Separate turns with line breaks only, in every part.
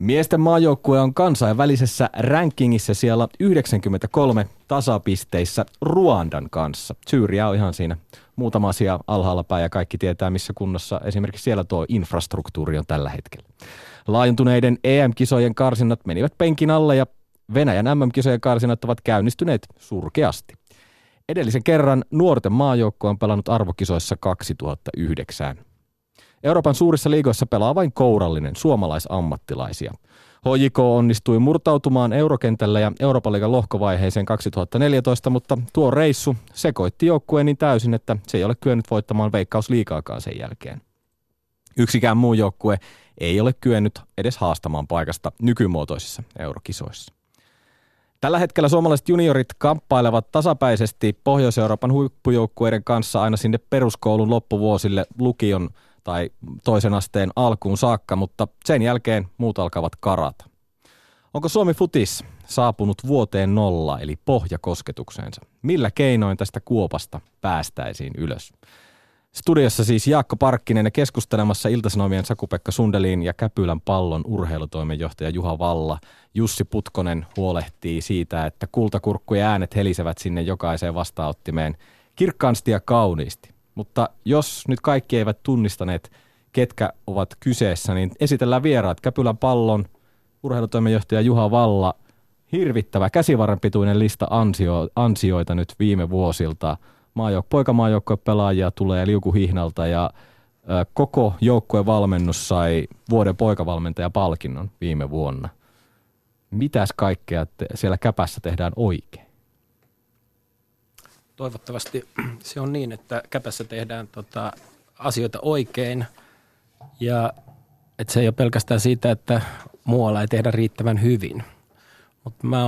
Miesten maajoukkue on kansainvälisessä rankingissa siellä 93 tasapisteissä Ruandan kanssa. Syyria on ihan siinä muutama asia alhaalla päin ja kaikki tietää, missä kunnossa esimerkiksi siellä tuo infrastruktuuri on tällä hetkellä. Laajentuneiden EM-kisojen karsinnat menivät penkin alle ja Venäjän MM-kisojen karsinnat ovat käynnistyneet surkeasti. Edellisen kerran nuorten maajoukkue on pelannut arvokisoissa 2009. Euroopan suurissa liigoissa pelaa vain kourallinen suomalaisammattilaisia. HJK onnistui murtautumaan eurokentälle ja Euroopan liigan lohkovaiheeseen 2014, mutta tuo reissu sekoitti joukkueen niin täysin, että se ei ole kyennyt voittamaan Veikkausliigaakaan sen jälkeen. Yksikään muu joukkue ei ole kyennyt edes haastamaan paikasta nykymuotoisissa eurokisoissa. Tällä hetkellä suomalaiset juniorit kamppailevat tasapäisesti Pohjois-Euroopan huippujoukkueiden kanssa aina sinne peruskoulun loppuvuosille lukion tai toisen asteen alkuun saakka, mutta sen jälkeen muut alkavat karata. Onko Suomi Futis saapunut vuoteen 0 eli pohjakosketukseensa? Millä keinoin tästä kuopasta päästäisiin ylös? Studiossa siis Jaakko Parkkinen ja keskustelemassa Ilta-Sanomien Saku-Pekka Sundelin ja Käpylän Pallon urheilutoimenjohtaja Juha Valla. Jussi Putkonen huolehtii siitä, että kultakurkkujen äänet helisevät sinne jokaiseen vastaanottimeen kirkkaasti ja kauniisti. Mutta jos nyt kaikki eivät tunnistaneet, ketkä ovat kyseessä, niin esitellään vieraat. Käpylän Pallon urheilutoimenjohtaja Juha Valla. Hirvittävä käsivarrenpituinen lista ansioita nyt viime vuosilta. Poikamaajoukkojen pelaajia tulee liukuhihnalta ja koko joukkueen valmennus sai vuoden poikavalmentajapalkinnon viime vuonna. Mitäs kaikkea siellä Käpässä tehdään oikein?
Toivottavasti se on niin, että Käpässä tehdään asioita oikein ja että se ei ole pelkästään siitä, että muualla ei tehdä riittävän hyvin. Mutta mä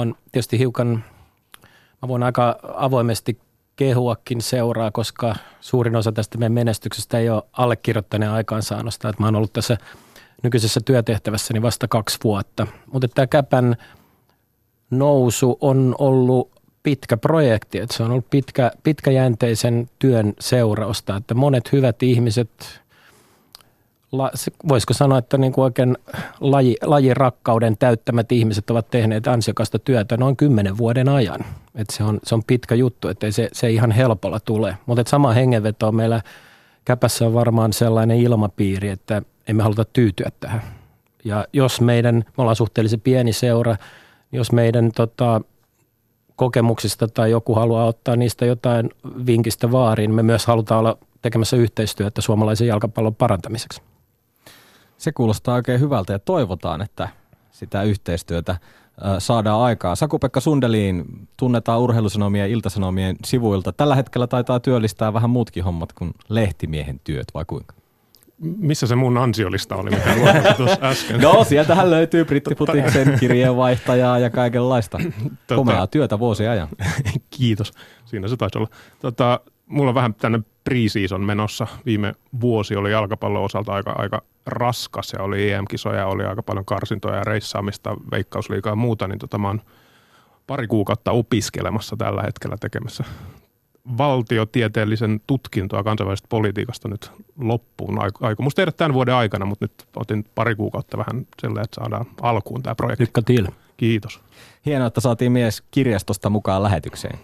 voin aika avoimesti kehuakin seuraa, koska suurin osa tästä meidän menestyksestä ei ole allekirjoittaneen aikaansaannosta. Että mä oon ollut tässä nykyisessä työtehtävässäni vasta 2 vuotta. Mutta tämä Käpän nousu on ollut pitkä projekti, että se on ollut pitkäjänteisen työn seurausta, että monet hyvät ihmiset, voisiko sanoa, että niin kuin oikein lajirakkauden täyttämät ihmiset ovat tehneet ansiokasta työtä noin 10 vuoden ajan. Että se on pitkä juttu, että se ei ihan helpolla tule. Mutta sama hengenveto meillä Käpässä on varmaan sellainen ilmapiiri, että emme haluta tyytyä tähän. Ja jos me ollaan suhteellisen pieni seura, jos meidän kokemuksista tai joku haluaa ottaa niistä jotain vinkistä vaariin, me myös halutaan olla tekemässä yhteistyötä suomalaisen jalkapallon parantamiseksi.
Se kuulostaa oikein hyvältä ja toivotaan, että sitä yhteistyötä saadaan aikaan. Saku-Pekka Sundelin tunnetaan Urheilusanomien ja Ilta-Sanomien sivuilta. Tällä hetkellä taitaa työllistää vähän muutkin hommat kuin lehtimiehen työt, vai kuinka?
Missä se mun ansiolista oli, mitä luotin tuossa äsken?
No, sieltähän löytyy Brittifutiksen kirjeenvaihtajaa ja kaikenlaista. Komeaa työtä vuosien ajan.
Kiitos. Siinä se taisi olla. Mulla on vähän tänne pre-season menossa. Viime vuosi oli jalkapallon osalta aika raskas ja oli EM-kisoja, oli aika paljon karsintoja ja reissaamista, Veikkausliigaa ja muuta, niin mä oon 2 kuukautta opiskelemassa tällä hetkellä tekemässä valtiotieteellisen tutkintoa kansainvälisestä politiikasta nyt loppuun. Aikomus tehdä tämän vuoden aikana, mutta nyt otin 2 kuukautta vähän sellainen, että saadaan alkuun tämä projekti.
Lycka till.
Kiitos.
Hienoa, että saatiin mies kirjastosta mukaan lähetykseen.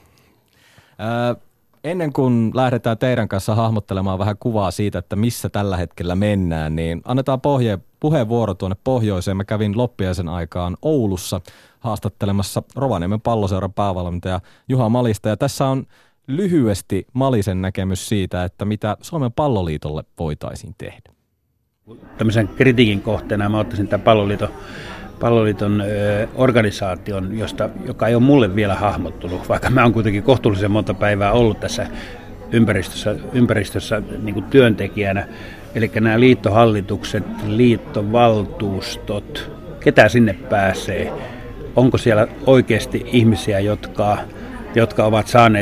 Ennen kuin lähdetään teidän kanssa hahmottelemaan vähän kuvaa siitä, että missä tällä hetkellä mennään, niin annetaan puheenvuoro tuonne pohjoiseen. Mä kävin loppiaisen aikaan Oulussa haastattelemassa Rovaniemen Palloseuran päävalmentaja Juha Malista. Ja tässä on lyhyesti Malisen näkemys siitä, että mitä Suomen Palloliitolle voitaisiin tehdä.
Tämmöisen kritiikin kohteena mä ottaisin tämän Palloliiton organisaation, joka ei ole mulle vielä hahmottunut, vaikka mä oon kuitenkin kohtuullisen monta päivää ollut tässä ympäristössä niin kuin työntekijänä. Eli nämä liittohallitukset, liittovaltuustot, ketä sinne pääsee? Onko siellä oikeasti ihmisiä, jotka ovat saaneet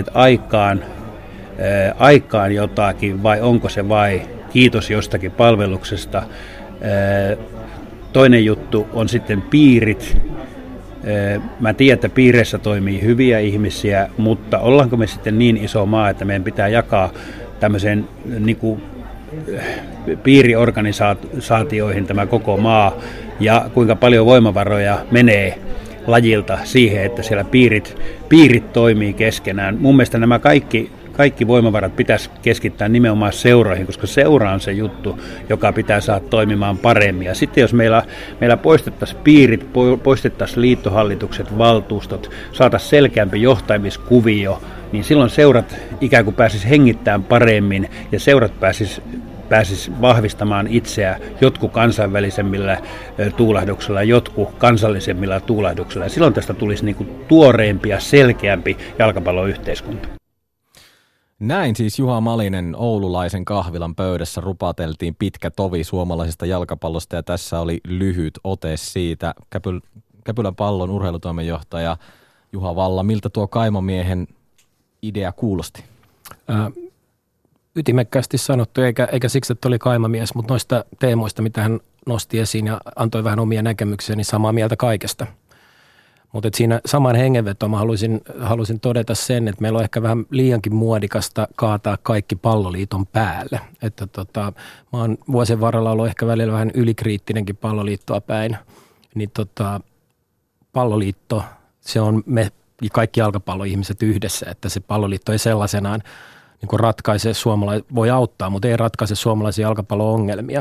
aikaan jotakin, vai onko se vai kiitos jostakin palveluksesta? Toinen juttu on sitten piirit. Mä tiedän, että piireissä toimii hyviä ihmisiä, mutta ollaanko me sitten niin iso maa, että meidän pitää jakaa tämmöiseen niin kuin piiriorganisaatioihin tämä koko maa ja kuinka paljon voimavaroja menee lajilta siihen, että siellä piirit toimii keskenään. Mun mielestä nämä kaikki voimavarat pitäisi keskittää nimenomaan seuroihin, koska seura on se juttu, joka pitää saada toimimaan paremmin. Ja sitten jos meillä poistettaisiin piirit, poistettaisiin liittohallitukset, valtuustot, saataisiin selkeämpi johtamiskuvio, niin silloin seurat ikään kuin pääsisi hengittämään paremmin ja seurat pääsis vahvistamaan itseään jotkut kansainvälisemmillä tuulahduksilla, jotkut kansallisemmilla tuulahduksilla. Ja silloin tästä tulisi niin kuin tuoreempi ja selkeämpi jalkapalloyhteiskunta.
Näin siis Juha Malinen oululaisen kahvilan pöydässä rupateltiin pitkä tovi suomalaisesta jalkapallosta ja tässä oli lyhyt ote siitä. Käpylän Pallon urheilutoimenjohtaja Juha Valla, miltä tuo Kaimomiehen idea kuulosti?
Ytimekkäästi sanottu, eikä siksi, että oli kaimamies, mutta noista teemoista, mitä hän nosti esiin ja antoi vähän omia näkemyksiä, niin samaa mieltä kaikesta. Mutta siinä saman hengenvetoon mä halusin todeta sen, että meillä on ehkä vähän liiankin muodikasta kaataa kaikki Palloliiton päälle. Että mä oon vuosien varrella ollut ehkä välillä vähän ylikriittinenkin Palloliittoa päin. Niin Palloliitto, se on me kaikki jalkapalloihmiset yhdessä, että se Palloliitto ei sellaisenaan niin kuin ratkaise voi auttaa, mutta ei ratkaise suomalaisia jalkapallo-ongelmia.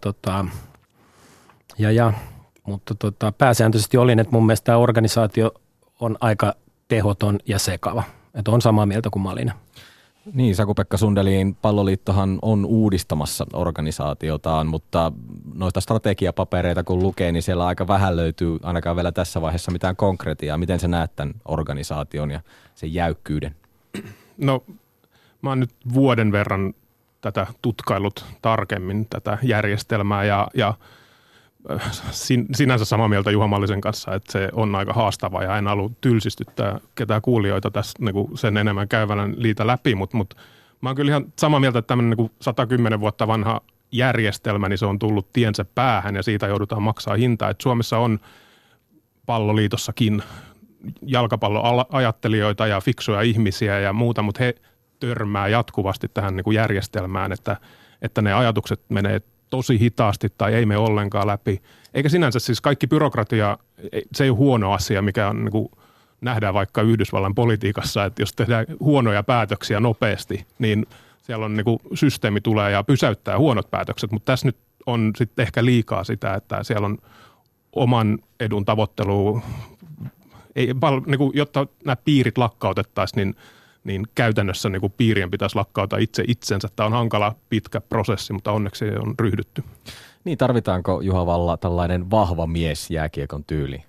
Mutta pääsääntöisesti olin, että mun mielestä tämä organisaatio on aika tehoton ja sekava. Että on samaa mieltä kuin Malinen.
Niin, Saku-Pekka Sundelin Palloliittohan on uudistamassa organisaatiotaan, mutta noista strategiapapereita kun lukee, niin siellä aika vähän löytyy ainakaan vielä tässä vaiheessa mitään konkretiaa. Miten sä näet tämän organisaation ja sen jäykkyyden? No,
mä oon nyt vuoden verran tätä tutkailut tarkemmin, tätä järjestelmää ja sinänsä samaa mieltä Juha Mallisen kanssa, että se on aika haastava ja en halua tylsistyttää ketään kuulijoita tässä niin sen enemmän käyvän liitä läpi, mutta mä oon kyllä ihan samaa mieltä, että tämmöinen niin 110 vuotta vanha järjestelmä, niin se on tullut tiensä päähän ja siitä joudutaan maksaa hintaa. Et Suomessa on Palloliitossakin jalkapalloajattelijoita ja fiksuja ihmisiä ja muuta, mutta he törmää jatkuvasti tähän niin kuin järjestelmään, että ne ajatukset menee tosi hitaasti tai ei mene ollenkaan läpi. Eikä sinänsä siis kaikki byrokratia, se ei ole huono asia, mikä on, niin kuin nähdään vaikka Yhdysvallan politiikassa, että jos tehdään huonoja päätöksiä nopeasti, niin siellä on niin kuin systeemi tulee ja pysäyttää huonot päätökset, mutta tässä nyt on sitten ehkä liikaa sitä, että siellä on oman edun tavoittelu, niin kuin, jotta nämä piirit lakkautettaisiin, niin käytännössä niin kuin piirien pitäisi lakkauttaa itse itsensä. Tämä on hankala, pitkä prosessi, mutta onneksi on ryhdytty.
Niin, tarvitaanko Juha Valla tällainen vahva mies jääkiekon tyyli?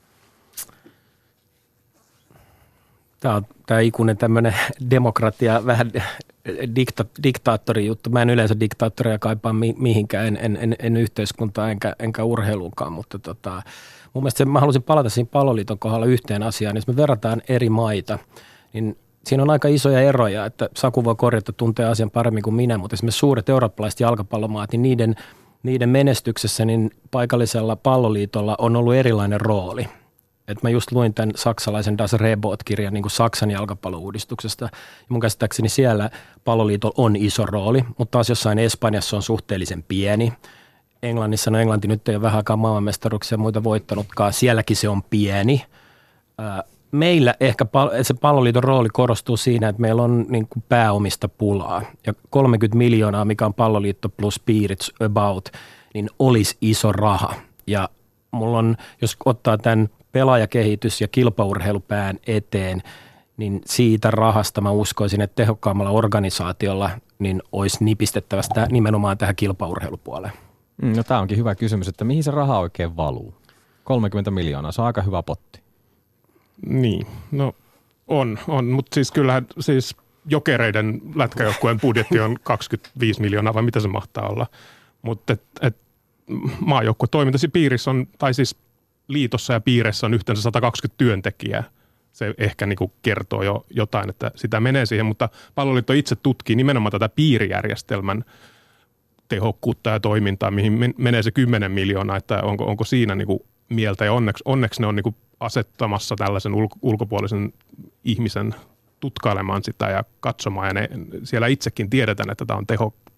Tämä on tämä ikuinen tämmöinen demokratia, vähän diktaattori juttu. Mä en yleensä diktaattoria kaipaa mihinkään, en yhteiskuntaa enkä urheiluunkaan, mutta mun mielestä mä halusin palata siinä Palloliiton kohdalla yhteen asiaan. Jos me verrataan eri maita, niin siinä on aika isoja eroja, että Saku voi korjata, tuntee asian paremmin kuin minä, mutta esimerkiksi suuret eurooppalaiset jalkapallomaat, niin niiden menestyksessä niin paikallisella palloliitolla on ollut erilainen rooli. Et mä just luin tämän saksalaisen Das Rebot-kirjan niin kuin Saksan jalkapallouudistuksesta. Ja mun käsittääkseni siellä Palloliitolla on iso rooli, mutta taas jossain Espanjassa on suhteellisen pieni. Englannissa, Englanti nyt ei ole vähän aikaa maailmanmestaruuksia ja muita voittanutkaan, sielläkin se on pieni. Meillä ehkä se Palloliiton rooli korostuu siinä, että meillä on niin kuin pääomista pulaa. Ja 30 miljoonaa, mikä on Palloliitto plus piirit about, niin olisi iso raha. Ja mulla on, jos ottaa tämän pelaajakehitys- ja kilpaurheilupään eteen, niin siitä rahasta mä uskoisin, että tehokkaammalla organisaatiolla niin olisi nipistettävä sitä nimenomaan tähän kilpaurheilupuoleen.
No tämä onkin hyvä kysymys, että mihin se raha oikein valuu? 30 miljoonaa, se on aika hyvä potti.
Niin, no on, mutta siis kyllähän siis Jokereiden lätkäjoukkueen budjetti on 25 miljoonaa vai mitä se mahtaa olla, mutta maajoukkuetoiminta piirissä on, tai siis liitossa ja piirissä on yhteensä 120 työntekijää. Se ehkä niin kuin kertoo jo jotain, että sitä menee siihen, mutta Palloliitto itse tutkii nimenomaan tätä piirijärjestelmän tehokkuutta ja toimintaa, mihin menee se 10 miljoonaa, että onko siinä niin kuin mieltä, ja onneksi ne on niin kuin asettamassa tällaisen ulkopuolisen ihmisen tutkailemaan sitä ja katsomaan, ja siellä itsekin tiedetään, että tämä on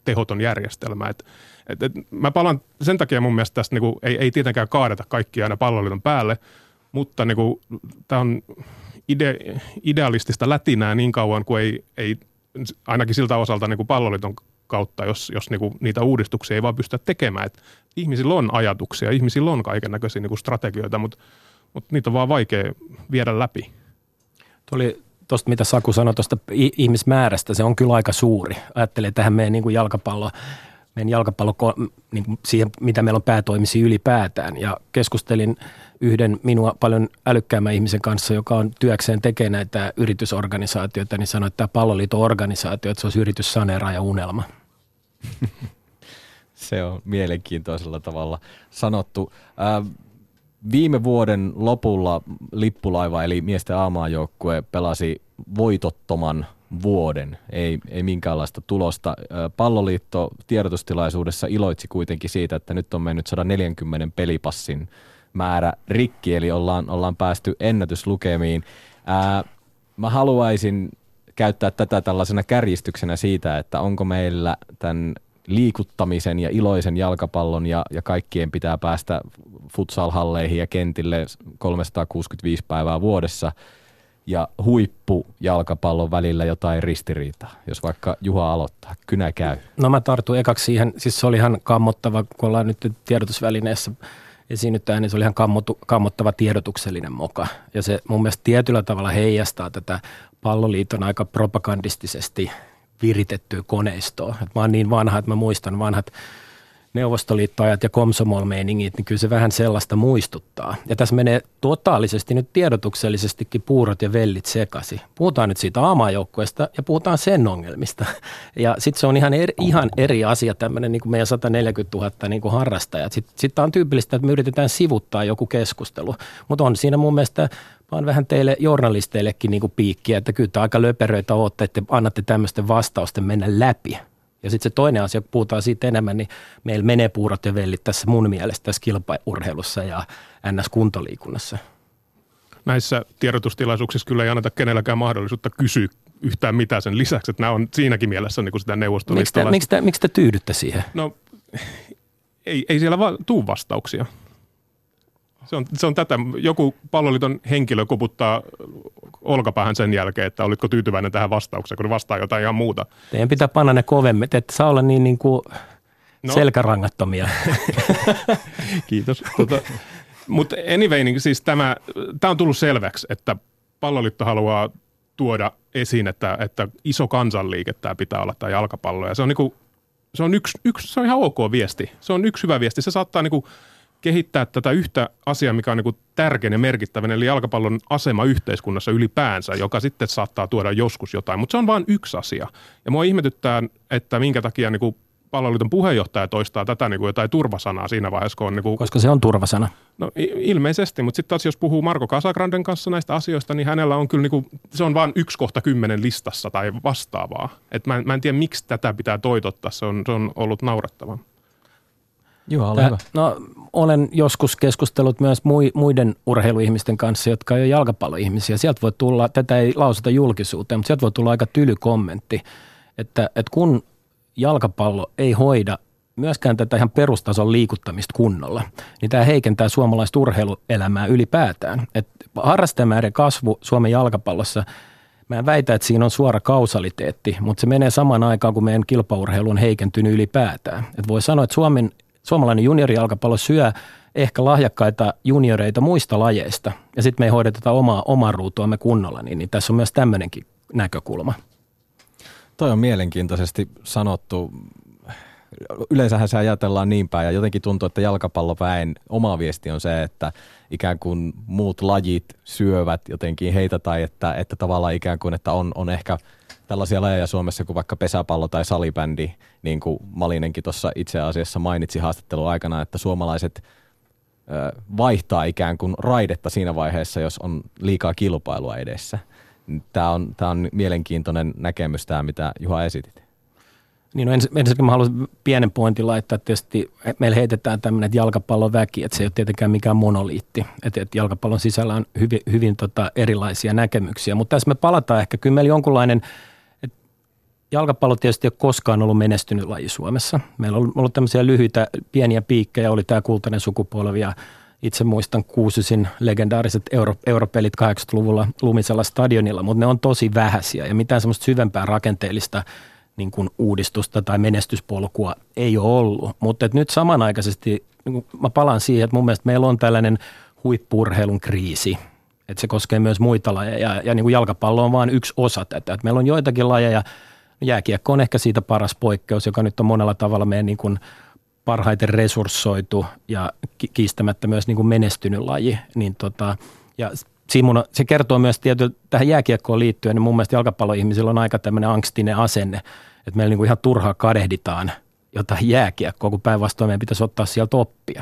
tehoton järjestelmä. Mä palaan sen takia mun mielestä tästä niin ei tietenkään kaadeta kaikkia aina palloliiton päälle, mutta niin tämä on idealistista lätinää niin kauan kuin ei ainakin siltä osalta niin kuin palloliiton kautta, jos niin kuin niitä uudistuksia ei vaan pystytä tekemään. Et ihmisillä on ajatuksia, ihmisillä on kaikennäköisiä niin kuin strategioita, mutta niitä on vaan vaikea viedä läpi.
Tuosta mitä Saku sanoi tuosta ihmismäärästä, se on kyllä aika suuri. Ajattelee tähän meidän jalkapallo niin kuin siihen, mitä meillä on päätoimisia ylipäätään. Ja keskustelin yhden minua paljon älykkäämmän ihmisen kanssa, joka on työkseen tekee näitä yritysorganisaatioita, niin sanoi, että tämä palloliiton organisaatio, että se olisi yritys, saneera ja unelma.
Se on mielenkiintoisella tavalla sanottu. Viime vuoden lopulla Lippulaiva eli miesten A-maajoukkue pelasi voitottoman vuoden, ei minkäänlaista tulosta. Palloliitto tiedotustilaisuudessa iloitsi kuitenkin siitä, että nyt on mennyt 140 pelipassin määrä rikki, eli ollaan päästy ennätyslukemiin. Mä haluaisin käyttää tätä tällaisena kärjistyksenä siitä, että onko meillä tämän liikuttamisen ja iloisen jalkapallon ja kaikkien pitää päästä futsal-halleihin ja kentille 365 päivää vuodessa ja huippujalkapallon välillä jotain ristiriitaa, jos vaikka Juha aloittaa. Kynä käy.
No mä tartun ekaksi siihen, siis se oli ihan kammottava, kun ollaan nyt tiedotusvälineessä esiinnytään, niin se oli ihan kammottava tiedotuksellinen moka. Ja se mun mielestä tietyllä tavalla heijastaa tätä palloliiton aika propagandistisesti viritettyä koneistoa. Et mä oon niin vanha, että mä muistan vanhat neuvostoliittoajat ja komsomol-meiningit, niin kyllä se vähän sellaista muistuttaa. Ja tässä menee totaalisesti nyt tiedotuksellisestikin puurot ja vellit sekaisin. Puhutaan nyt siitä A-maajoukkueesta ja puhutaan sen ongelmista. Ja sitten se on ihan eri asia tämmöinen niin kuin meidän 140 000 niin kuin harrastajat. Sitten on tyypillistä, että me yritetään sivuttaa joku keskustelu. Mutta on siinä mun mielestä vaan vähän teille journalisteillekin niin kuin piikkiä, että kyllä aika löperöitä olette, että annatte tämmöisten vastausten mennä läpi. Ja sitten se toinen asia, kun puhutaan siitä enemmän, niin meillä menee puurot ja vellit tässä mun mielestä tässä kilpaurheilussa ja NS-kuntoliikunnassa.
Näissä tiedotustilaisuuksissa kyllä ei anneta kenelläkään mahdollisuutta kysyä yhtään mitään sen lisäksi, että nämä on siinäkin mielessä niin kuin sitä neuvostoliittolaista.
Miksi te tyydytte siihen?
No ei siellä vaan tuu vastauksia. Se on tätä. Joku palloliiton henkilö koputtaa olkapäähän sen jälkeen, että olitko tyytyväinen tähän vastaukseen, kun ne vastaa jotain ihan muuta.
Teidän pitää panna ne kovemmin, että saa olla niin kuin selkärangattomia.
Kiitos. Mutta anyway, niin siis tämä on tullut selväksi, että palloliitto haluaa tuoda esiin, että iso kansanliike tämä pitää olla tämä jalkapallo. Ja se on se on ihan ok viesti. Se on yksi hyvä viesti. Se saattaa niinku kehittää tätä yhtä asiaa, mikä on niin tärkein ja merkittävän, eli jalkapallon asema yhteiskunnassa ylipäänsä, joka sitten saattaa tuoda joskus jotain. Mutta se on vain yksi asia. Ja mua ihmetyttää, että minkä takia niin palloliiton puheenjohtaja toistaa tätä niin jotain turvasanaa siinä vaiheessa, kun on... Niin
koska se on turvasana.
No ilmeisesti, mutta sitten taas jos puhuu Marko Casagranden kanssa näistä asioista, niin hänellä on kyllä, se on vain 1/10 listassa tai vastaavaa. Et mä en tiedä, miksi tätä pitää toitottaa, se on ollut naurettavaa.
Joo, ole hyvä.
No, olen joskus keskustellut myös muiden urheiluihmisten kanssa, jotka ei ole jalkapalloihmisiä. Sieltä voi tulla, tätä ei lausuta julkisuuteen, mutta sieltä voi tulla aika tyly kommentti, että kun jalkapallo ei hoida myöskään tätä ihan perustason liikuttamista kunnolla, niin tämä heikentää suomalaista urheiluelämää ylipäätään. Että harrastajamäärän kasvu Suomen jalkapallossa, mä en väitä, että siinä on suora kausaliteetti, mutta se menee samaan aikaan, kun meidän kilpaurheilu on heikentynyt ylipäätään. Että voi sanoa, että suomalainen juniorijalkapallo syö ehkä lahjakkaita junioreita muista lajeista, ja sitten me ei hoideta omaa ruutuamme kunnolla, niin tässä on myös tämmöinenkin näkökulma.
Toi on mielenkiintoisesti sanottu. Yleensähän se ajatellaan niin päin, ja jotenkin tuntuu, että jalkapalloväen oma viesti on se, että ikään kuin muut lajit syövät jotenkin heitä, tai että tavallaan ikään kuin, että on ehkä tällaisia lajeja Suomessa kuin vaikka pesäpallo tai salibändi, niin kuin Malinenkin tuossa itse asiassa mainitsi haastattelun aikana, että suomalaiset vaihtaa ikään kuin raidetta siinä vaiheessa, jos on liikaa kilpailua edessä. Tämä on mielenkiintoinen näkemys tämä, mitä Juha esitit.
Niin, no ensinnäkin mä haluan pienen pointin laittaa, että tietysti meillä heitetään tämmöinen jalkapalloväki, että se ei ole tietenkään mikään monoliitti, että jalkapallon sisällä on hyvin erilaisia näkemyksiä, mutta tässä me palataan ehkä, kyllä meillä jonkunlainen, jalkapallo tietysti ei ole koskaan ollut menestynyt laji Suomessa. Meillä on ollut tämmöisiä lyhyitä, pieniä piikkejä, oli tämä kultainen sukupolvi ja itse muistan Kuusysin legendaariset europelit 80-luvulla Lumisella stadionilla, mutta ne on tosi vähäisiä ja mitään semmoista syvempää rakenteellista niin kuin uudistusta tai menestyspolkua ei ole ollut. Mutta nyt samanaikaisesti mä palaan siihen, että mun mielestä meillä on tällainen huippu-urheilun kriisi, että se koskee myös muita lajeja ja niin kuin jalkapallo on vain yksi osa tätä. Että meillä on joitakin lajeja, jääkiekko on ehkä siitä paras poikkeus, joka nyt on monella tavalla meidän niin kuin parhaiten resurssoitu ja kiistämättä myös niin kuin menestynyt laji. Niin ja Simona, se kertoo myös tietysti tähän jääkiekkoon liittyen, niin mun mielestä jalkapalloihmisillä on aika tämmöinen angstinen asenne, että meillä niin kuin ihan turhaa kadehditaan jotain jääkiekkoa, kun päinvastoin meidän pitäisi ottaa sieltä oppia.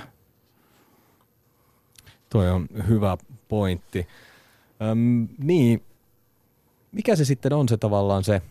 Toi on hyvä pointti. Niin, mikä se sitten on se tavallaan se,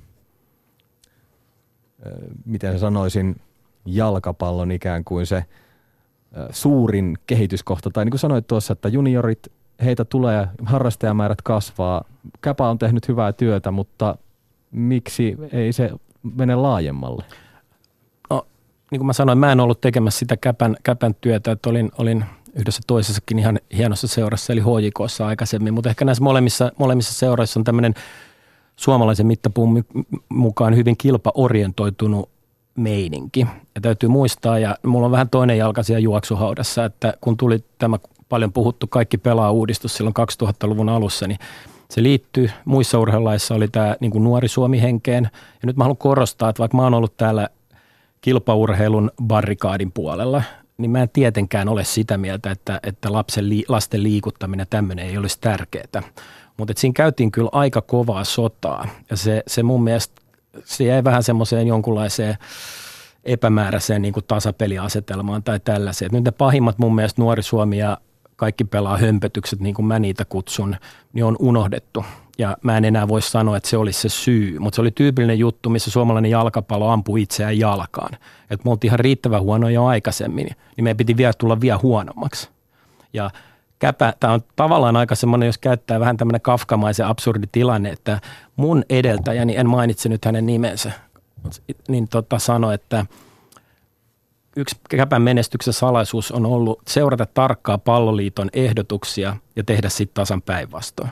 miten sanoisin, jalkapallon ikään kuin se suurin kehityskohta, tai niin kuin sanoit tuossa, että juniorit, heitä tulee, harrastajamäärät kasvaa, Käpä on tehnyt hyvää työtä, mutta miksi ei se mene laajemmalle?
No, niin kuin mä sanoin, mä en ollut tekemässä sitä Käpän työtä, että olin yhdessä toisessakin ihan hienossa seurassa, eli HJK:ssa aikaisemmin, mutta ehkä näissä molemmissa seuroissa on tämmöinen suomalaisen mittapuun mukaan hyvin kilpaorientoitunut meininki. Ja täytyy muistaa, ja mulla on vähän toinen jalka siellä juoksuhaudassa, että kun tuli tämä paljon puhuttu kaikki pelaa-uudistus silloin 2000-luvun alussa, niin se liittyy, muissa urheilulaissa oli tämä niin kuin nuori Suomi-henkeen. Ja nyt mä haluan korostaa, että vaikka mä oon ollut täällä kilpaurheilun barrikaadin puolella, niin mä en tietenkään ole sitä mieltä, että lasten liikuttaminen tämmöinen ei olisi tärkeää. Mutta siinä käytiin kyllä aika kovaa sotaa ja se mun mielestä se jäi vähän semmoiseen jonkunlaiseen epämääräiseen niin kuin tasapeliasetelmaan tai tällaiseen. Et nyt ne pahimmat mun mielestä Nuori Suomi ja kaikki pelaa hömpötykset, niin kuin mä niitä kutsun, niin on unohdettu. Ja mä en enää voi sanoa, että se olisi se syy, mutta se oli tyypillinen juttu, missä suomalainen jalkapallo ampui itseään jalkaan. Että me oltiin ihan riittävän huonoja jo aikaisemmin, niin meidän piti vielä tulla vielä huonommaksi. Ja Käpä, tämä on tavallaan aika semmoinen, jos käyttää vähän tämmöinen kafkamaisen absurdi tilanne, että mun edeltäjäni, en mainitse nyt hänen nimensä, niin sanoi, että yksi Käpän menestyksen salaisuus on ollut seurata tarkkaa Palloliiton ehdotuksia ja tehdä sitten tasan päinvastoin.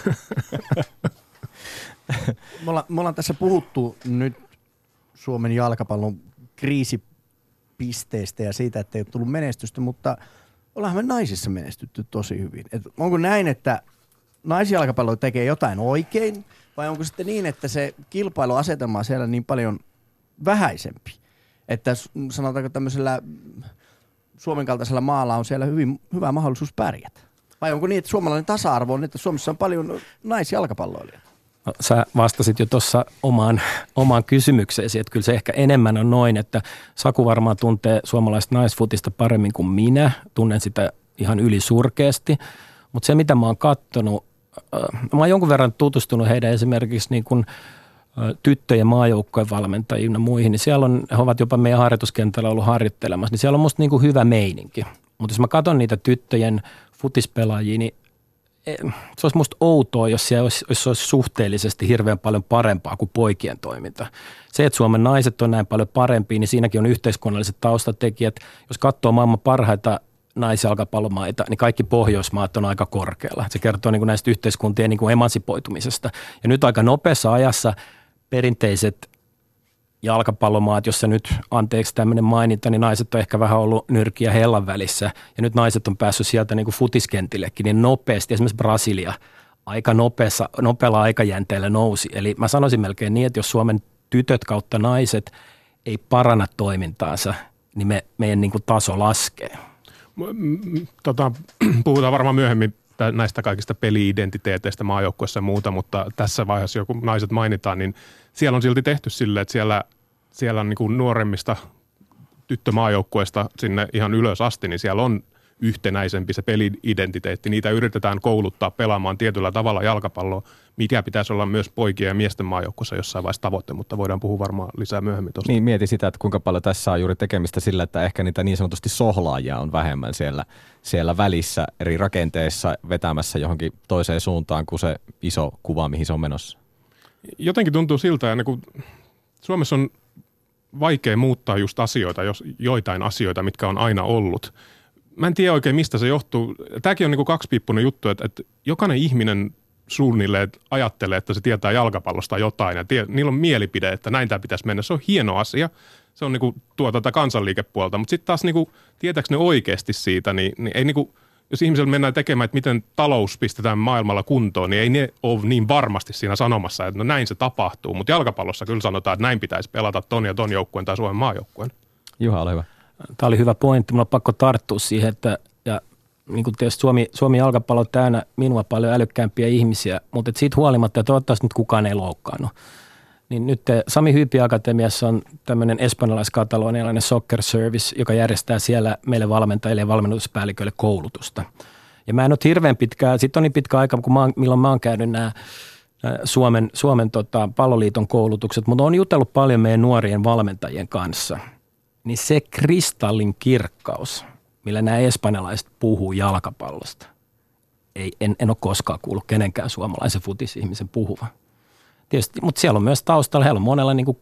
Me ollaan tässä puhuttu nyt Suomen jalkapallon kriisipisteistä ja siitä, että ei ole tullut menestystä, mutta ollaan me naisissa menestytty tosi hyvin. Et onko näin, että naisjalkapallo tekee jotain oikein vai onko sitten niin, että se kilpailuasetelma on siellä niin paljon vähäisempi? Että sanotaanko tämmöisellä Suomen kaltaisella maalla on siellä hyvä mahdollisuus pärjätä? Vai onko niin, että suomalainen tasa-arvo on, että Suomessa on paljon naisjalkapalloilijoita?
No, sä vastasit jo tuossa omaan kysymykseesi, että kyllä se ehkä enemmän on noin, että Saku varmaan tuntee suomalaista naisfutista paremmin kuin minä. Tunnen sitä ihan ylisurkeasti, mutta se mitä mä oon katsonut, mä oon jonkun verran tutustunut heidän esimerkiksi niin kuin tyttöjen maajoukkojen valmentajina muihin, niin siellä he ovat jopa meidän harjoituskentällä ollut harjoittelemassa, niin siellä on musta niin kuin hyvä meininki. Mutta jos mä katson niitä tyttöjen futispelaajia, niin se olisi musta outoa, jos se olisi suhteellisesti hirveän paljon parempaa kuin poikien toiminta. Se, että Suomen naiset on näin paljon parempia, niin siinäkin on yhteiskunnalliset taustatekijät. Jos katsoo maailman parhaita naisjalkapallomaita, niin kaikki Pohjoismaat on aika korkealla. Se kertoo niin kuin näistä yhteiskuntien niin kuin emansipoitumisesta. Ja nyt aika nopeassa ajassa perinteiset jalkapallomaat, jossa nyt, anteeksi tämmöinen maininta, niin naiset on ehkä vähän ollut nyrkiä hellan välissä. Ja nyt naiset on päässyt sieltä niin kuin futiskentillekin niin nopeasti. Esimerkiksi Brasilia aika nopealla aikajänteellä nousi. Eli mä sanoisin melkein niin, että jos Suomen tytöt kautta naiset ei paranna toimintaansa, niin meidän niin kuin taso laskee.
Puhutaan varmaan myöhemmin näistä kaikista peli-identiteeteistä maajoukkueessa ja muuta, mutta tässä vaiheessa, kun naiset mainitaan, niin siellä on silti tehty silleen, että siellä on niin kuin nuoremmista tyttömaajoukkueista sinne ihan ylös asti, niin siellä on yhtenäisempi se peli-identiteetti. Niitä yritetään kouluttaa pelaamaan tietyllä tavalla jalkapalloa, mikä pitäisi olla myös poikien ja miesten maajoukkueessa jossain vaiheessa tavoite, mutta voidaan puhua varmaan lisää myöhemmin tuosta. Niin,
mieti sitä, että kuinka paljon tässä on juuri tekemistä sillä, että ehkä niitä niin sanotusti sohlaajia on vähemmän siellä välissä eri rakenteissa vetämässä johonkin toiseen suuntaan kuin se iso kuva, mihin se on menossa.
Jotenkin tuntuu siltä, ja kun Suomessa on vaikea muuttaa just asioita, joitain asioita, mitkä on aina ollut. Mä en tiedä oikein, mistä se johtuu. Tämäkin on niin kuin kaksipiippunen juttu, että jokainen ihminen suunnilleen ajattelee, että se tietää jalkapallosta jotain ja niillä on mielipide, että näin tämä pitäisi mennä. Se on hieno asia. Se on niin kuin tätä kansanliikepuolta, mutta sitten taas niin kuin, tietääkö ne oikeasti siitä, niin ei niin kuin, jos ihmisellä mennään tekemään, että miten talous pistetään maailmalla kuntoon, niin ei ne ole niin varmasti siinä sanomassa, että no näin se tapahtuu. Mutta jalkapallossa kyllä sanotaan, että näin pitäisi pelata ton ja ton joukkueen tai Suomen maajoukkueen.
Juha, ole hyvä.
Tämä oli hyvä pointti. Mulla on pakko tarttua siihen, että niin kuin tietysti Suomi jalkapallo on täynnä minua paljon älykkäämpiä ihmisiä, mutta siitä huolimatta, että toivottavasti nyt kukaan ei loukkaannut. Niin nyt Sami Hyypi Akatemiassa on tämmöinen espanjalais-katalonialainen soccer service, joka järjestää siellä meille valmentajille ja valmennuspäälliköille koulutusta. Ja mä en ole hirveän pitkään, sitten on niin pitkä aika, milloin mä oon käynyt nämä Suomen palloliiton koulutukset, mutta on jutellut paljon meidän nuorien valmentajien kanssa. Niin se kristallin kirkkaus, millä nämä espanjalaiset puhuu jalkapallosta, en ole koskaan kuullut kenenkään suomalaisen futisihmisen puhuvan. Tietysti, mutta siellä on myös taustalla, heillä on monella niin kuin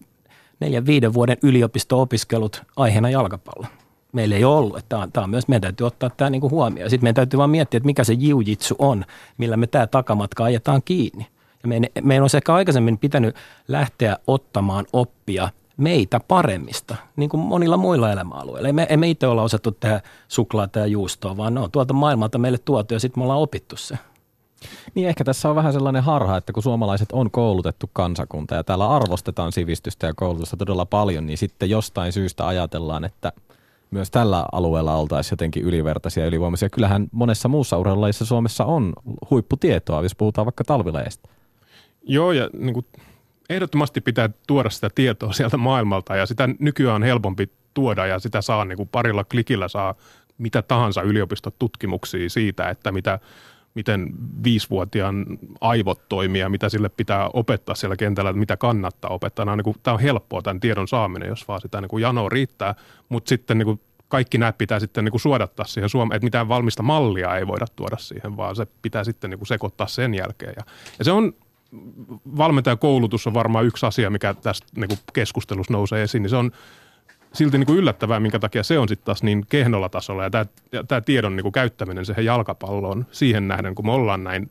4-5 vuoden yliopisto-opiskelut aiheena jalkapallo. Meillä ei ole ollut, että tämä on myös, meidän täytyy ottaa tämä niin kuin huomioon. Sitten meidän täytyy vaan miettiä, että mikä se jiu-jitsu on, millä me tämä takamatka ajetaan kiinni. Ja meidän on ehkä aikaisemmin pitänyt lähteä ottamaan oppia meitä paremmista, niin kuin monilla muilla elämäalueilla. Emme itse olla osattu tehdä suklaata ja juustoa, vaan ne on tuolta maailmalta meille tuotu ja sitten me ollaan opittu se.
Niin ehkä tässä on vähän sellainen harha, että kun suomalaiset on koulutettu kansakunta ja täällä arvostetaan sivistystä ja koulutusta todella paljon, niin sitten jostain syystä ajatellaan, että myös tällä alueella oltaisiin jotenkin ylivertaisia ja ylivoimaisia. Kyllähän monessa muussa urheilulajissa Suomessa on huipputietoa, jos puhutaan vaikka talvilajeista.
Joo, ja niin kuin ehdottomasti pitää tuoda sitä tietoa sieltä maailmalta ja sitä nykyään on helpompi tuoda ja sitä saa niin kuin parilla klikillä saa mitä tahansa yliopistotutkimuksia siitä, että miten 5-vuotiaan aivot toimii ja mitä sille pitää opettaa siellä kentällä, että mitä kannattaa opettaa. Tämä on helppoa tämän tiedon saaminen, jos vaan sitä niin kuin janoa riittää, mutta sitten niin kuin kaikki nämä pitää sitten niin kuin suodattaa siihen Suomeen, että mitään valmista mallia ei voida tuoda siihen, vaan se pitää sitten niin kuin sekoittaa sen jälkeen. Ja se on, valmentajakoulutus on varmaan yksi asia, mikä tässä niin kuin keskustelussa nousee esiin, niin se on silti niin kuin yllättävää, minkä takia se on sitten taas niin kehnolla tasolla. Ja tämä tiedon niin kuin käyttäminen siihen jalkapalloon siihen nähden, kun me ollaan näin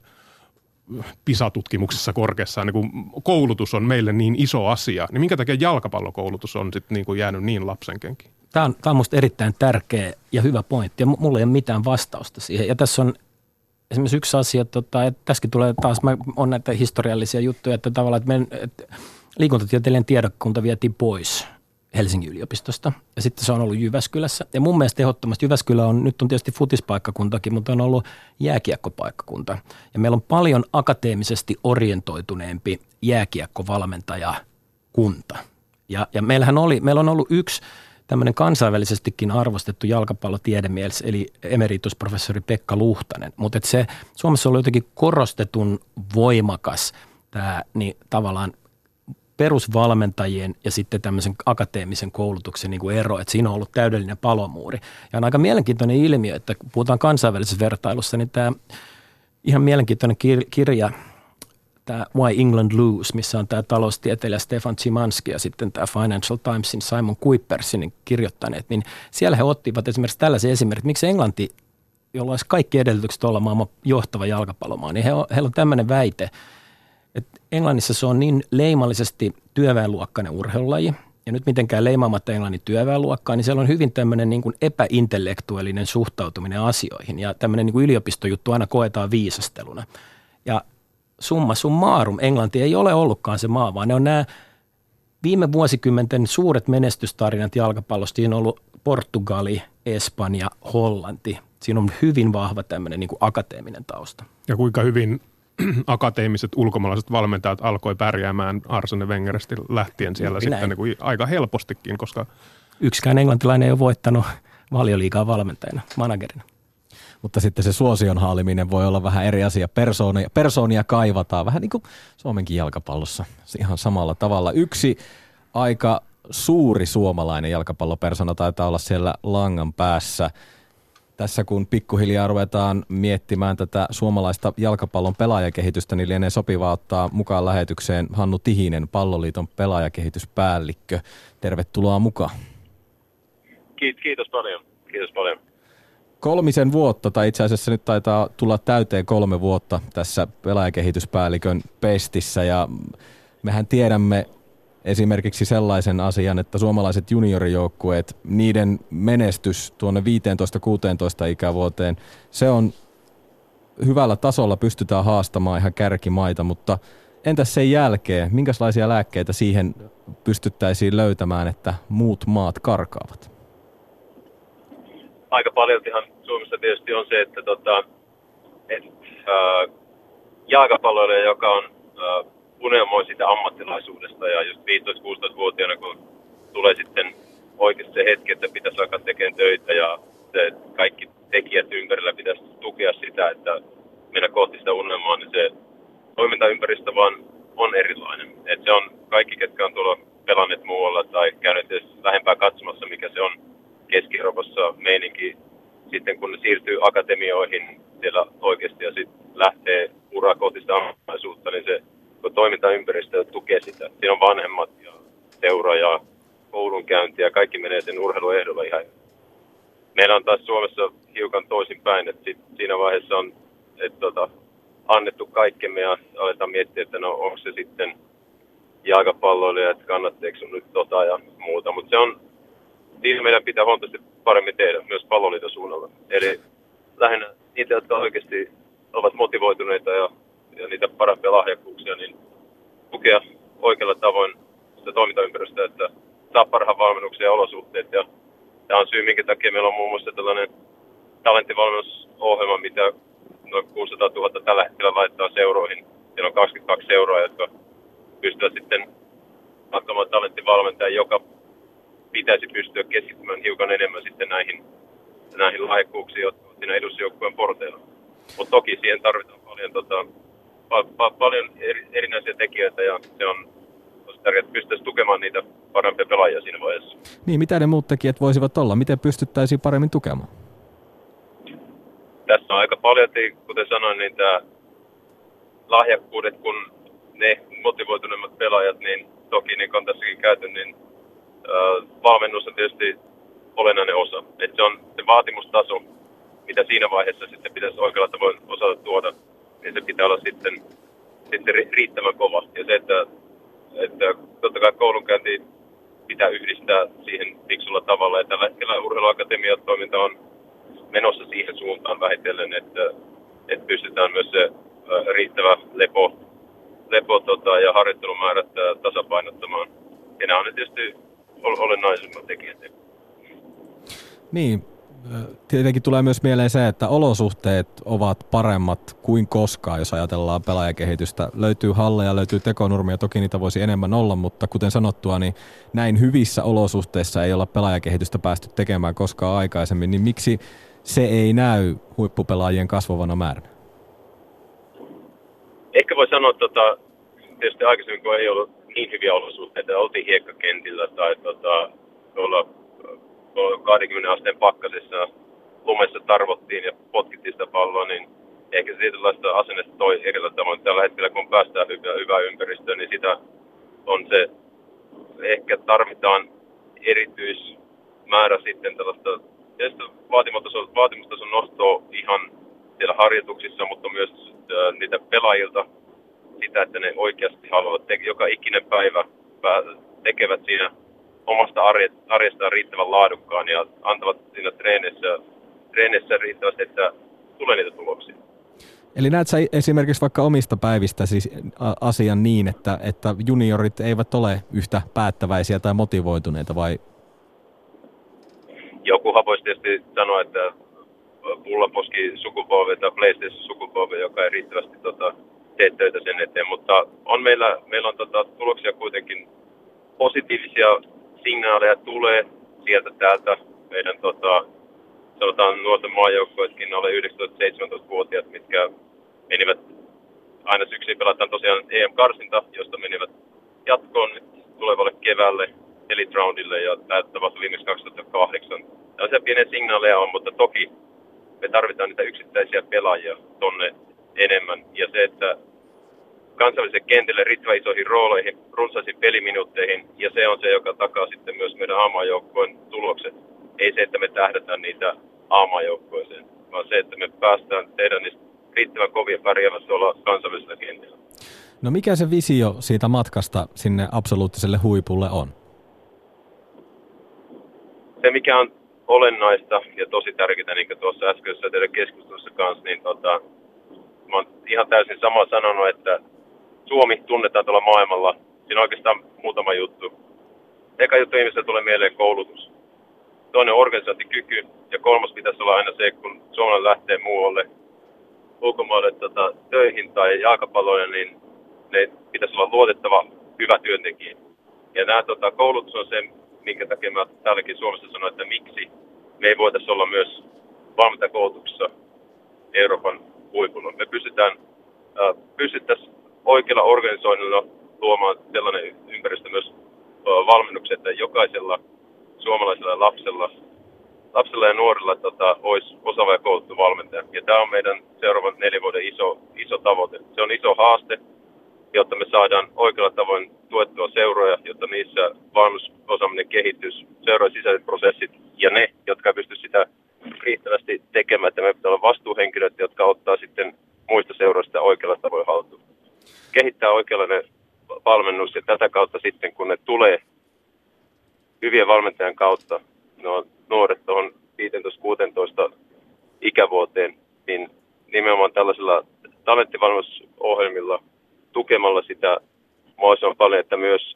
PISA-tutkimuksessa korkeassa, niin kuin koulutus on meille niin iso asia, niin minkä takia jalkapallokoulutus on sitten niin kuin jäänyt niin lapsenkenkin?
Tämä on musta erittäin tärkeä ja hyvä pointti, ja mulla ei ole mitään vastausta siihen. Ja tässä on esimerkiksi yksi asia, että tässäkin tulee taas, on näitä historiallisia juttuja, että tavallaan, että liikuntatieteellinen tiedekunta vietiin pois Helsingin yliopistosta ja sitten se on ollut Jyväskylässä. Ja mun mielestä ehdottomasti Jyväskylä nyt on tietysti futispaikkakuntakin, mutta on ollut jääkiekkopaikkakunta. Ja meillä on paljon akateemisesti orientoituneempi jääkiekkovalmentajakunta. Ja meillä on ollut yksi tämmöinen kansainvälisestikin arvostettu jalkapallotiedemies, eli emeritusprofessori Pekka Luhtanen. Mutta se Suomessa on ollut jotenkin korostetun voimakas tämä niin tavallaan perusvalmentajien ja sitten tämmöisen akateemisen koulutuksen niin kuin ero, että siinä on ollut täydellinen palomuuri. Ja on aika mielenkiintoinen ilmiö, että kun puhutaan kansainvälisessä vertailussa, niin tämä ihan mielenkiintoinen kirja, tämä Why England Lose, missä on tämä taloustieteilijä Stefan Szymanski ja sitten tämä Financial Timesin Simon Kuipersin kirjoittaneet, niin siellä he ottivat esimerkiksi tällaisen esimerkin, miksi Englanti, jolla olisi kaikki edellytykset olla maailman johtava jalkapallomaa, niin heillä on tämmöinen väite, että Englannissa se on niin leimallisesti työväenluokkainen urheilulaji, ja nyt mitenkään leimaamatta Englannin työväenluokkaa, niin siellä on hyvin tämmöinen niin kuin epäintellektuellinen suhtautuminen asioihin, ja tämmöinen niin kuin yliopistojuttu aina koetaan viisasteluna. Ja summa summarum, Englanti ei ole ollutkaan se maa, vaan ne on nämä viime vuosikymmenten suuret menestystarinat jalkapallosta. Siinä on ollut Portugali, Espanja, Hollanti. Siinä on hyvin vahva tämmöinen niin kuin akateeminen tausta.
Ja kuinka hyvin akateemiset ulkomaalaiset valmentajat alkoi pärjäämään Arsene Wengeristä lähtien siellä sitten niin kuin aika helpostikin, koska
yksikään englantilainen ei ole voittanut Valioliigaa valmentajana, managerina.
Mutta sitten se suosion haaliminen voi olla vähän eri asia. Persoonia kaivataan vähän niin kuin Suomenkin jalkapallossa ihan samalla tavalla. Yksi aika suuri suomalainen jalkapallopersona taitaa olla siellä langan päässä. tässä kun pikkuhiljaa ruvetaan miettimään tätä suomalaista jalkapallon pelaajakehitystä, niin lienee sopivaa ottaa mukaan lähetykseen Hannu Tihinen, Palloliiton pelaajakehityspäällikkö. Tervetuloa mukaan.
Kiitos paljon. Kiitos paljon.
3 vuotta, tai itse asiassa nyt taitaa tulla täyteen 3 vuotta tässä pelaajakehityspäällikön pestissä, ja mehän tiedämme esimerkiksi sellaisen asian, että suomalaiset juniorijoukkueet, niiden menestys tuonne 15-16 ikävuoteen, se on hyvällä tasolla, pystytään haastamaan ihan kärkimaita, mutta entäs sen jälkeen, minkälaisia lääkkeitä siihen pystyttäisiin löytämään, että muut maat karkaavat?
Aika paljoltihan Suomessa tietysti on se, että jalkapalloilija, joka on unelmoi sitä ammattilaisuudesta, ja just 15-16-vuotiaana, kun tulee sitten oikeasti se hetki, että pitäisi alkaa tekemään töitä ja kaikki tekijät ympärillä pitäisi tukea sitä, että mennä kohti sitä unelmaa, niin se toimintaympäristö vaan on erilainen. Et se on kaikki, ketkä on tuolla pelanneet muualla tai käyneet edes lähempää katsomassa, mikä se on Keski-Euroopassa meininki. Sitten kun ne siirtyy akademioihin siellä oikeasti ja sitten lähtee uraa kohti sitä ammattilaisuutta, niin se toimintaympäristö tukee sitä. Siinä on vanhemmat ja seura ja koulunkäynti ja kaikki menee sen urheiluehdolla ihan. Meillä on taas Suomessa hiukan toisinpäin, että siinä vaiheessa on annettu kaikkemme ja aletaan miettiä, että no onko se sitten jalkapalloilija, että kannattaako nyt ja muuta. Mutta siinä meidän pitää huomattavasti paremmin tehdä myös Palloliiton suunnalla. Eli lähinnä niitä, jotka oikeasti ovat motivoituneita ja niitä parempia lahjakkuuksia, niin tukea oikealla tavoin sitä toimintaympäristöä, että saa parhaan valmennuksen ja olosuhteet. Ja tämä on syy, minkä takia meillä on muun muassa tällainen talenttivalmennusohjelma, mitä noin 600 000 tällä hetkellä laittaa seuroihin. Siellä on 22 seuraa, jotka pystyvät sitten hakemaan talenttivalmentajan, joka pitäisi pystyä keskittymään hiukan enemmän sitten näihin lahjakkuuksiin, jotka ovat siinä edusjoukkueen porteilla. Mutta toki siihen tarvitaan paljon erinäisiä tekijöitä ja se on tosi tärkeää, että pystyttäisiin tukemaan niitä parempia pelaajia siinä vaiheessa.
Niin, mitä ne muut tekijät voisivat olla? Miten pystyttäisiin paremmin tukemaan?
Tässä on aika paljon, kuten sanoin, niin tämä lahjakkuudet, kun ne motivoituneimmat pelaajat, niin toki niin kuin on tässäkin käyty, niin valmennus on tietysti olennainen osa. Että se on se vaatimustaso, mitä siinä vaiheessa sitten pitäisi oikealla tavoin osata tuoda, niin se pitää olla sitten riittävän kova. Ja se, että totta kai koulunkäynti pitää yhdistää siihen fiksulla tavalla. Ja tällä hetkellä urheiluakatemiatoiminta on menossa siihen suuntaan vähitellen, että pystytään myös se riittävä lepo ja harjoittelumäärät tasapainottamaan. Ja nämä on tietysti olennaisimmat tekijät.
Niin, tietenkin tulee myös mieleen se, että olosuhteet ovat paremmat kuin koskaan, jos ajatellaan pelaajakehitystä. Löytyy halleja, löytyy tekonurmia, toki niitä voisi enemmän olla, mutta kuten sanottua, niin näin hyvissä olosuhteissa ei olla pelaajakehitystä päästy tekemään koskaan aikaisemmin, niin miksi se ei näy huippupelaajien kasvavana määränä?
Ehkä voi sanoa, tietysti aikaisemmin, kun ei ollut niin hyviä olosuhteita, oltiin hiekkakentillä tai tuolla 20 asteen pakkasessa lumessa tarvottiin ja potkittiin sitä palloa, niin ehkä se tietynlaista asennetta toi erillä tavoin. Tällä hetkellä, kun päästään hyvään ympäristöön, niin sitä on se, ehkä tarvitaan erityismäärä sitten tällaista vaatimustason nostoa ihan siellä harjoituksissa, mutta myös niitä pelaajilta sitä, että ne oikeasti haluavat joka ikinen päivä tekevät siinä omasta arjestaan riittävän laadukkaan ja antavat siinä treeneissä riittävästi, että tulee niitä tuloksia.
Eli näet sä esimerkiksi vaikka omista päivistä siis asian niin, että juniorit eivät ole yhtä päättäväisiä tai motivoituneita vai?
Jokuhan voisi tietysti sanoa, että pullaposki-sukupolvi tai PlayStation-sukupolvi, joka ei riittävästi tee töitä sen eteen, mutta meillä on tuloksia kuitenkin positiivisia signaaleja tulee sieltä täältä. Meidän sanotaan nuorten maajoukkoetkin alle 19-17-vuotiaat, mitkä menivät aina syksyyn pelataan tosiaan EM-karsinta, josta menivät jatkoon nyt tulevalle keväälle Elite Roundille ja tämä tapahtui viimeksi 2008. Tällaisia pieniä signaaleja on, mutta toki me tarvitaan niitä yksittäisiä pelaajia tonne enemmän. Ja se, että kansalliselle kentille riittävän isoihin rooleihin, runsaisiin peliminuutteihin, ja se on se, joka takaa sitten myös meidän A-maajoukkueen tulokset. Ei se, että me tähdätään niitä A-maajoukkueeseen, vaan se, että me päästään tehdä niistä riittävän kovia pärjäämässä tuolla kansallisella kentillä.
No mikä se visio siitä matkasta sinne absoluuttiselle huipulle on?
Se, mikä on olennaista ja tosi tärkeää, niin kuin tuossa äskeisessä teidän keskustelussa kanssa, niin mä oon ihan täysin sama sanonut, että Suomi tunnetaan tuolla maailmalla. Siinä on oikeastaan muutama juttu. Eka juttu ihmiselle tulee mieleen koulutus. Toinen on organisaatikyky ja kolmas pitäisi olla aina se, kun suomalainen lähtee muualle ulkomaille töihin tai jalkapalloille, niin ne pitäisi olla luotettava, hyvä työntekijä. Ja nämä koulutus on se, minkä takia mä täälläkin Suomessa sanon, että miksi me ei voitaisiin olla myös valmentajakoulutuksessa Euroopan huipulla. Me pystyttäisiin oikealla organisoinnilla luomaan sellainen ympäristö myös valmennuksen, että jokaisella suomalaisella lapsella ja nuorilla olisi osaava ja koulutettu valmentaja. Ja tämä on meidän seuraavan 4 vuoden iso tavoite. Se on iso haaste, jotta me saadaan oikealla tavoin tuettua seuroja, jotta niissä valmennusosaaminen kehittyisi, seurojen sisäiset prosessit ja ne, jotka ei pysty sitä riittävästi tekemään, että me pitää olla vastuuhenkilöt, jotka ottaa sitten muista seuroista oikealla tavoin haltuun. Kehittää oikeanlainen valmennus ja tätä kautta sitten, kun ne tulee hyvien valmentajan kautta, no nuoret tuohon 15-16 ikävuoteen, niin nimenomaan tällaisilla talenttivalmennusohjelmilla tukemalla sitä mahdollisimman paljon, että myös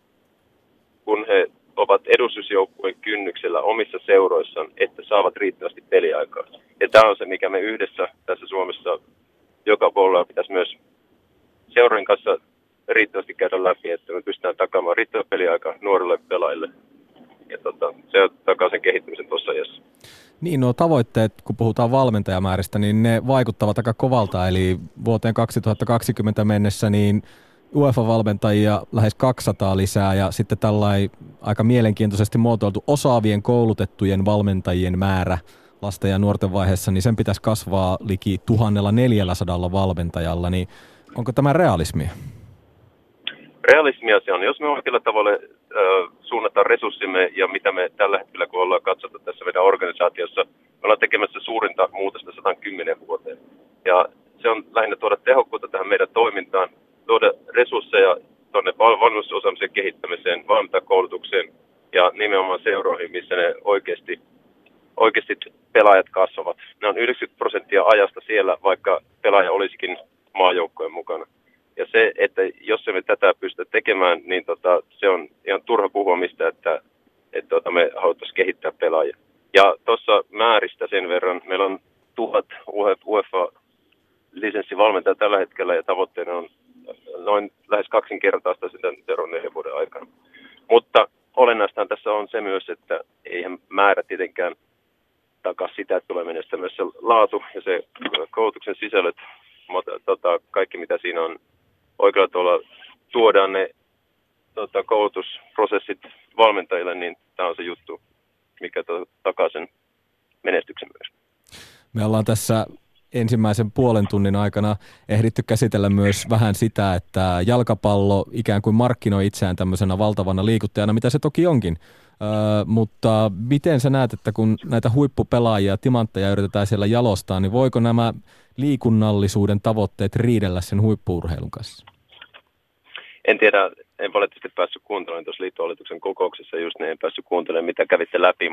kun he ovat edustusjoukkueen kynnyksellä omissa seuroissaan, että saavat riittävästi peliaikaa. Ja tämä on se, mikä me yhdessä tässä Suomessa joka puolella pitäisi myös seurojen kanssa riittävästi käydä läpi, että me pystytään takaamaan riittävä peliaika nuorille pelaajille. Ja se takaa sen kehittymisen tuossa ajassa.
Niin, nuo tavoitteet, kun puhutaan valmentajamääristä, niin ne vaikuttavat aika kovalta. Eli vuoteen 2020 mennessä niin UEFA-valmentajia lähes 200 lisää ja sitten tällainen aika mielenkiintoisesti muotoiltu osaavien koulutettujen valmentajien määrä lasten ja nuorten vaiheessa, niin sen pitäisi kasvaa liki 1400 valmentajalla. Niin onko tämä realismia?
Realismia se on. Jos me oikealla tavalla suunnataan resurssimme ja mitä me tällä hetkellä, kun ollaan katsottu tässä meidän organisaatiossa, me ollaan tekemässä suurinta muutosta 110 vuoteen. Ja se on lähinnä tuoda tehokkuutta tähän meidän toimintaan, tuoda resursseja tuonne valmennusosaamisen kehittämiseen, valmentajakoulutukseen ja nimenomaan seuroihin, missä ne oikeasti pelaajat kasvavat. Ne on 90% ajasta siellä, vaikka pelaaja olisikin maajoukkojen mukana. Ja se, että jos emme tätä pysty tekemään, niin se on ihan turha puhua mistä, että me haluttaisiin kehittää pelaajia. Ja tuossa määristä sen verran, meillä on 1000 UEFA-lisenssivalmentajaa tällä hetkellä ja tavoitteena on noin lähes 2-kertaista sitä seuraavan 4 vuoden aikana. Mutta olennaistahan tässä on se myös, että eihän määrä tietenkään takaa sitä, että tulee menestä myös se laatu ja se koulutuksen sisällöt, kaikki mitä siinä on oikealla tavalla tuodaan ne koulutusprosessit valmentajille, niin tämä on se juttu, mikä takaa sen menestyksen myös.
Me ollaan tässä ensimmäisen puolen tunnin aikana ehditty käsitellä myös vähän sitä, että jalkapallo ikään kuin markkinoi itseään tämmöisenä valtavana liikuttajana, mitä se toki onkin. Mutta miten sä näet, että kun näitä huippupelaajia, timantteja yritetään siellä jalostaa, niin voiko nämä liikunnallisuuden tavoitteet riidellä sen huippu-urheilun kanssa?
En tiedä, en valitettavasti päässyt kuuntelemaan tuossa liittohallituksen kokouksessa, just ne en päässyt kuuntelemaan, mitä kävitte läpi,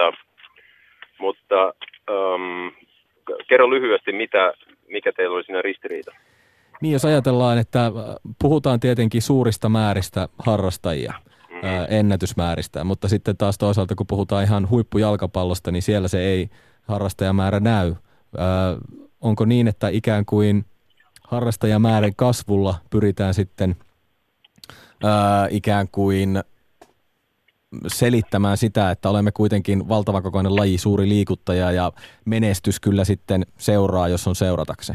mutta kerro lyhyesti, mikä teillä oli siinä ristiriita.
Niin, jos ajatellaan, että puhutaan tietenkin suurista määristä harrastajia, ennätysmääristä, mutta sitten taas toisaalta, kun puhutaan ihan huippujalkapallosta, niin siellä se ei harrastajamäärä näy. Onko niin, että ikään kuin harrastajamäärän kasvulla pyritään sitten ikään kuin selittämään sitä, että olemme kuitenkin valtavan kokoinen laji, suuri liikuttaja ja menestys kyllä sitten seuraa, jos on seuratakseen?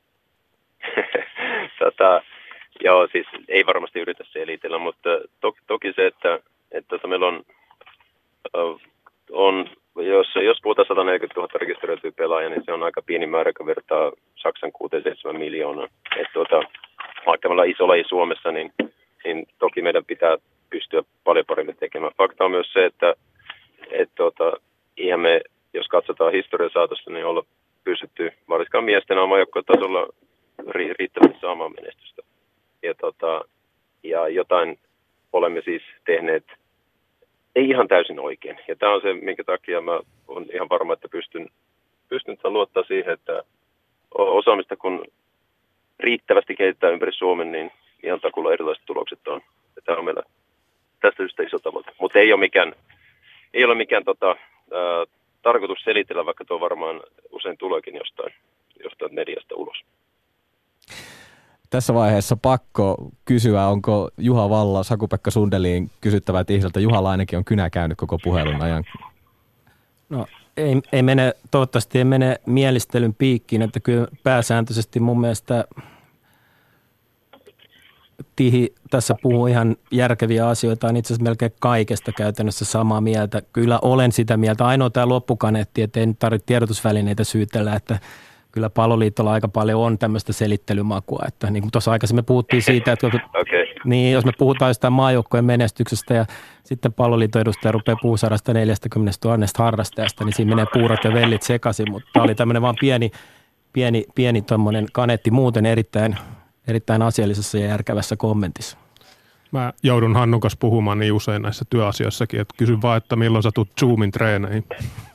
Joo, siis ei varmasti yritä selitellä, mutta toki se, että meillä on jos puhutaan 140 000 rekisteröityä pelaajaa, niin se on aika pieni määrä, joka vertaa Saksan 6-7 miljoonaa. Vaikka me ollaan iso laji Suomessa, niin toki meidän pitää pystyä paljon paremmin tekemään. Fakta on myös se, että ihan me, jos katsotaan historian saatosta, niin ollaan pystytty varsinkaan miesten maajoukkuetasolla riittävästi saamaan menestystä. Ja jotain olemme siis tehneet ei ihan täysin oikein. Ja tämä on se, minkä takia mä olen ihan varma, että pystyn luottaa siihen, että osaamista kun riittävästi kehittää ympäri Suomen, niin ihan takulla erilaiset tulokset on. Ja tämä on meillä tästä syystä iso tavoite. Mutta ei ole mikään tarkoitus selitellä, vaikka tuo varmaan usein tuleekin jostain mediasta ulos.
Tässä vaiheessa pakko kysyä, onko Juha Valla, Saku-Pekka Sundelin kysyttävä Tihiseltä. Juhalla ainakin on kynä käynyt koko puhelun ajan.
No toivottavasti ei mene mielistelyn piikkiin, että kyllä pääsääntöisesti mun mielestä Tihi tässä puhuu ihan järkeviä asioita, on itse asiassa melkein kaikesta käytännössä samaa mieltä. Kyllä olen sitä mieltä. Ainoa tämä loppukaneetti, että ei nyt tarvitse tiedotusvälineitä syytellä, että kyllä Palloliitolla aika paljon on tämmöistä selittelymakua, että niin kuin tuossa aikaisemmin puhuttiin siitä, että niin, jos me puhutaan jostain maajoukkojen menestyksestä ja sitten Palloliiton edustaja rupeaa puhua 140 000 harrastajasta, niin siinä menee puurot ja vellit sekaisin, mutta tämä oli tämmöinen vaan pieni tommoinen kaneetti muuten erittäin asiallisessa ja järkevässä kommentissa.
Mä joudun Hannun kanssa puhumaan niin usein näissä työasioissakin, että kysyn vaan, että milloin sä tulet Zoomin treeneihin.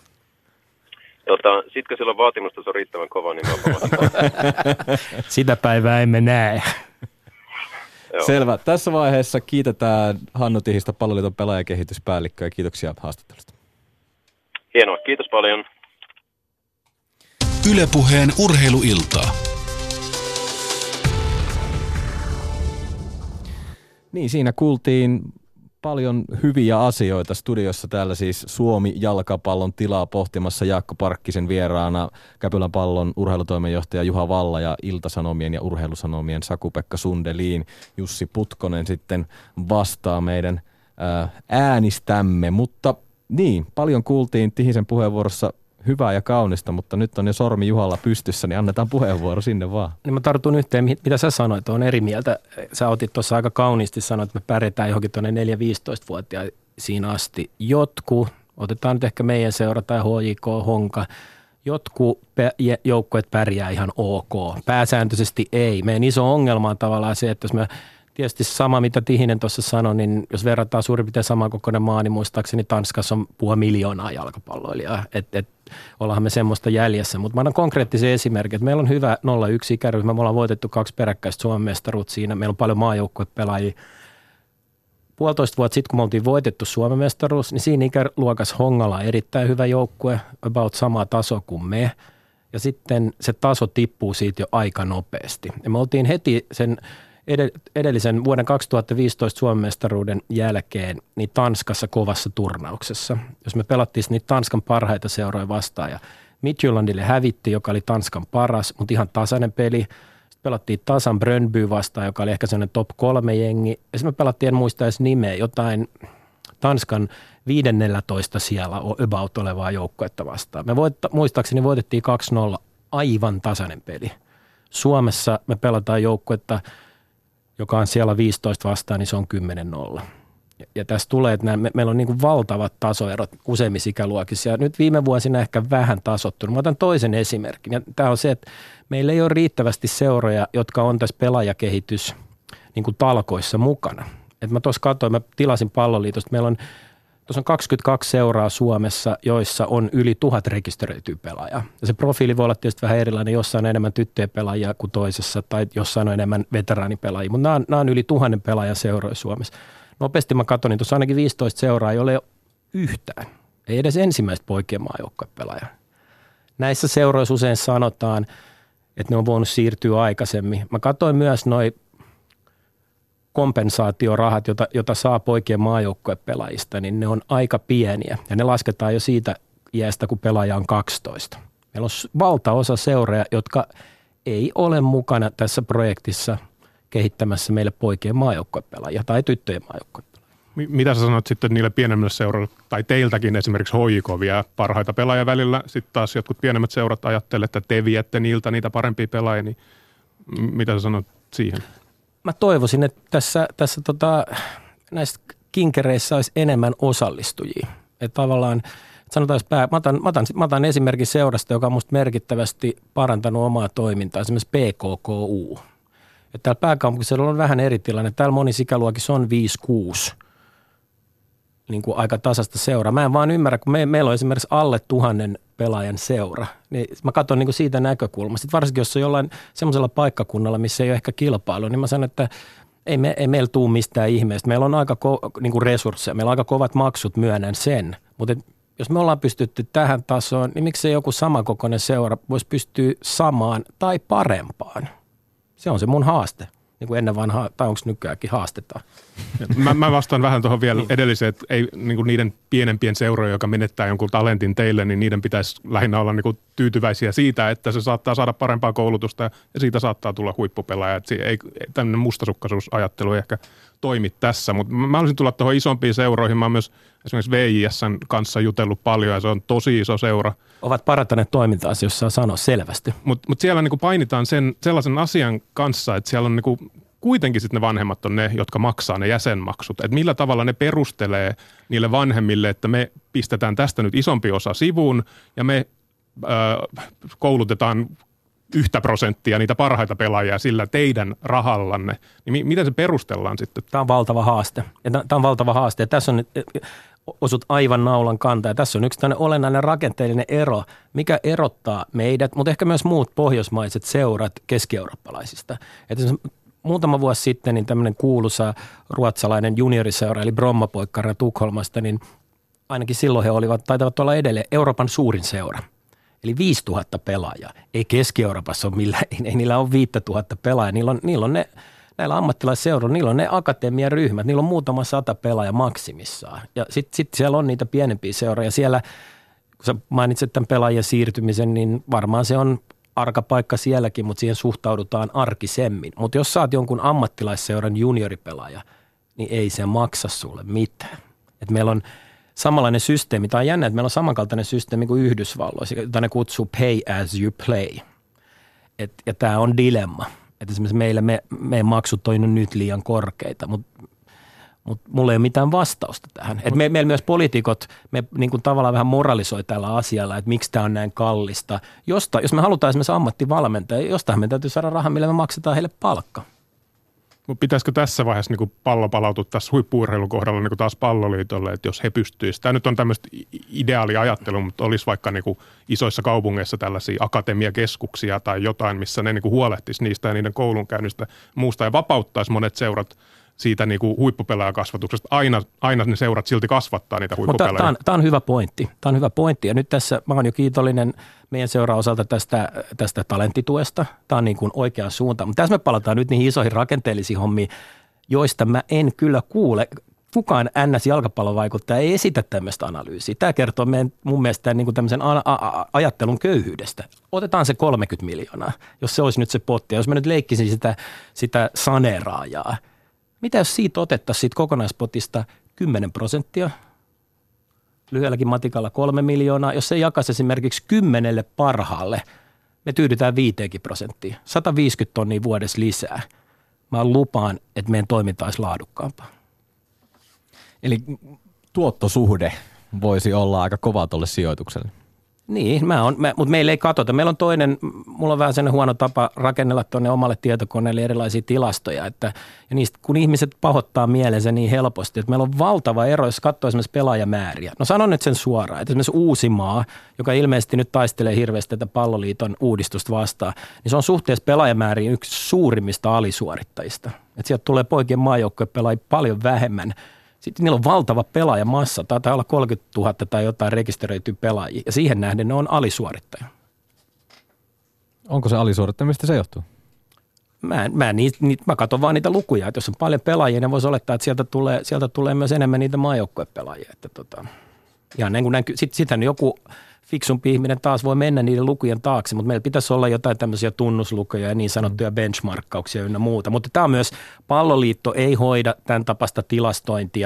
Sitkö silloin vaatimustaso riittävän kova, niin
sitä päivää emme näe.
Selvä. Tässä vaiheessa kiitetään Hannu Tihistä, Palloliiton pelaajakehityspäällikköä, ja kiitoksia haastattelusta.
Hienoa, kiitos paljon.
Yle Puheen urheiluiltaa.
Niin, siinä kuultiin paljon hyviä asioita studiossa. Täällä siis Suomi-jalkapallon tilaa pohtimassa Jaakko Parkkisen vieraana, Käpylän Pallon urheilutoimenjohtaja Juha Valla ja Ilta-Sanomien ja Urheilusanomien Saku-Pekka Sundelin. Jussi Putkonen sitten vastaa meidän äänistämme. Mutta niin, paljon kuultiin Tihisen puheenvuorossa hyvää ja kaunista, mutta nyt on jo sormi Juhalla pystyssä, niin annetaan puheenvuoro sinne vaan.
Niin mä tartun yhteen, mitä sä sanoit, on eri mieltä. Sä otit tuossa aika kauniisti sanoa, että me pärjätään johonkin tuonne 4-15-vuotiaisiin asti. Jotkut, otetaan nyt ehkä meidän seura tai HJK, Honka, jotkut joukkueet pärjää ihan ok. Pääsääntöisesti ei. Meidän iso ongelma on tavallaan se, että jos me tietysti sama, mitä Tihinen tuossa sanoi, niin jos verrataan suurin piirtein samankokoinen maa, niin muistaakseni Tanskassa on 500 000 jalkapalloilijaa. Ollaanhan me semmoista jäljessä. Mutta mä annan konkreettisen esimerkin, että meillä on hyvä 0-1 ikäryhmä. Me ollaan voitettu 2 peräkkäistä Suomen mestaruutta siinä. Meillä on paljon maajoukkuepelaajia. 1,5 vuotta sitten, kun me oltiin voitettu Suomen mestaruus, niin siinä ikäluokassa Hongalla on erittäin hyvä joukkue, about sama taso kuin me. Ja sitten se taso tippuu siitä jo aika nopeasti. Ja me oltiin heti sen edellisen vuoden 2015 Suomen mestaruuden jälkeen niin Tanskassa kovassa turnauksessa. Jos me pelattiin niitä Tanskan parhaita seuroja vastaan ja Midtjyllandille hävitti, joka oli Tanskan paras, mutta ihan tasainen peli. Sitten pelattiin tasan Brøndby vastaan, joka oli ehkä sellainen top 3 jengi. Ja sitten me pelattiin, en muista edes nimeä, jotain Tanskan 15 siellä about olevaa joukkuetta vastaan. Me muistaakseni voitettiin 2-0, aivan tasainen peli. Suomessa me pelataan joukkuetta, joka on siellä 15 vastaan, niin se on 10-0. Ja tässä tulee, että meillä on niin kuin valtavat tasoerot useimmissa ikäluokissa. Ja nyt viime vuosina ehkä vähän tasottunut. Mä otan toisen esimerkin. Ja tämä on se, että meillä ei ole riittävästi seuroja, jotka on tässä pelaajakehitys niin kuin talkoissa mukana. Et mä tuossa katsoin, mä tilasin Palloliitosta. Meillä on, tuossa on 22 seuraa Suomessa, joissa on yli 1000 rekisteröityä pelaajaa. Ja se profiili voi olla tietysti vähän erilainen. Jossain on enemmän tyttöjen pelaajia kuin toisessa tai jossain on enemmän veteraanipelaajia. Mutta nämä on yli 1000 pelaajan seuroja Suomessa. Nopeasti mä katsoin, niin tuossa ainakin 15 seuraa ei ole yhtään. Ei edes ensimmäistä poikien maajoukkuepelaajaa. Näissä seuroissa usein sanotaan, että ne on voinut siirtyä aikaisemmin. Mä katsoin myös noi kompensaatiorahat, jota saa poikien maajoukkuepelaajista, niin ne on aika pieniä. Ja ne lasketaan jo siitä iästä, kun pelaaja on 12. Meillä on valtaosa seuroja, jotka ei ole mukana tässä projektissa kehittämässä meille poikien maajoukkuepelaajia tai tyttöjen maajoukkuepelaajia.
Mitä sä sanot sitten niille pienemmille seuroille, tai teiltäkin esimerkiksi HJK vie parhaita pelaajia välillä, sitten taas jotkut pienemmät seurat ajattelee, että te viette niiltä niitä parempia pelaajia, niin mitä sä sanot siihen? Mä
toivoisin, että tässä näissä kinkereissä olisi enemmän osallistujia. Että tavallaan, sanotaan, mä otan esimerkin seurasta, joka on musta merkittävästi parantanut omaa toimintaa, esimerkiksi PKKU. Että täällä pääkaupunkiseudulla on vähän eri tilanne. Täällä monissa ikäluokissa on 5-6 niin kuin aika tasasta seuraa. Mä en vaan ymmärrä, kun meillä on esimerkiksi alle 1000 pelaajan seura. Niin mä katson niin kuin siitä näkökulmasta. Sitten varsinkin, jos on jollain semmoisella paikkakunnalla, missä ei ole ehkä kilpailu, niin mä sanon, että ei meillä tule mistään ihmeestä. Meillä on aika niin kuin resursseja, meillä on aika kovat maksut, myönnän sen. Mutta jos me ollaan pystytty tähän tasoon, niin miksei joku samankokoinen seura voisi pystyä samaan tai parempaan? Se on se mun haaste. Niin kuin ennen vanhaa, tai onko nykyäänkin haastetaan?
Mä vastaan vähän tuohon vielä edelliseen, että ei niin kuin niiden pienempien seurojen, joka menettää jonkun talentin teille, niin niiden pitäisi lähinnä olla niin kuin tyytyväisiä siitä, että se saattaa saada parempaa koulutusta ja siitä saattaa tulla huippupelaaja. Että tämmöinen mustasukkaisuusajattelu ei ehkä toimi tässä, mutta mä haluaisin tulla tuohon isompiin seuroihin. Mä oon myös esimerkiksi VJS:n kanssa jutellut paljon ja se on tosi iso seura.
Ovat parantaneet toimintaa, jos saa sanoa selvästi.
Mutta siellä niin kuin painitaan sellaisen asian kanssa, että siellä on niin kuin kuitenkin sitten ne vanhemmat on ne, jotka maksaa ne jäsenmaksut. Että millä tavalla ne perustelee niille vanhemmille, että me pistetään tästä nyt isompi osa sivuun ja me koulutetaan 1% niitä parhaita pelaajia sillä teidän rahallanne. Niin miten se perustellaan sitten?
Tämä on valtava haaste. Ja tässä on osut aivan naulan kantaa. Ja tässä on yksi tämmöinen olennainen rakenteellinen ero, mikä erottaa meidät, mutta ehkä myös muut pohjoismaiset seurat keski-eurooppalaisista. Että muutama vuosi sitten niin tämmöinen kuuluisa ruotsalainen junioriseura, eli Brommapoikkara Tukholmasta, niin ainakin silloin he taitavat olla edelleen Euroopan suurin seura. Eli 5000 pelaajaa. Ei Keski-Euroopassa ole millään, ei niillä ole 5000 pelaajaa. Niillä on ne, näillä ammattilaisseuroilla, niillä on ne akatemiaryhmät, niillä on muutama 100 pelaajaa maksimissaan. Ja sitten siellä on niitä pienempiä seuroja. Siellä, kun sä mainitset tämän pelaajien siirtymisen, niin varmaan se on arka paikka sielläkin, mutta siihen suhtaudutaan arkisemmin. Mutta jos sä oot jonkun ammattilaisseuran junioripelaaja, niin ei se maksa sulle mitään. Et meillä on samanlainen systeemi. Tämä on jännä, että meillä on samankaltainen systeemi kuin Yhdysvalloissa, jota ne kutsuu pay as you play. Ja tämä on dilemma. Että esimerkiksi meidän maksut on nyt liian korkeita, mutta mulla ei ole mitään vastausta tähän. Että meillä myös poliitikot, me niin kuin tavallaan vähän moralisoi tällä asialla, että miksi tämä on näin kallista. Jos me halutaan esimerkiksi ammattivalmentajia, jostain me täytyy saada rahaa, millä me maksetaan heille palkka.
Pitäisikö tässä vaiheessa niin pallo palautua tässä huippu-urheilun kohdalla niin taas Palloliitolle, että jos he pystyisivät. Tämä nyt on tämmöistä ideaaliajattelua, mutta olisi vaikka niin isoissa kaupungeissa tällaisia akatemiakeskuksia tai jotain, missä ne niin huolehtisi niistä ja niiden koulunkäynnistä muusta ja vapauttaisi monet seurat siitä niin huippupelaajakasvatuksesta. Aina ne seurat silti kasvattaa niitä huippupelaajia.
Tämä on hyvä pointti. Tämä on hyvä pointti. Ja nyt tässä mä oon jo kiitollinen meidän seuran osalta tästä talenttituesta. Tämä on niin kuin oikea suunta. Mutta tässä me palataan nyt niihin isoihin rakenteellisiin hommiin, joista mä en kyllä kuule. Kukaan NS-jalkapallovaikuttaja ei esitä tämmöistä analyysiä. Tämä kertoo mun mielestä niin kuin tämmöisen ajattelun köyhyydestä. Otetaan se 30 miljoonaa, jos se olisi nyt se potti. Jos mä nyt leikkisin sitä saneeraajaa. Mitä jos siitä otettaisiin siitä kokonaispotista 10%, lyhyelläkin matikalla 3 miljoonaa, jos se jakaisi esimerkiksi 10 parhaalle, me tyydytään 5%, 150 tonnia vuodessa lisää. Mä lupaan, että meidän toiminta olisi laadukkaampaa.
Eli tuottosuhde voisi olla aika kova tuolle sijoitukselle.
Niin, mutta meillä ei katsota. Meillä on mulla on vähän sellainen huono tapa rakennella tuonne omalle tietokoneelle erilaisia tilastoja, ja niistä, kun ihmiset pahoittaa mielensä niin helposti, että meillä on valtava ero, jos katsoo esimerkiksi pelaajamääriä. No sanon nyt sen suoraan, että esimerkiksi Uusimaa, joka ilmeisesti nyt taistelee hirveästi tätä Palloliiton uudistusta vastaan, niin se on suhteessa pelaajamääriin yksi suurimmista alisuorittajista. Että sieltä tulee poikien maajoukkojen pelaajia paljon vähemmän. Sitten niillä on valtava pelaajamassa, taitaa olla 30 000 tai jotain rekisteröityä pelaajia, ja siihen nähden ne on alisuorittaja.
Onko se alisuorittaja, mistä se johtuu?
Mä katson vaan niitä lukuja, että jos on paljon pelaajia, niin voisi olettaa, että sieltä tulee myös enemmän niitä maajoukkuepelaajia. Sitten joku fiksumpi ihminen taas voi mennä niiden lukujen taakse, mutta meillä pitäisi olla jotain tämmöisiä tunnuslukuja ja niin sanottuja benchmarkkauksia ynnä muuta. Mutta tämä on myös, Palloliitto ei hoida tämän tapasta tilastointia.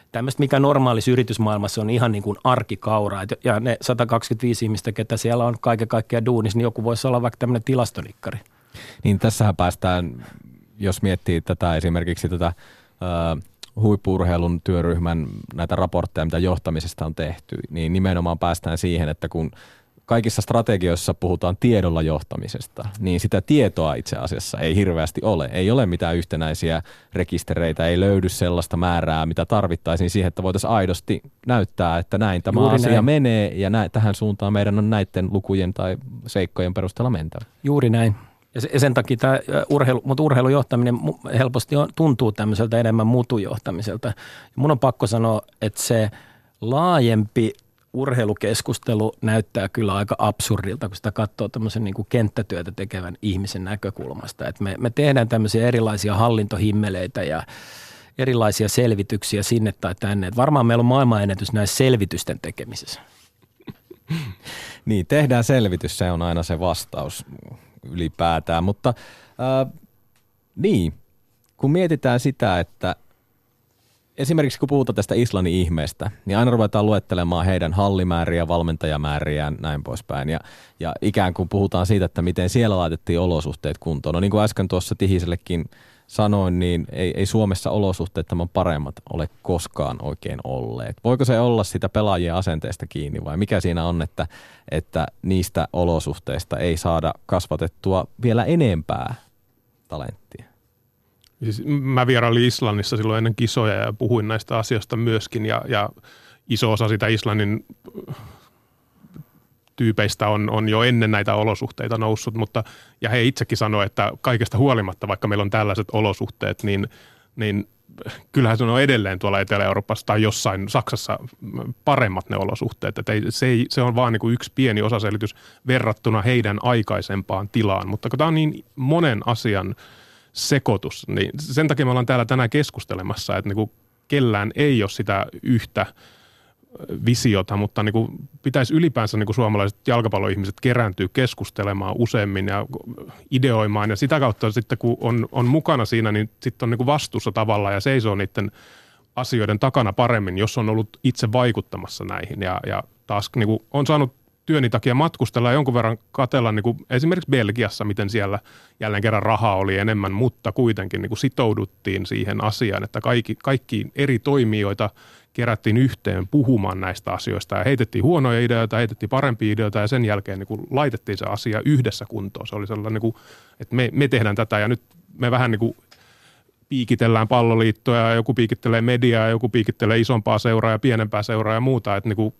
tämmöistä, mikä normaalissa yritysmaailmassa on ihan niin kuin arkikauraa. Ja ne 125 ihmistä, ketä siellä on kaiken kaikkiaan duunissa, niin joku voisi olla vaikka tämmöinen tilastonikkari.
Niin tässähän päästään, jos miettii tätä esimerkiksi tätä huippu-urheilun työryhmän näitä raportteja, mitä johtamisesta on tehty, niin nimenomaan päästään siihen, että kun kaikissa strategioissa puhutaan tiedolla johtamisesta, niin sitä tietoa itse asiassa ei hirveästi ole. Ei ole mitään yhtenäisiä rekistereitä, ei löydy sellaista määrää, mitä tarvittaisiin siihen, että voitaisiin aidosti näyttää, että näin tämä
Juuri
asia
näin.
menee ja tähän suuntaan meidän on näiden lukujen tai seikkojen perusteella mentävä.
Juuri näin. Ja sen takia tämä urheilujohtaminen helposti tuntuu tämmöiseltä enemmän mutujohtamiselta. Ja mun on pakko sanoa, että se laajempi urheilukeskustelu näyttää kyllä aika absurdilta, kun sitä katsoo tämmöisen niin kuin kenttätyötä tekevän ihmisen näkökulmasta. Että me tehdään tämmöisiä erilaisia hallintohimmeleitä ja erilaisia selvityksiä sinne tai tänne. Että varmaan meillä on maailmanennätys näissä selvitysten tekemisessä.
Niin, tehdään selvitys, se on aina se vastaus ylipäätään, mutta niin, kun mietitään sitä, että esimerkiksi kun puhutaan tästä Islannin ihmeestä, niin aina ruvetaan luettelemaan heidän hallimääriä, valmentajamääriään, näin poispäin. Ja ikään kuin puhutaan siitä, että miten siellä laitettiin olosuhteet kuntoon. No niin kuin äsken tuossa Tihisellekin sanoin, niin ei Suomessa olosuhteet tämän paremmat ole koskaan oikein olleet. Voiko se olla sitä pelaajien asenteesta kiinni vai mikä siinä on, että niistä olosuhteista ei saada kasvatettua vielä enempää talenttia?
Siis mä vierailin Islannissa silloin ennen kisoja ja puhuin näistä asioista myöskin ja iso osa sitä Islannin tyypeistä on jo ennen näitä olosuhteita noussut, ja he itsekin sanoivat, että kaikesta huolimatta, vaikka meillä on tällaiset olosuhteet, niin kyllähän se on edelleen tuolla Etelä-Euroopassa tai jossain Saksassa paremmat ne olosuhteet. Että se on vaan niin kuin yksi pieni osaselitys verrattuna heidän aikaisempaan tilaan, mutta kun tämä on niin monen asian sekoitus, niin sen takia me ollaan täällä tänään keskustelemassa, että niin kuin kellään ei ole sitä yhtä visiota, mutta niin kuin pitäisi ylipäänsä niin kuin suomalaiset jalkapalloihmiset kerääntyä keskustelemaan useammin ja ideoimaan, ja sitä kautta sitten kun on mukana siinä, niin sitten on niin kuin vastuussa tavallaan ja seisoo niiden asioiden takana paremmin, jos on ollut itse vaikuttamassa näihin, ja taas niin kuin on saanut työni takia matkustella ja jonkun verran katsella niin kuin esimerkiksi Belgiassa, miten siellä jälleen kerran rahaa oli enemmän, mutta kuitenkin niin kuin sitouduttiin siihen asiaan, että kaikki eri toimijoita kerättiin yhteen puhumaan näistä asioista ja heitettiin huonoja ideoita, heitettiin parempia ideoita ja sen jälkeen niin kuin laitettiin se asia yhdessä kuntoon. Se oli sellainen, niin kuin, että me tehdään tätä ja nyt me vähän niin kuin piikitellään palloliittoa ja joku piikittelee mediaa ja joku piikittelee isompaa seuraa ja pienempää seuraa ja muuta. Että niin kuin,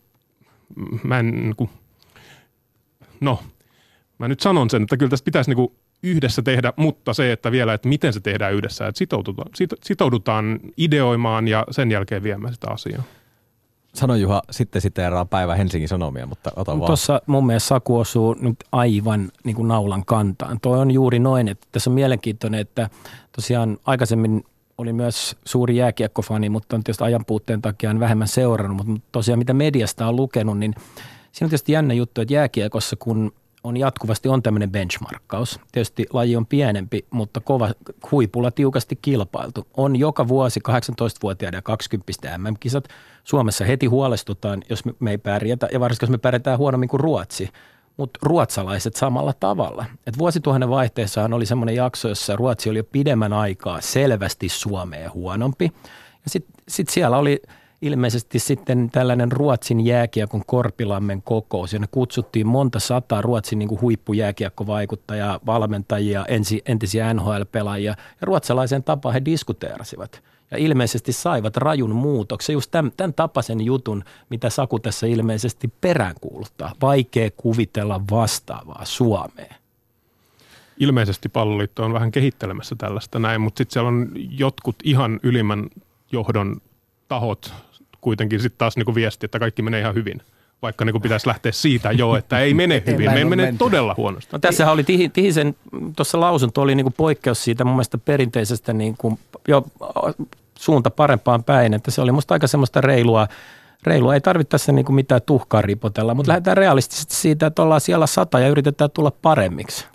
mä nyt sanon sen, että kyllä tästä pitäisi niin kuin yhdessä tehdä, mutta se, että vielä, että miten se tehdään yhdessä, että sitoudutaan ideoimaan ja sen jälkeen viemään sitä asiaa.
Sano Juha, sitten siteeraan päivä Helsingin Sanomia, mutta ota vaan.
Tuossa mun mielestä Saku osuu nyt aivan niin kuin naulan kantaan. Toi on juuri noin, että tässä on mielenkiintoinen, että tosiaan aikaisemmin oli myös suuri jääkiekkofani, mutta on tietysti ajanpuutteen takia vähemmän seurannut, mutta tosiaan mitä mediasta on lukenut, niin siinä on tietysti jännä juttu, että jääkiekossa kun on jatkuvasti tämmöinen benchmarkkaus. Tietysti laji on pienempi, mutta huipulla tiukasti kilpailtu. On joka vuosi 18-vuotiaiden ja 20-vuotiaiden MM-kisat. Suomessa heti huolestutaan, jos me ei pärjätä, ja varsinkin jos me pärjätään huonommin kuin Ruotsi. Mutta ruotsalaiset samalla tavalla. Et vuosituhannen vaihteessahan oli semmoinen jakso, jossa Ruotsi oli jo pidemmän aikaa selvästi Suomea huonompi. Ja sitten siellä oli ilmeisesti sitten tällainen Ruotsin jääkiekon Korpilammen kokous, ja ne kutsuttiin monta sataa Ruotsin niin kuin huippujääkiekkovaikuttajaa, valmentajia, entisiä NHL-pelaajia, ja ruotsalaisen tapaan he diskuteerasivat. Ja ilmeisesti saivat rajun muutoksen, just tämän tapaisen jutun, mitä Saku tässä ilmeisesti peräänkuuluttaa. Vaikea kuvitella vastaavaa Suomeen.
Ilmeisesti Palloliitto on vähän kehittelemässä tällaista näin, mutta sitten siellä on jotkut ihan ylimmän johdon tahot kuitenkin sitten taas niinku viesti, että kaikki menee ihan hyvin. Vaikka niinku pitäisi lähteä siitä jo, että ei mene hyvin, me menee todella huonosti.
No, tässähän oli Tihisen, tuossa lausunto oli niinku poikkeus siitä mun mielestä perinteisestä niinku jo suunta parempaan päin, että se oli musta aika semmoista reilua. Ei tarvitse tässä niinku mitään tuhkaa ripotella, mutta lähdetään realistisesti siitä, että ollaan siellä 100 ja yritetään tulla paremmiksi.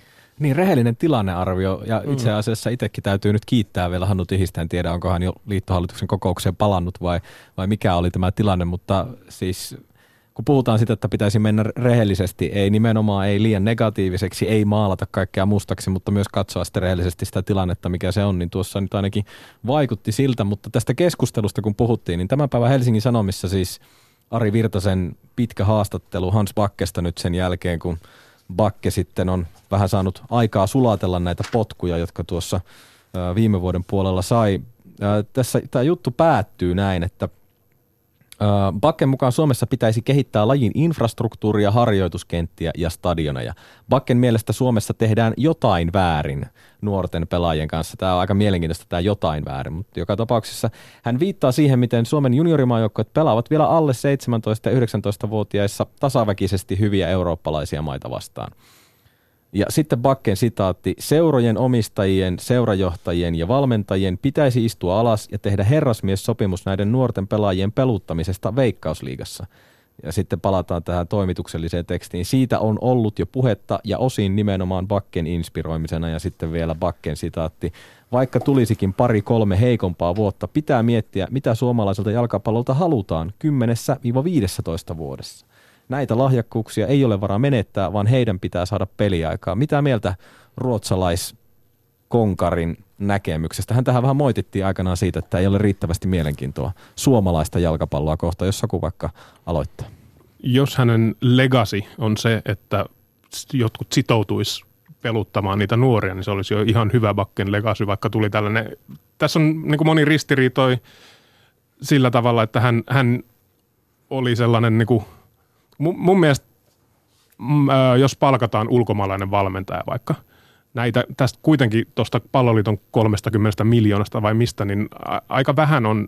Niin, rehellinen tilannearvio, ja itse asiassa itsekin täytyy nyt kiittää vielä Hannu Tihistä, en tiedä onko hän jo liittohallituksen kokoukseen palannut vai mikä oli tämä tilanne, mutta siis kun puhutaan siitä, että pitäisi mennä rehellisesti, ei liian negatiiviseksi, ei maalata kaikkea mustaksi, mutta myös katsoa sitten rehellisesti sitä tilannetta, mikä se on, niin tuossa nyt ainakin vaikutti siltä, mutta tästä keskustelusta kun puhuttiin, niin tämän päivän Helsingin Sanomissa siis Ari Virtasen pitkä haastattelu Hans Backesta nyt sen jälkeen, kun Backe sitten on vähän saanut aikaa sulatella näitä potkuja, jotka tuossa viime vuoden puolella sai. Tässä tämä juttu päättyy näin, että Backen mukaan Suomessa pitäisi kehittää lajin infrastruktuuria, harjoituskenttiä ja stadioneja. Backen mielestä Suomessa tehdään jotain väärin nuorten pelaajien kanssa. Tämä on aika mielenkiintoista, tämä jotain väärin, mutta joka tapauksessa hän viittaa siihen, miten Suomen juniorimaajoukkueet pelaavat vielä alle 17- ja 19-vuotiaissa tasaväkisesti hyviä eurooppalaisia maita vastaan. Ja sitten Backen sitaatti, seurojen omistajien, seurajohtajien ja valmentajien pitäisi istua alas ja tehdä herrasmiessopimus näiden nuorten pelaajien peluuttamisesta Veikkausliigassa. Ja sitten palataan tähän toimitukselliseen tekstiin. Siitä on ollut jo puhetta ja osin nimenomaan Backen inspiroimisena. Ja sitten vielä Backen sitaatti, vaikka tulisikin 2-3 heikompaa vuotta, pitää miettiä, mitä suomalaiselta jalkapallolta halutaan 10-15 vuodessa. Näitä lahjakkuuksia ei ole varaa menettää, vaan heidän pitää saada peliaikaa. Mitä mieltä ruotsalaiskonkarin näkemyksestä? Hän tähän vähän moitittiin aikanaan siitä, että ei ole riittävästi mielenkiintoa suomalaista jalkapalloa kohtaan, jos joku vaikka aloittaa.
Jos hänen legacy on se, että jotkut sitoutuisi peluttamaan niitä nuoria, niin se olisi jo ihan hyvä Backen legacy, vaikka tuli tällainen. Tässä on niin kuin moni ristiriitoi sillä tavalla, että hän oli sellainen niin kuin mun mielestä, jos palkataan ulkomaalainen valmentaja vaikka, tästä kuitenkin tuosta Palloliiton 30 miljoonasta vai mistä, niin aika vähän on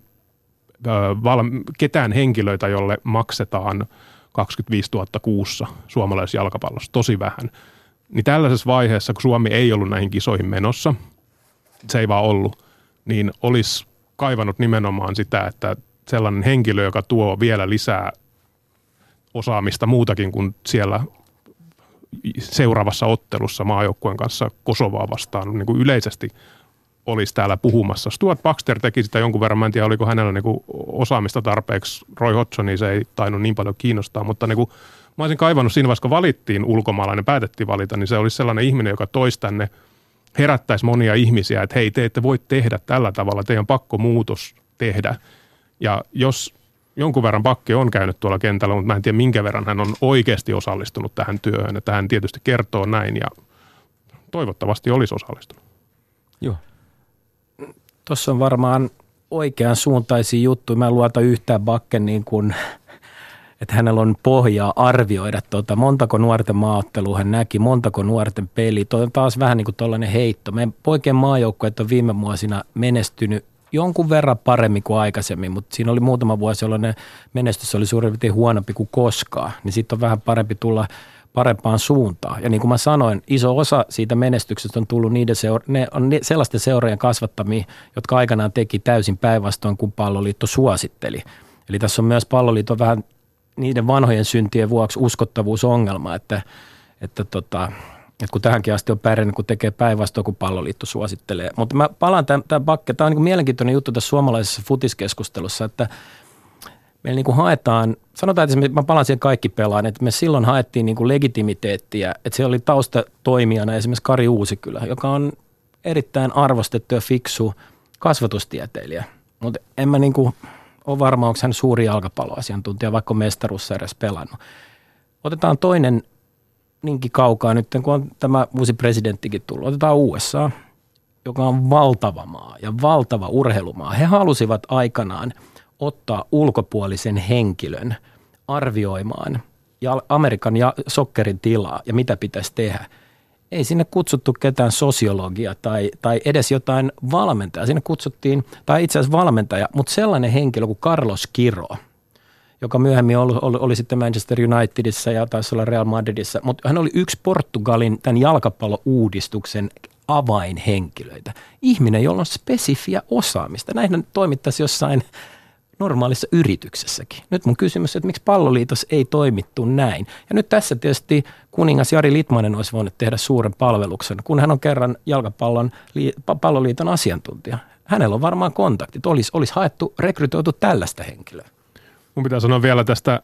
ketään henkilöitä, jolle maksetaan 25 000 kuussa suomalaisessa jalkapallossa, tosi vähän. Niin tällaisessa vaiheessa, kun Suomi ei ollut näihin kisoihin menossa, se ei vaan ollut, niin olisi kaivannut nimenomaan sitä, että sellainen henkilö, joka tuo vielä lisää osaamista muutakin kuin siellä seuraavassa ottelussa maajoukkueen kanssa Kosovaa vastaan niin kuin yleisesti olisi täällä puhumassa. Stuart Baxter teki sitä jonkun verran, mä en tiedä oliko hänellä niin kuin osaamista tarpeeksi, Roy Hodgsoni se ei tainnut niin paljon kiinnostaa, mutta niin kuin mä olisin kaivannut siinä vaiheessa, kun valittiin ulkomaalainen, päätettiin valita, niin se olisi sellainen ihminen, joka toisi tänne, herättäisi monia ihmisiä, että hei, te ette voi tehdä tällä tavalla, teidän on pakko muutos tehdä. Ja jos jonkun verran Backe on käynyt tuolla kentällä, mutta mä en tiedä minkä verran hän on oikeasti osallistunut tähän työhön. Että hän tietysti kertoo näin ja toivottavasti olisi osallistunut.
Joo. Tuossa on varmaan oikean suuntaisia juttuja. Mä en luota yhtään Backen niin kuin, että hänellä on pohjaa arvioida montako nuorten maaottelua hän näki, montako nuorten peli. Tuo on taas vähän niin kuin tuollainen heitto. Meidän poikien maajoukkueet on viime vuosina menestynyt jonkun verran paremmin kuin aikaisemmin, mutta siinä oli muutama vuosi, jolloin ne menestys oli suurin piirtein huonompi kuin koskaan, niin sitten on vähän parempi tulla parempaan suuntaan. Ja niin kuin mä sanoin, iso osa siitä menestyksestä on tullut ne on sellaisten seurojen kasvattamia, jotka aikanaan teki täysin päinvastoin kuin Palloliitto suositteli. Eli tässä on myös Palloliiton vähän niiden vanhojen syntien vuoksi uskottavuusongelma, että kun tähänkin asti on pärjännyt, kun tekee päinvastoin, kun Palloliitto suosittelee. Mutta mä palaan tämän Backe. Tämä on niin mielenkiintoinen juttu tässä suomalaisessa futiskeskustelussa, että meillä niin haetaan, sanotaan, että mä palaan siihen kaikki pelaan, että me silloin haettiin niin legitimiteettiä, että se oli taustatoimijana esimerkiksi Kari Uusikylä, joka on erittäin arvostettu ja fiksu kasvatustieteilijä. Mutta en mä ole varma, onko hän suuri jalkapalloasiantuntija, vaikka on mestaruussa edes pelannut. Otetaan toinen niinkin kaukaa nyt, kun on tämä uusi presidenttikin tullut. Otetaan USA, joka on valtava maa ja valtava urheilumaa. He halusivat aikanaan ottaa ulkopuolisen henkilön arvioimaan Amerikan sokkerin tilaa ja mitä pitäisi tehdä. Ei sinne kutsuttu ketään sosiologia tai edes jotain valmentajaa. Sinne kutsuttiin, tai itse asiassa valmentaja, mutta sellainen henkilö kuin Carlos Quiro, joka myöhemmin oli sitten Manchester Unitedissa ja taisi olla Real Madridissa, mutta hän oli yksi Portugalin tämän jalkapallouudistuksen avainhenkilöitä. Ihminen, jolla on spesifiä osaamista. Näinhän toimittaisi jossain normaalissa yrityksessäkin. Nyt mun kysymys on, että miksi Palloliitos ei toimittu näin. Ja nyt tässä tietysti kuningas Jari Litmanen olisi voinut tehdä suuren palveluksen, kun hän on kerran Palloliiton asiantuntija. Hänellä on varmaan kontaktit. Olisi haettu, rekrytoitu tällaista henkilöä.
Mun pitää sanoa vielä tästä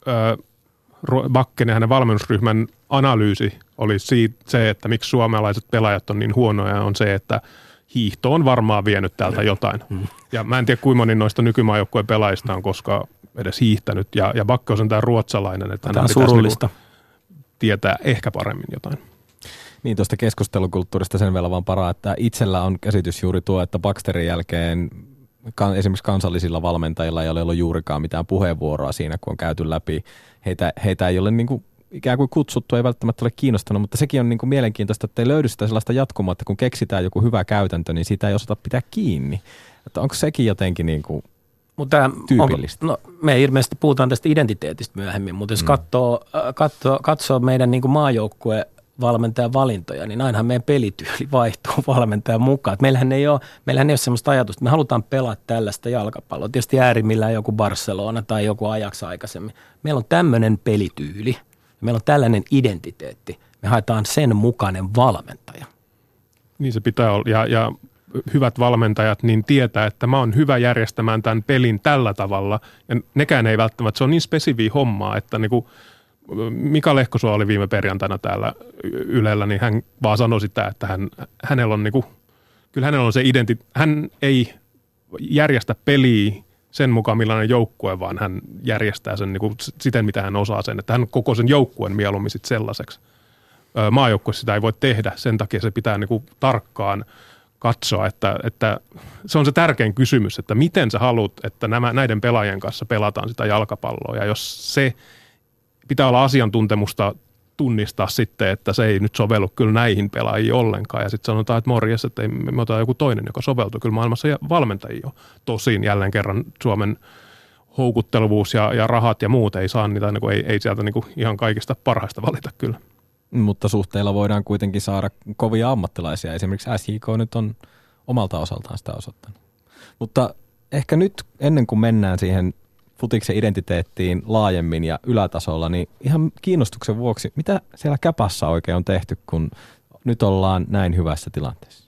Bakken ja hänen valmennusryhmän analyysi oli se, että miksi suomalaiset pelaajat on niin huonoja, on se, että hiihto on varmaan vienyt täältä jotain. Ja mä en tiedä, kuinka moni noista nykymaajoukkueen pelaajista on koskaan edes hiihtänyt. Ja Bakke on sentään ruotsalainen, että hän pitäisi niinku tietää ehkä paremmin jotain.
Niin, tuosta keskustelukulttuurista sen vielä vaan paraa, että itsellä on käsitys juuri tuo, että Baxterin jälkeen esimerkiksi kansallisilla valmentajilla ei ole ollut juurikaan mitään puheenvuoroa siinä, kun on käyty läpi. Heitä ei ole niin kuin ikään kuin kutsuttu, ei välttämättä ole kiinnostanut, mutta sekin on niin kuin mielenkiintoista, että ei löydy sitä sellaista jatkumaa, että kun keksitään joku hyvä käytäntö, niin sitä ei osata pitää kiinni. Että onko sekin jotenkin niin kuin tyypillistä?
Me ilmeisesti puhutaan tästä identiteetistä myöhemmin, mutta jos katsoo meidän niin kuin maajoukkueen valmentajan valintoja, niin ainahan meidän pelityyli vaihtuu valmentajan mukaan. Meillähän ei ole sellaista ajatusta, että me halutaan pelata tällaista jalkapalloa. Tietysti äärimmillään joku Barcelona tai joku Ajax aikaisemmin. Meillä on tämmöinen pelityyli, meillä on tällainen identiteetti. Me haetaan sen mukainen valmentaja.
Niin se pitää olla. Ja hyvät valmentajat niin tietää, että mä oon hyvä järjestämään tämän pelin tällä tavalla. Ja nekään ei välttämättä, se on niin spesifiä hommaa, että niinku Mika Lehkosuo oli viime perjantaina täällä Ylellä, niin hän vaan sanoi sitä, että hänellä on niinku, kyllä hänellä on se hän ei järjestä peliä sen mukaan millainen joukkue, vaan hän järjestää sen niinku siten, mitä hän osaa sen, että hän koko sen joukkueen mieluummin sit sellaiseksi. Maajoukkue sitä ei voi tehdä, sen takia se pitää niinku tarkkaan katsoa, että se on se tärkein kysymys, että miten sä haluat, että näiden pelaajien kanssa pelataan sitä jalkapalloa, ja jos se pitää olla asiantuntemusta tunnistaa sitten, että se ei nyt sovellu kyllä näihin pelaajiin ollenkaan. Ja sitten sanotaan, että morjes, että me otetaan joku toinen, joka soveltuu. Kyllä maailmassa valmentajia jo. Tosin jälleen kerran Suomen houkuttelevuus ja rahat ja muut ei saa niitä, ei sieltä ihan kaikista parhaista valita kyllä.
Mutta suhteilla voidaan kuitenkin saada kovia ammattilaisia. Esimerkiksi SJK nyt on omalta osaltaan sitä osoittanut. Mutta ehkä nyt ennen kuin mennään siihen futiksen identiteettiin laajemmin ja ylätasolla, niin ihan kiinnostuksen vuoksi, mitä siellä Käpassa oikein on tehty, kun nyt ollaan näin hyvässä tilanteessa?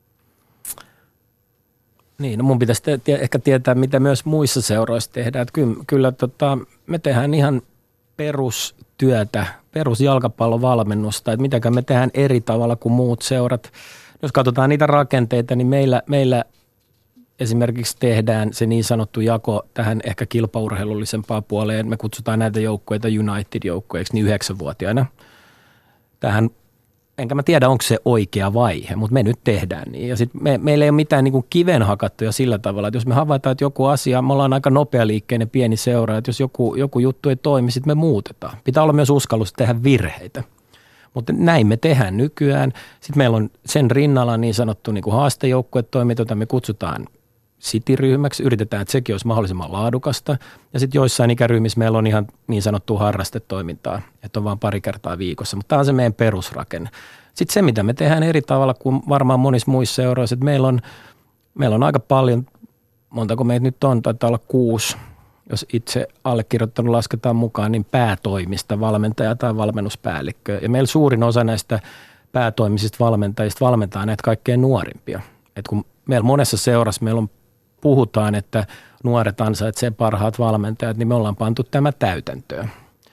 Niin, no mun pitäisi ehkä tietää, mitä myös muissa seuroissa tehdään. Että kyllä me tehdään ihan perustyötä, perusjalkapallovalmennusta, että mitäkään me tehdään eri tavalla kuin muut seurat. Jos katsotaan niitä rakenteita, niin meillä esimerkiksi tehdään se niin sanottu jako tähän ehkä kilpaurheilullisempaan puoleen. Me kutsutaan näitä joukkueita United-joukkueiksi niin 9-vuotiaana. Tähän, enkä mä tiedä, onko se oikea vaihe, mutta me nyt tehdään niin. Ja sitten meillä ei ole mitään niin kuin kiven hakattuja sillä tavalla, että jos me havaitaan, että joku asia, me ollaan aika nopealiikkeinen pieni seura, että jos joku juttu ei toimi, sitten me muutetaan. Pitää olla myös uskallus tehdä virheitä. Mutta näin me tehdään nykyään. Sitten meillä on sen rinnalla niin sanottu niin kuin haastejoukkuetoiminta, jota me kutsutaan City-ryhmäksi. Yritetään, että sekin olisi mahdollisimman laadukasta. Ja sitten joissain ikäryhmissä meillä on ihan niin sanottua harrastetoimintaa, että on vain pari kertaa viikossa. Mutta tämä on se meidän perusrakenne. Sitten se, mitä me tehdään eri tavalla kuin varmaan monissa muissa seuroissa, että meillä on aika paljon, montako meitä nyt on, taitaa olla 6, jos itse allekirjoittanut lasketaan mukaan, niin päätoimista valmentaja tai valmennuspäällikkö. Ja meillä suurin osa näistä päätoimisista valmentajista valmentaa näitä kaikkein nuorimpia. Et kun meillä monessa seurassa puhutaan, että nuoret ansaitsee parhaat valmentajat, niin me ollaan pantu tämä täytäntöön.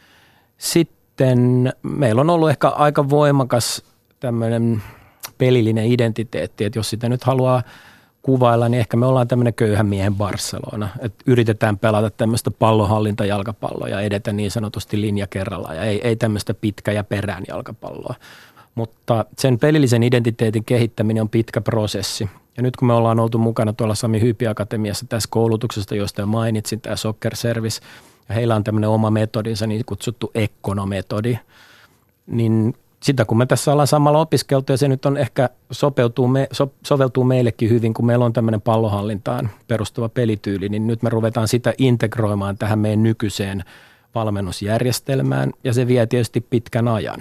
Sitten meillä on ollut ehkä aika voimakas tämmöinen pelillinen identiteetti, että jos sitä nyt haluaa kuvailla, niin ehkä me ollaan tämmöinen köyhän miehen Barcelona. Että yritetään pelata tämmöistä pallonhallintajalkapalloa ja edetä niin sanotusti linja kerrallaan ja ei tämmöistä pitkä ja perään jalkapalloa. Mutta sen pelillisen identiteetin kehittäminen on pitkä prosessi. Ja nyt kun me ollaan oltu mukana tuolla Sami Hyypi Akatemiassa tässä koulutuksesta, josta jo mainitsin, tämä Soccer Service, ja heillä on tämmöinen oma metodinsa, niin kutsuttu Ekkono-metodi, niin sitä kun me tässä ollaan samalla opiskeltu ja se nyt on ehkä soveltuu meillekin hyvin, kun meillä on tämmöinen pallohallintaan perustuva pelityyli, niin nyt me ruvetaan sitä integroimaan tähän meidän nykyiseen valmennusjärjestelmään ja se vie tietysti pitkän ajan.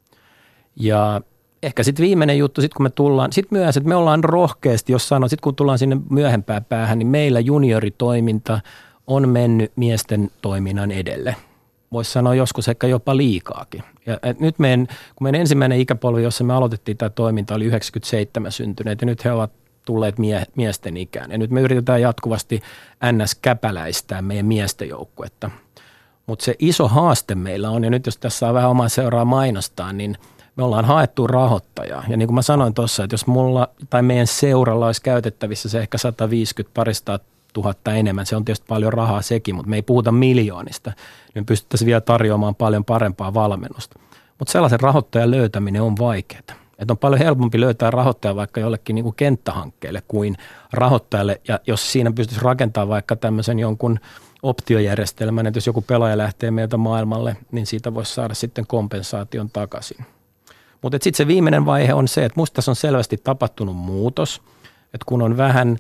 Ja ehkä sitten viimeinen juttu, sitten kun me tullaan, sitten myös, että me ollaan rohkeasti, jos sanon, sitten kun tullaan sinne myöhempään päähän, niin meillä junioritoiminta on mennyt miesten toiminnan edelle. Voisi sanoa joskus ehkä jopa liikaakin. Ja nyt kun meidän ensimmäinen ikäpolvi, jossa me aloitettiin tämä toiminta, oli 97 syntyneet ja nyt he ovat tulleet miesten ikään. Ja nyt me yritetään jatkuvasti NS-käpäläistää meidän miesten joukkuetta. Mutta se iso haaste meillä on, ja nyt jos tässä saa vähän omaa seuraa mainostaa, niin me ollaan haettu rahoittajaa. Ja niin kuin mä sanoin tuossa, että jos mulla tai meidän seuralla olisi käytettävissä se ehkä 150-200 000 enemmän, se on tietysti paljon rahaa sekin, mutta me ei puhuta miljoonista. Me pystyttäisiin vielä tarjoamaan paljon parempaa valmennusta. Mutta sellaisen rahoittajan löytäminen on vaikeaa. Että on paljon helpompi löytää rahoittaja vaikka jollekin niin kuin kenttähankkeelle kuin rahoittajalle. Ja jos siinä pystyisi rakentamaan vaikka tämmöisen jonkun optiojärjestelmän, että jos joku pelaaja lähtee meiltä maailmalle, niin siitä voisi saada sitten kompensaation takaisin. Mutta sitten se viimeinen vaihe on se, että musta tässä on selvästi tapahtunut muutos, että kun on vähän,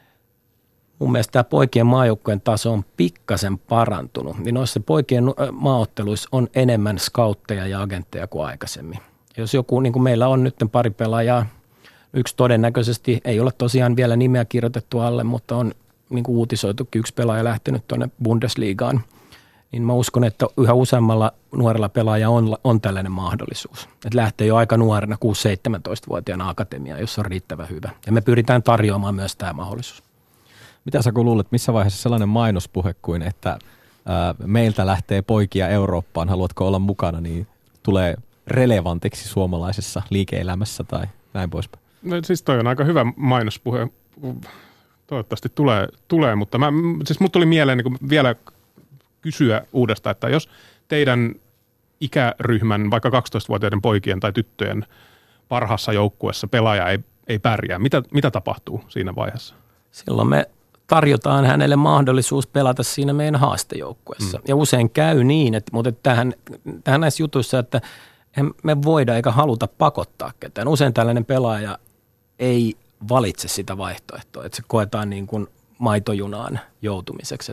mun mielestä tämä poikien maajoukkojen taso on pikkasen parantunut, niin noissa poikien maaotteluissa on enemmän scoutteja ja agentteja kuin aikaisemmin. Jos joku, niin kuin meillä on nyt pari pelaajaa, yksi todennäköisesti, ei ole tosiaan vielä nimeä kirjoitettu alle, mutta on niin kuin uutisoitukin yksi pelaaja lähtenyt tuonne Bundesligaan, niin mä uskon, että yhä useammalla nuorella pelaaja on tällainen mahdollisuus. Että lähtee jo aika nuorena 6-17-vuotiaana akatemiaan, jos on riittävän hyvä. Ja me pyritään tarjoamaan myös tämä mahdollisuus.
Mitä sä luulet, missä vaiheessa sellainen mainospuhe kuin, että meiltä lähtee poikia Eurooppaan, haluatko olla mukana, niin tulee relevantiksi suomalaisessa liike-elämässä tai näin poispäin?
No, siis toi on aika hyvä mainospuhe. Toivottavasti tulee, mutta mut tuli mieleen niin vielä kysyä uudestaan, että jos teidän ikäryhmän, vaikka 12-vuotiaiden poikien tai tyttöjen parhaassa joukkueessa pelaaja ei pärjää, mitä tapahtuu siinä vaiheessa?
Silloin me tarjotaan hänelle mahdollisuus pelata siinä meidän haastejoukkueessa. Ja usein käy niin, mutta tähän näissä jutuissa, että me voida eikä haluta pakottaa ketään. Usein tällainen pelaaja ei valitse sitä vaihtoehtoa, että se koetaan niin kuin maitojunaan joutumiseksi.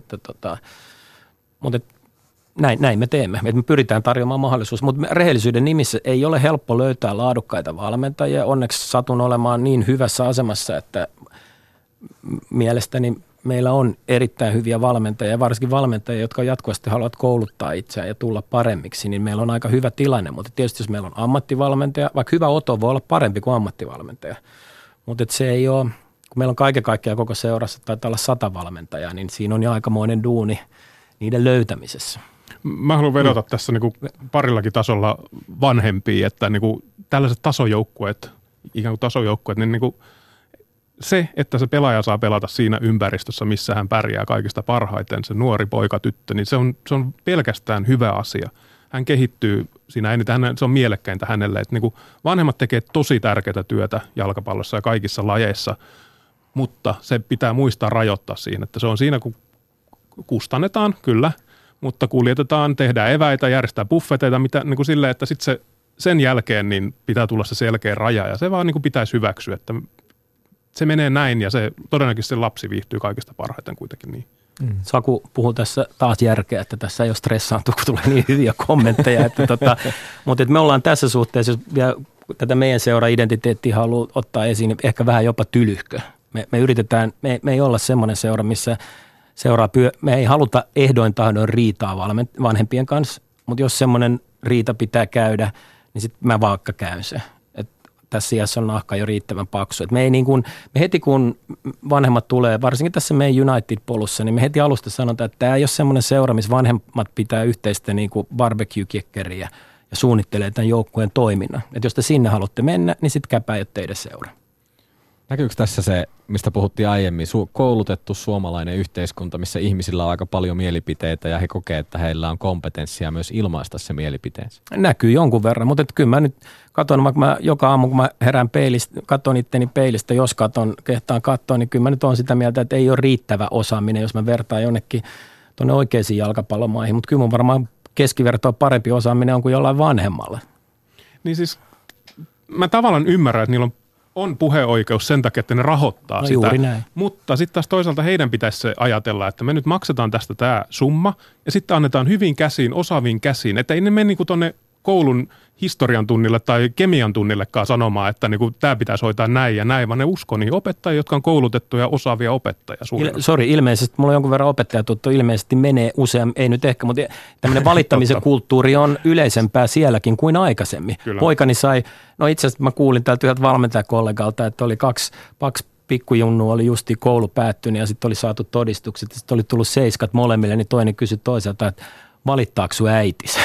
Mutta näin me teemme. Me pyritään tarjoamaan mahdollisuus, mutta rehellisyyden nimissä ei ole helppo löytää laadukkaita valmentajia. Onneksi satun olemaan niin hyvässä asemassa, että mielestäni meillä on erittäin hyviä valmentajia, varsinkin valmentajia, jotka jatkuvasti haluavat kouluttaa itseään ja tulla paremmiksi, niin meillä on aika hyvä tilanne. Mutta tietysti jos meillä on ammattivalmentaja, vaikka hyvä Oto voi olla parempi kuin ammattivalmentaja, mutta se ei ole, kun meillä on kaiken kaikkiaan koko seurassa, taitaa olla 100 valmentajaa, niin siinä on jo aikamoinen duuni niiden löytämisessä.
Mä haluan vedota tässä niin kuin parillakin tasolla vanhempia, että niin kuin tällaiset tasojoukkueet, ikään kuin tasojoukkueet, niin kuin se, että se pelaaja saa pelata siinä ympäristössä, missä hän pärjää kaikista parhaiten, se nuori poika, tyttö, niin se on pelkästään hyvä asia. Hän kehittyy siinä, se on mielekkäintä hänelle, että niin kuin vanhemmat tekee tosi tärkeää työtä jalkapallossa ja kaikissa lajeissa, mutta se pitää muistaa rajoittaa siinä, että se on siinä, kun kustannetaan, kyllä, mutta kuljetetaan, tehdään eväitä, järjestää buffeteita, niin kuin silleen, että sitten sen jälkeen niin pitää tulla se selkeä raja ja se vaan niin kuin pitäisi hyväksyä, että se menee näin ja se todennäköisesti se lapsi viihtyy kaikista parhaiten kuitenkin niin.
Saku puhuu tässä taas järkeä, että tässä ei ole stressaantu, kun tulee niin hyviä kommentteja. Mutta me ollaan tässä suhteessa, jos vielä tätä meidän seura-identiteettiä haluaa ottaa esiin, niin ehkä vähän jopa tylyhkö. Me yritetään, me ei olla semmoinen seura, missä me ei haluta ehdoin tahdon riitaa vanhempien kanssa, mutta jos semmoinen riita pitää käydä, niin sitten mä vaikka käyn se. Tässä iässä on nahka jo riittävän paksu. Et me heti kun vanhemmat tulee, varsinkin tässä meidän United-polussa, niin me heti alusta sanotaan, että tämä ei ole semmoinen seura, missä vanhemmat pitää yhteistä niin kuin barbecue-kiekkeriä ja suunnittelee tämän joukkueen toiminnan. Että jos te sinne haluatte mennä, niin sitten käpä ei ole teidän seura.
Näkyykö tässä se, mistä puhuttiin aiemmin, koulutettu suomalainen yhteiskunta, missä ihmisillä on aika paljon mielipiteitä ja he kokee, että heillä on kompetenssia myös ilmaista se mielipiteensä?
Näkyy jonkun verran, mutta kyllä mä nyt katson, vaikka mä joka aamu, kun mä herään peilistä, katson itteni peilistä, jos kehtaan katsoa, niin kyllä mä nyt on sitä mieltä, että ei ole riittävä osaaminen, jos mä vertaan jonnekin tuonne oikeisiin jalkapallomaihin, mutta kyllä mun varmaan keskivertoa parempi osaaminen on kuin jollain vanhemmalla.
Niin siis mä tavallaan ymmärrän, että niillä on puheoikeus sen takia, että ne rahoittaa sitä.
Juuri näin.
Mutta sitten taas toisaalta heidän pitäisi ajatella, että me nyt maksetaan tästä tämä summa ja sitten annetaan hyvin käsiin, osaaviin käsiin, että ei ne mene niinku tuonne koulun historian tunnille tai kemian tunnillekaan sanomaan, että niin tämä pitäisi hoitaa näin ja näin, vaan ne uskoo niihin opettajia, jotka on koulutettuja ja osaavia opettajia.
Ilmeisesti, mulla on jonkun verran opettajatuttu, ilmeisesti menee usein, ei nyt ehkä, mutta tämmöinen valittamisen kulttuuri on yleisempää sielläkin kuin aikaisemmin. Kyllä. Poikani sai, no itse asiassa mä kuulin täältä yhdeltä valmentajakollegalta, että oli kaksi pikkujunnu oli justi koulu päättynyt ja sitten oli saatu todistukset, sitten oli tullut 7 molemmille, niin toinen kysyi toiselta, että valittaako sun äitis?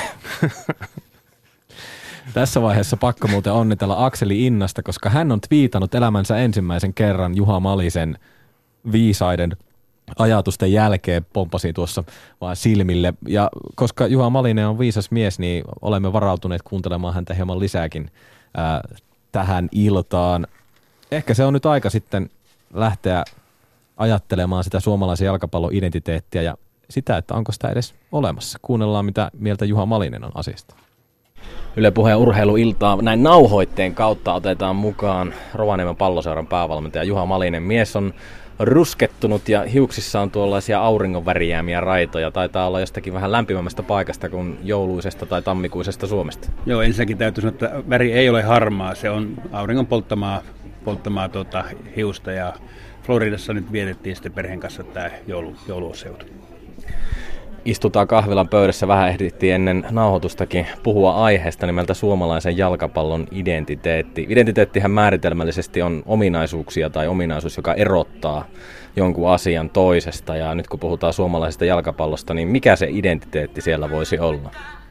Tässä vaiheessa pakko muuten onnitella Akseli Innasta, koska hän on twiitannut elämänsä ensimmäisen kerran Juha Malisen viisaiden ajatusten jälkeen, pomppasi tuossa vaan silmille. Ja koska Juha Malinen on viisas mies, niin olemme varautuneet kuuntelemaan häntä hieman lisääkin tähän iltaan. Ehkä se on nyt aika sitten lähteä ajattelemaan sitä suomalaisen jalkapallon identiteettiä ja sitä, että onko sitä edes olemassa. Kuunnellaan, mitä mieltä Juha Malinen on asiasta.
Yle Puheen urheiluiltaa näin nauhoitteen kautta otetaan mukaan Rovaniemen Palloseuran päävalmentaja Juha Malinen. Mies on ruskettunut ja hiuksissa on tuollaisia auringon värijäämiä raitoja. Taitaa olla jostakin vähän lämpimämmästä paikasta kuin jouluisesta tai tammikuisesta Suomesta.
Joo, ensinnäkin täytyy sanoa, että väri ei ole harmaa. Se on auringon polttamaa hiusta ja Floridassa nyt vietettiin sitten perheen kanssa tämä jouluoseutu.
Istutaan kahvilan pöydässä, vähän ehdittiin ennen nauhoitustakin puhua aiheesta nimeltä suomalaisen jalkapallon identiteetti. Identiteettihän määritelmällisesti on ominaisuuksia tai ominaisuus, joka erottaa jonkun asian toisesta. Ja nyt kun puhutaan suomalaisesta jalkapallosta, niin mikä se identiteetti siellä voisi olla?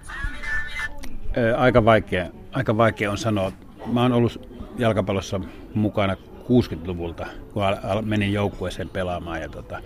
Aika vaikea on sanoa. Mä oon ollut jalkapallossa mukana 60-luvulta, kun menin joukkueeseen pelaamaan. Ja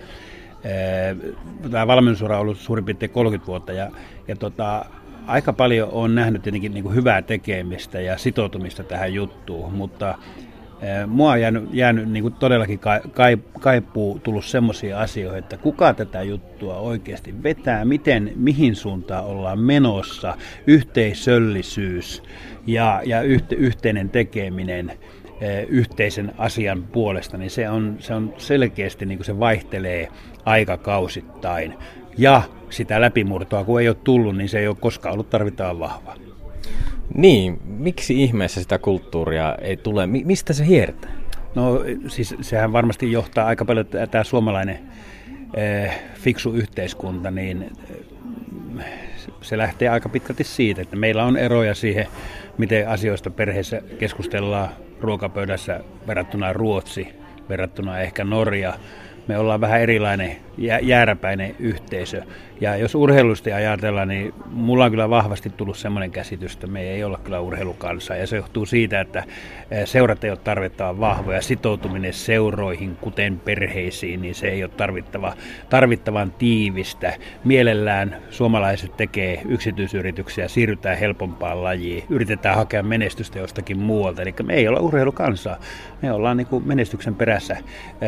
tämä valmennusura on ollut suurin piirtein 30 vuotta ja aika paljon on nähnyt tietenkin niin kuin hyvää tekemistä ja sitoutumista tähän juttuun, mutta mua on jäänyt niin kuin todellakin kaipuu tullut semmoisia asioita, että kuka tätä juttua oikeasti vetää, mihin suuntaan ollaan menossa, yhteisöllisyys ja yhteinen tekeminen yhteisen asian puolesta, niin se on selkeästi, niin kuin se vaihtelee aikakausittain. Ja sitä läpimurtoa, kun ei ole tullut, niin se ei ole koskaan ollut tarvitaan vahvaa.
Niin, miksi ihmeessä sitä kulttuuria ei tule? Mistä se hiertää?
No siis sehän varmasti johtaa aika paljon tämä suomalainen fiksu yhteiskunta, niin se lähtee aika pitkälti siitä, että meillä on eroja siihen, miten asioista perheessä keskustellaan ruokapöydässä verrattuna Ruotsi, verrattuna ehkä Norja. Me ollaan vähän erilainen jääräpäinen yhteisö. Ja jos urheilusti ajatellaan, niin mulla on kyllä vahvasti tullut semmoinen käsitys, että me ei olla kyllä urheilukansa. Ja se johtuu siitä, että seurat ei ole tarvittavan vahvoja. Sitoutuminen seuroihin, kuten perheisiin, niin se ei ole tarvittavan tiivistä. Mielellään suomalaiset tekee yksityisyrityksiä, siirrytään helpompaan lajiin. Yritetään hakea menestystä jostakin muualta. Eli me ei olla urheilukansaa. Me ollaan niin kuin menestyksen perässä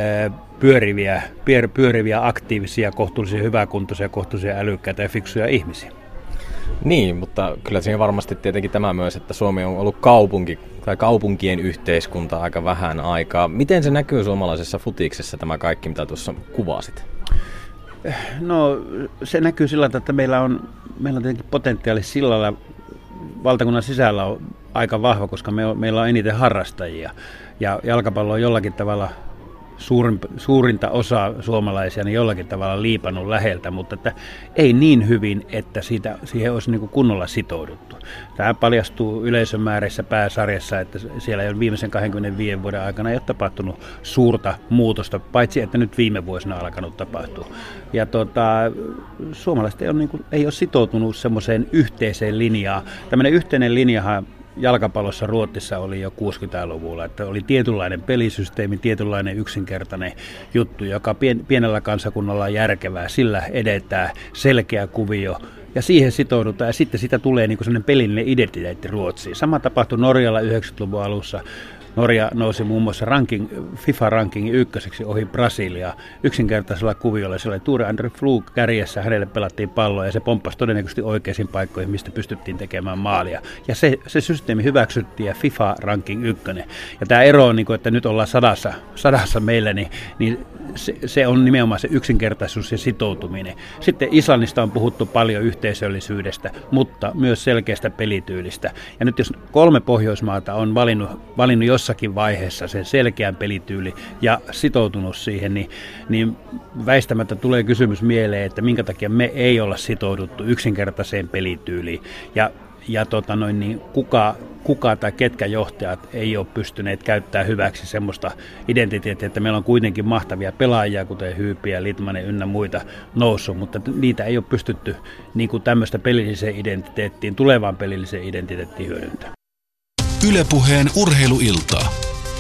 pyöriviä, aktiivisia, kohtuullisen hyväkuntoisia, kohtuullisen älykkäitä ja fiksuja ihmisiä.
Niin, mutta kyllä siinä varmasti tietenkin tämä myös, että Suomi on ollut kaupunkien yhteiskunta aika vähän aikaa. Miten se näkyy suomalaisessa futiksessa tämä kaikki, mitä tuossa kuvasit?
No se näkyy sillä tavalla, että meillä on tietenkin potentiaali sillä lailla valtakunnan sisällä on aika vahva, koska meillä on eniten harrastajia ja jalkapallo on jollakin tavalla suurinta osaa suomalaisia niin jollakin tavalla liipannut läheltä, mutta että ei niin hyvin, että siihen olisi niin kuin kunnolla sitouduttu. Tämä paljastuu yleisömäärissä pääsarjassa, että siellä ei ole viimeisen 25 vuoden aikana ei ole tapahtunut suurta muutosta, paitsi että nyt viime vuosina alkanut tapahtua. Ja suomalaiset ei ole sitoutunut semmoiseen yhteiseen linjaan. Tämmöinen yhteinen linjahan jalkapallossa Ruotsissa oli jo 60-luvulla, että oli tietynlainen pelisysteemi, tietynlainen yksinkertainen juttu, joka pienellä kansakunnalla on järkevää, sillä edetään, selkeä kuvio ja siihen sitoudutaan ja sitten sitä tulee niin kuin sellainen pelillinen identiteetti Ruotsiin. Sama tapahtui Norjalla 90-luvun alussa. Norja nousi muun muassa FIFA-rankingin ykköseksi ohi Brasiliaa yksinkertaisella kuviolla. Se oli Tore-André Flug kärjessä, hänelle pelattiin palloa ja se pomppasi todennäköisesti oikeisiin paikkoihin, mistä pystyttiin tekemään maalia. Ja se systeemi hyväksyttiin ja FIFA-ranking ykkönen. Ja tämä ero on, että nyt ollaan sadassa meillä, niin se on nimenomaan se yksinkertaisuus ja sitoutuminen. Sitten Islannista on puhuttu paljon yhteisöllisyydestä, mutta myös selkeästä pelityylistä. Ja nyt jos 3 Pohjoismaata on valinnut jossakin vaiheessa sen selkeän pelityyli ja sitoutunut siihen, niin väistämättä tulee kysymys mieleen, että minkä takia me ei olla sitouduttu yksinkertaiseen pelityyliin. Kuka tai ketkä johtajat ei ole pystyneet käyttämään hyväksi semmoista identiteettiä, että meillä on kuitenkin mahtavia pelaajia, kuten Hyypiä, Litmanen ynnä muita noussut, mutta niitä ei ole pystytty niin kuin tämmöistä pelilliseen identiteettiin, tulevaan pelilliseen identiteettiin hyödyntämään.
Yle Puheen urheiluiltaa.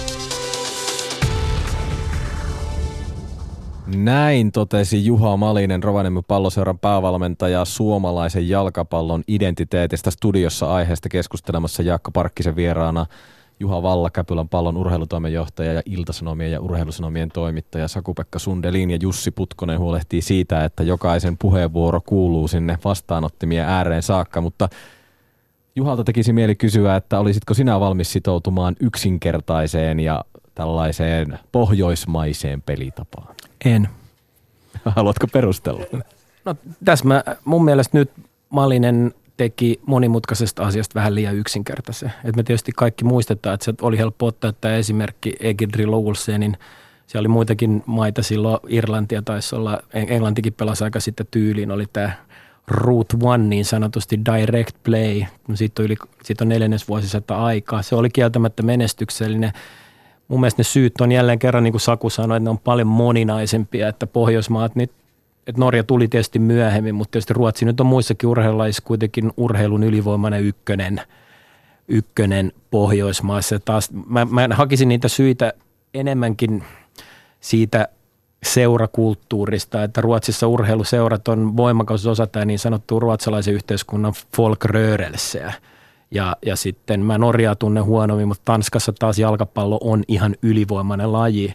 Näin totesi Juha Malinen, Rovaniemen Palloseuran päävalmentaja, suomalaisen jalkapallon identiteetistä. Studiossa aiheesta keskustelemassa Jaakko Parkkisen vieraana Juha Valla, Käpylän Pallon urheilutoimenjohtaja ja Ilta-Sanomien ja Urheilusanomien toimittaja. Saku-Pekka Sundelin ja Jussi Putkonen huolehtii siitä, että jokaisen puheenvuoro kuuluu sinne vastaanottimien ääreen saakka, mutta Juhalta tekisi mieli kysyä, että olisitko sinä valmis sitoutumaan yksinkertaiseen ja tällaiseen pohjoismaiseen pelitapaan?
En.
Haluatko perustella?
No tässä mun mielestä nyt Malinen teki monimutkaisesta asiasta vähän liian yksinkertaisen. Et me tietysti kaikki muistetaan, että se oli helppo ottaa tämä esimerkki Egidri Olsenin. Siellä oli muitakin maita silloin, Irlantia taisi olla, Englantikin pelasi aika sitten tyyliin, oli tämä Route One niin sanotusti direct play. No siitä on 4. vuosisata aikaa. Se oli kieltämättä menestyksellinen. Mun mielestä ne syyt on jälleen kerran, niin kuin Saku sanoi, että ne on paljon moninaisempia, että Pohjoismaat, että Norja tuli tietysti myöhemmin, mutta tietysti Ruotsi nyt on muissakin urheilulajissa kuitenkin urheilun ylivoimainen ykkönen Pohjoismaissa. Taas mä hakisin niitä syitä enemmänkin siitä seurakulttuurista, että Ruotsissa urheiluseurat on voimakas osa tämä niin sanottua ruotsalaisen yhteiskunnan folkrörelseä. Ja sitten mä Norjaa tunnen huonommin, mutta Tanskassa taas jalkapallo on ihan ylivoimainen laji.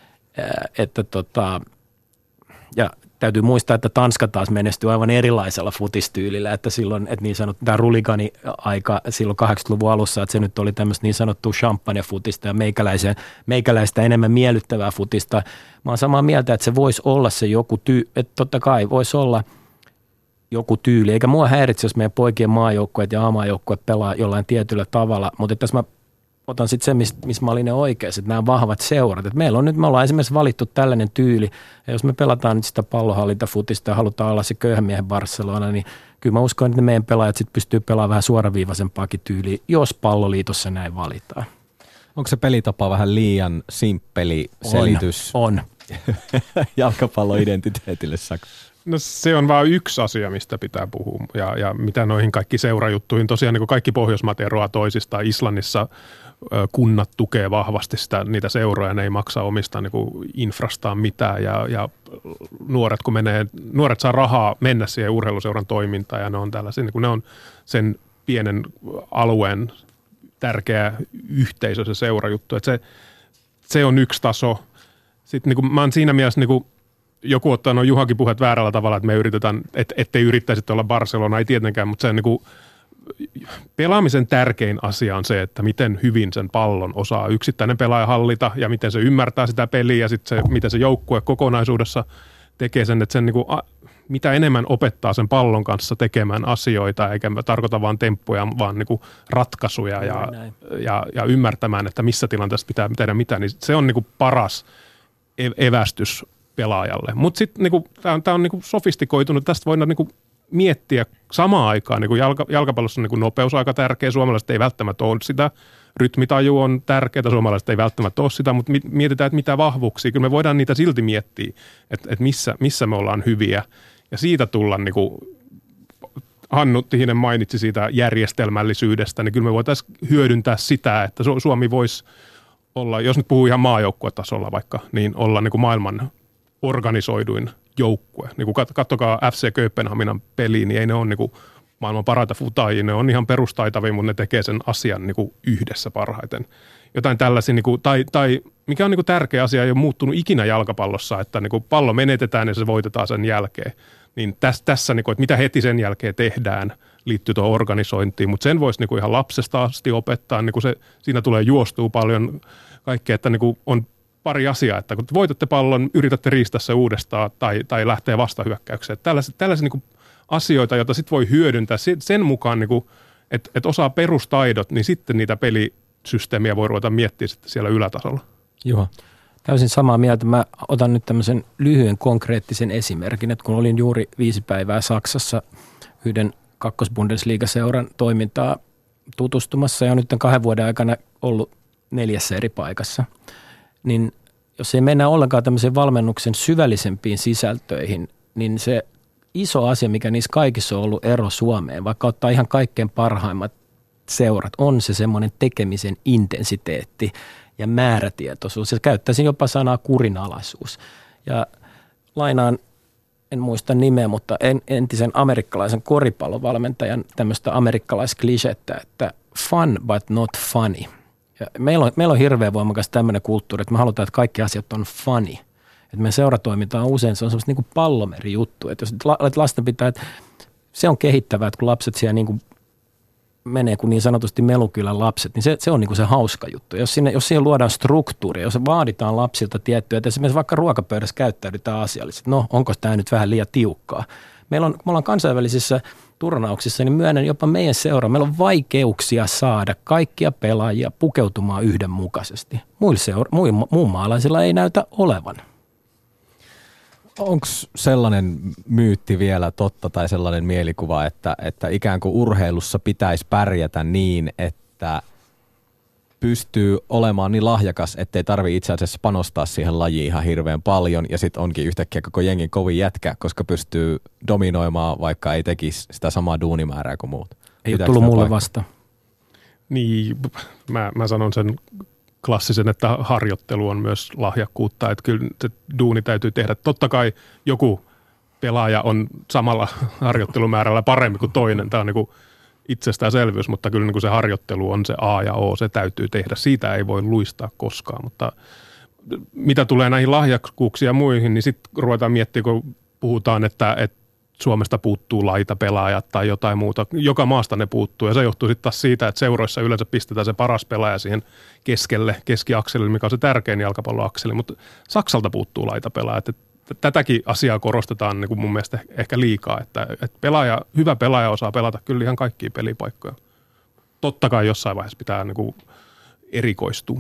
Ja täytyy muistaa, että Tanska taas menestyi aivan erilaisella futistyylillä, että silloin, että niin sanottu, tämä ruligani-aika silloin 80-luvun alussa, että se nyt oli tämmöistä niin sanottua champagne-futista ja meikäläistä enemmän miellyttävää futista. Mä oon samaa mieltä, että se voisi olla se joku että totta kai voisi olla joku tyyli, eikä mua häiritse, jos meidän poikien maajoukkueet ja A-maajoukkueet pelaa jollain tietyllä tavalla, mutta tässä mä otan sitten se, missä mä olin ne oikeassa, että nämä vahvat seurat. Että me ollaan esimerkiksi valittu tällainen tyyli, ja jos me pelataan nyt sitä pallohallintafutista ja halutaan olla se köyhän miehen Barcelona, niin kyllä mä uskon, että meidän pelaajat sitten pystyy pelaamaan vähän suoraviivaisempaakin tyyliä, jos Palloliitossa näin valitaan.
Onko se pelitapa vähän liian simppeli selitys?
On.
Jalkapalloidentiteetille, Saku?
No se on vaan yksi asia, mistä pitää puhua ja mitä noihin kaikki seurajuttuihin. Tosiaan niin kuin kaikki Pohjoismaat eroaa toisistaan. Islannissa kunnat tukee vahvasti niitä seuroja, ne ei maksa omista niin kuin infrastaan mitään ja nuoret saa rahaa mennä siihen urheiluseuran toimintaan ja ne on tällaisia, niin kuin ne on sen pienen alueen tärkeä yhteisö, se seurajuttu. Että se on yksi taso. Sitten niin kuin, mä oon siinä mielessä niin kuin joku ottaa noin Juhakin puheet väärällä tavalla, että me yritetään, ettei yrittäisi olla Barcelona, ei tietenkään, mutta se niin kuin pelaamisen tärkein asia on se, että miten hyvin sen pallon osaa yksittäinen pelaaja hallita ja miten se ymmärtää sitä peliä ja sitten se, miten se joukkue kokonaisuudessa tekee sen, että sen niin kuin, mitä enemmän opettaa sen pallon kanssa tekemään asioita, eikä tarkoita vaan temppuja, vaan niin kuin ratkaisuja ja ymmärtämään, että missä tilanteessa pitää tehdä mitä, niin se on niin kuin paras evästys pelaajalle. Mutta sitten niinku, tämä on niinku sofistikoitunut, tästä voidaan niinku miettiä samaan aikaan. Niinku jalkapallossa on niinku nopeus aika tärkeä, suomalaiset ei välttämättä ole sitä, rytmitaju on tärkeää, suomalaiset ei välttämättä ole sitä, mutta mietitään, että mitä vahvuuksia. Kyllä me voidaan niitä silti miettiä, että missä me ollaan hyviä. Ja siitä tullaan, niinku, Hannu Tihinen mainitsi siitä järjestelmällisyydestä, niin kyllä me voitaisiin hyödyntää sitä, että Suomi voisi olla, jos nyt puhuu ihan maajoukkuetasolla vaikka, niin olla niin kuin maailman organisoiduin joukkue. Niin kuin katsokaa FC Kööpenhaminan peliä, niin ei ne ole niin kuin maailman parhaita futaajia, ne on ihan perustaitavia, mutta ne tekee sen asian niin kuin yhdessä parhaiten. jotain tällaisia, niin kuin, tai mikä on niin kuin tärkeä asia, ei ole muuttunut ikinä jalkapallossa, että niin kuin pallo menetetään ja se voitetaan sen jälkeen. Niin tässä niin kuin, että mitä heti sen jälkeen tehdään, liittyy tuohon organisointiin, mutta sen voisi niin kuin ihan lapsesta asti opettaa, niin kuin siinä tulee juostua paljon kaikkea, että niin kuin on pari asiaa, että kun voitatte pallon, yritätte riistää se uudestaan tai lähtee vastahyökkäykseen. Tällaisia niin kuin asioita, joita sitten voi hyödyntää sen mukaan, niin kuin, että osaa perustaidot, niin sitten niitä pelisysteemiä voi ruveta miettimään sitten siellä ylätasolla.
Juha. Täysin samaa mieltä. Mä otan nyt tämmöisen lyhyen konkreettisen esimerkin, että kun olin juuri 5 päivää Saksassa yhden kakkosbundesliigaseuran toimintaa tutustumassa ja on nyt 2 vuoden aikana ollut 4 eri paikassa, niin jos ei mennä ollenkaan tämmöisen valmennuksen syvällisempiin sisältöihin, niin se iso asia, mikä niissä kaikissa on ollut ero Suomeen, vaikka ottaa ihan kaikkein parhaimmat seurat, on se semmoinen tekemisen intensiteetti ja määrätietoisuus. Ja käyttäisin jopa sanaa kurinalaisuus. Ja lainaan, en muista nimeä, mutta entisen amerikkalaisen koripallovalmentajan tämmöistä amerikkalaisklisettä, että fun but not funny. Ja meillä on hirveän voimakas tämmöinen kulttuuri, että me halutaan, että kaikki asiat on funny. Että meidän seuratoiminta on usein, se on semmoista niin kuin pallomerijuttu. Että jos lasten pitää, että se on kehittävää, että kun lapset siellä niin kuin menee kuin niin sanotusti melukylän lapset, niin se on niin kuin se hauska juttu. Jos siihen luodaan struktuuri, jos vaaditaan lapsilta tiettyä, että esimerkiksi vaikka ruokapöydässä käyttäydytään asiallisesti, no onko tämä nyt vähän liian tiukkaa. Me ollaan kansainvälisissä turnauksissa, niin myönnän jopa meidän seura, meillä on vaikeuksia saada kaikkia pelaajia pukeutumaan yhdenmukaisesti. Muun maalaisilla ei näytä olevan.
Onko sellainen myytti vielä totta tai sellainen mielikuva, että ikään kuin urheilussa pitäisi pärjätä niin, että pystyy olemaan niin lahjakas, ettei tarvitse itse asiassa panostaa siihen lajiin ihan hirveän paljon ja sitten onkin yhtäkkiä koko jengin kovin jätkä, koska pystyy dominoimaan, vaikka ei tekisi sitä samaa duunimäärää kuin muut.
Ei ole tullut mulle vasta.
Niin, mä sanon sen klassisen, että harjoittelu on myös lahjakkuutta, että kyllä se duuni täytyy tehdä. Totta kai joku pelaaja on samalla harjoittelumäärällä paremmin kuin toinen. Tämä on niin kuin itsestäänselvyys, mutta kyllä niin kuin se harjoittelu on se A ja O, se täytyy tehdä. Siitä ei voi luistaa koskaan, mutta mitä tulee näihin lahjakkuuksiin ja muihin, niin sitten ruvetaan miettimään, kun puhutaan, että Suomesta puuttuu laitapelaajat tai jotain muuta. Joka maasta ne puuttuu ja se johtuu sitten taas siitä, että seuroissa yleensä pistetään se paras pelaaja siihen keskiakselille, mikä on se tärkein jalkapalloakseli, mutta Saksalta puuttuu laitapelaajat. Tätäkin asiaa korostetaan niin kuin mun mielestä ehkä liikaa, että hyvä pelaaja osaa pelata kyllä ihan kaikkia pelipaikkoja. Totta kai jossain vaiheessa pitää niin kuin erikoistua.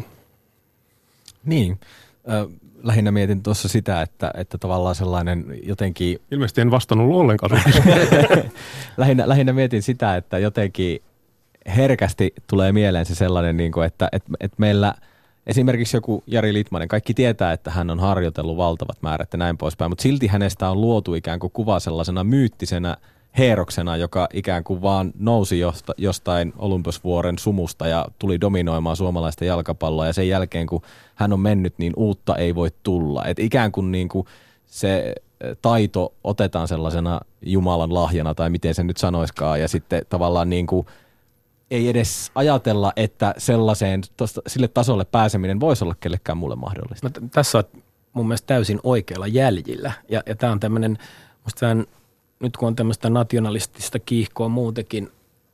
Niin.
Lähinnä mietin tuossa sitä, että tavallaan sellainen jotenkin...
Ilmeisesti en vastannut ollenkaan.
lähinnä mietin sitä, että jotenkin herkästi tulee mieleen se sellainen, että meillä esimerkiksi joku Jari Litmanen, kaikki tietää, että hän on harjoitellut valtavat määrät ja näin poispäin, mutta silti hänestä on luotu ikään kuin kuva sellaisena myyttisenä heeroksena, joka ikään kuin vaan nousi jostain Olympusvuoren sumusta ja tuli dominoimaan suomalaista jalkapalloa ja sen jälkeen kun hän on mennyt, niin uutta ei voi tulla. Et ikään kuin, se taito otetaan sellaisena Jumalan lahjana tai miten se nyt sanoiskaan ja sitten tavallaan ei edes ajatella, että sille tasolle pääseminen voisi olla kellekään mulle mahdollista.
No, tässä on mun mielestä täysin oikealla jäljillä ja tämä on tämmöinen, musta vähän nyt kun on tämmöistä nationalistista kiihkoa muutenkin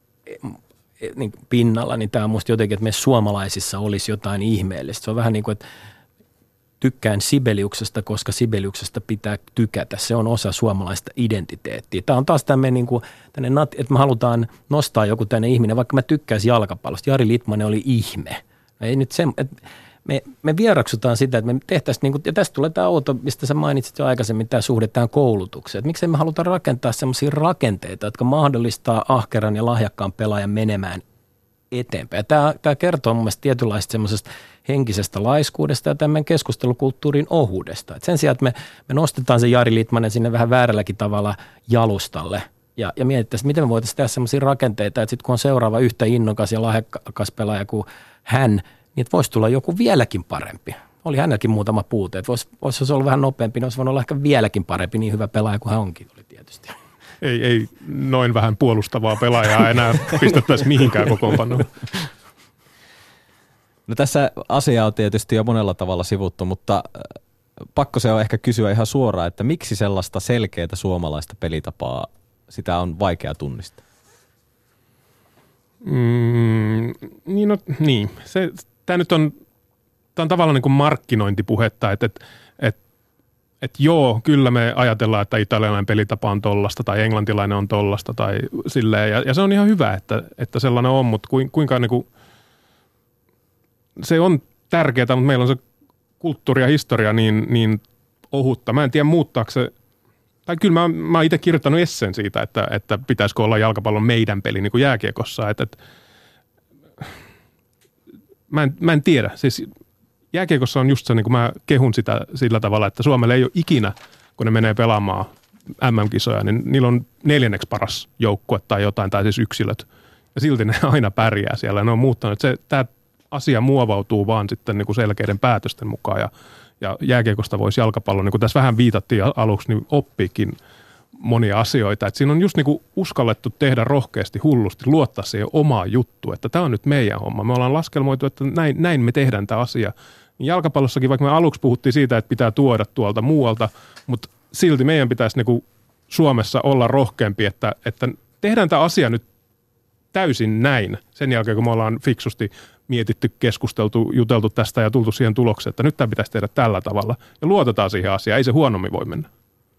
niin pinnalla, niin tämä on musta jotenkin, että meissä suomalaisissa olisi jotain ihmeellistä. Se on vähän niin kuin, että tykkään Sibeliuksesta, koska Sibeliuksesta pitää tykätä. Se on osa suomalaista identiteettiä. Tämä on taas tämmöinen, että me halutaan nostaa joku tänne ihminen, vaikka mä tykkäisin jalkapallosta. Jari Litmanen oli ihme. Ei nyt se, me vieraksutaan sitä, että me tehtäisiin, ja tästä tulee tämä outo, mistä sä mainitsit jo aikaisemmin, tämä suhde tähän koulutukseen. Että miksei me haluta rakentaa sellaisia rakenteita, jotka mahdollistaa ahkeran ja lahjakkaan pelaajan menemään eteenpäin. Tämä kertoo mun mielestä tietynlaista semmoisesta henkisestä laiskuudesta ja tämän keskustelukulttuurin ohuudesta. Et sen sijaan, että me nostetaan se Jari Litmanen sinne vähän väärälläkin tavalla jalustalle ja mietittäisiin, miten me voitaisiin tehdä semmoisia rakenteita, että sitten kun on seuraava yhtä innokas ja lahjakas pelaaja kuin hän, niin että voisi tulla joku vieläkin parempi. Oli hänelläkin muutama puute, että voisi olla vähän nopeampi, niin olisi voinut olla ehkä vieläkin parempi, niin hyvä pelaaja kuin hän onkin, oli tietysti.
Ei noin vähän puolustavaa pelaajaa enää pistettäisi mihinkään kokoonpanoon.
No tässä asiaa on tietysti jo monella tavalla sivuttu, mutta pakko se on ehkä kysyä ihan suoraan, että miksi sellaista selkeää suomalaista pelitapaa sitä on vaikea tunnistaa?
Niin. Tämä nyt on tavallaan niin kuin markkinointipuhetta, että joo, kyllä me ajatellaan, että italialainen pelitapa on tollasta tai englantilainen on tollasta tai silleen. Ja se on ihan hyvä, että sellainen on, mutta kuinka niin kuin, se on tärkeää, mutta meillä on se kulttuuri ja historia niin ohutta. Mä en tiedä muuttaako se, tai kyllä mä oon itse kirjoittanut esseen siitä, että pitäisikö olla jalkapallon meidän peli niin kuin jääkiekossa. Mä en tiedä. Siis jääkiekossa on just se, niin kuin mä kehun sitä sillä tavalla, että Suomella ei ole ikinä, kun ne menee pelaamaan MM-kisoja, niin niillä on 4. paras joukkue tai jotain, tai siis yksilöt. Ja silti ne aina pärjää siellä. Ne on muuttanut. Tämä asia muovautuu vaan sitten niin kuin selkeiden päätösten mukaan. Ja jääkiekosta voisi jalkapallo, niin kuin tässä vähän viitattiin aluksi, niin oppiikin monia asioita. Että siinä on just niin kuin uskallettu tehdä rohkeasti, hullusti, luottaa siihen omaan juttuun, että tämä on nyt meidän homma. Me ollaan laskelmoitu, että näin me tehdään tämä asia. Jalkapallossakin, vaikka me aluksi puhuttiin siitä, että pitää tuoda tuolta muualta, mutta silti meidän pitäisi niin kuin Suomessa olla rohkeampi, että tehdään tämä asia nyt täysin näin. Sen jälkeen, kun me ollaan fiksusti mietitty, keskusteltu, juteltu tästä ja tultu siihen tulokseen, että nyt tämä pitäisi tehdä tällä tavalla. Ja luotetaan siihen asiaan, ei se huonommin voi mennä.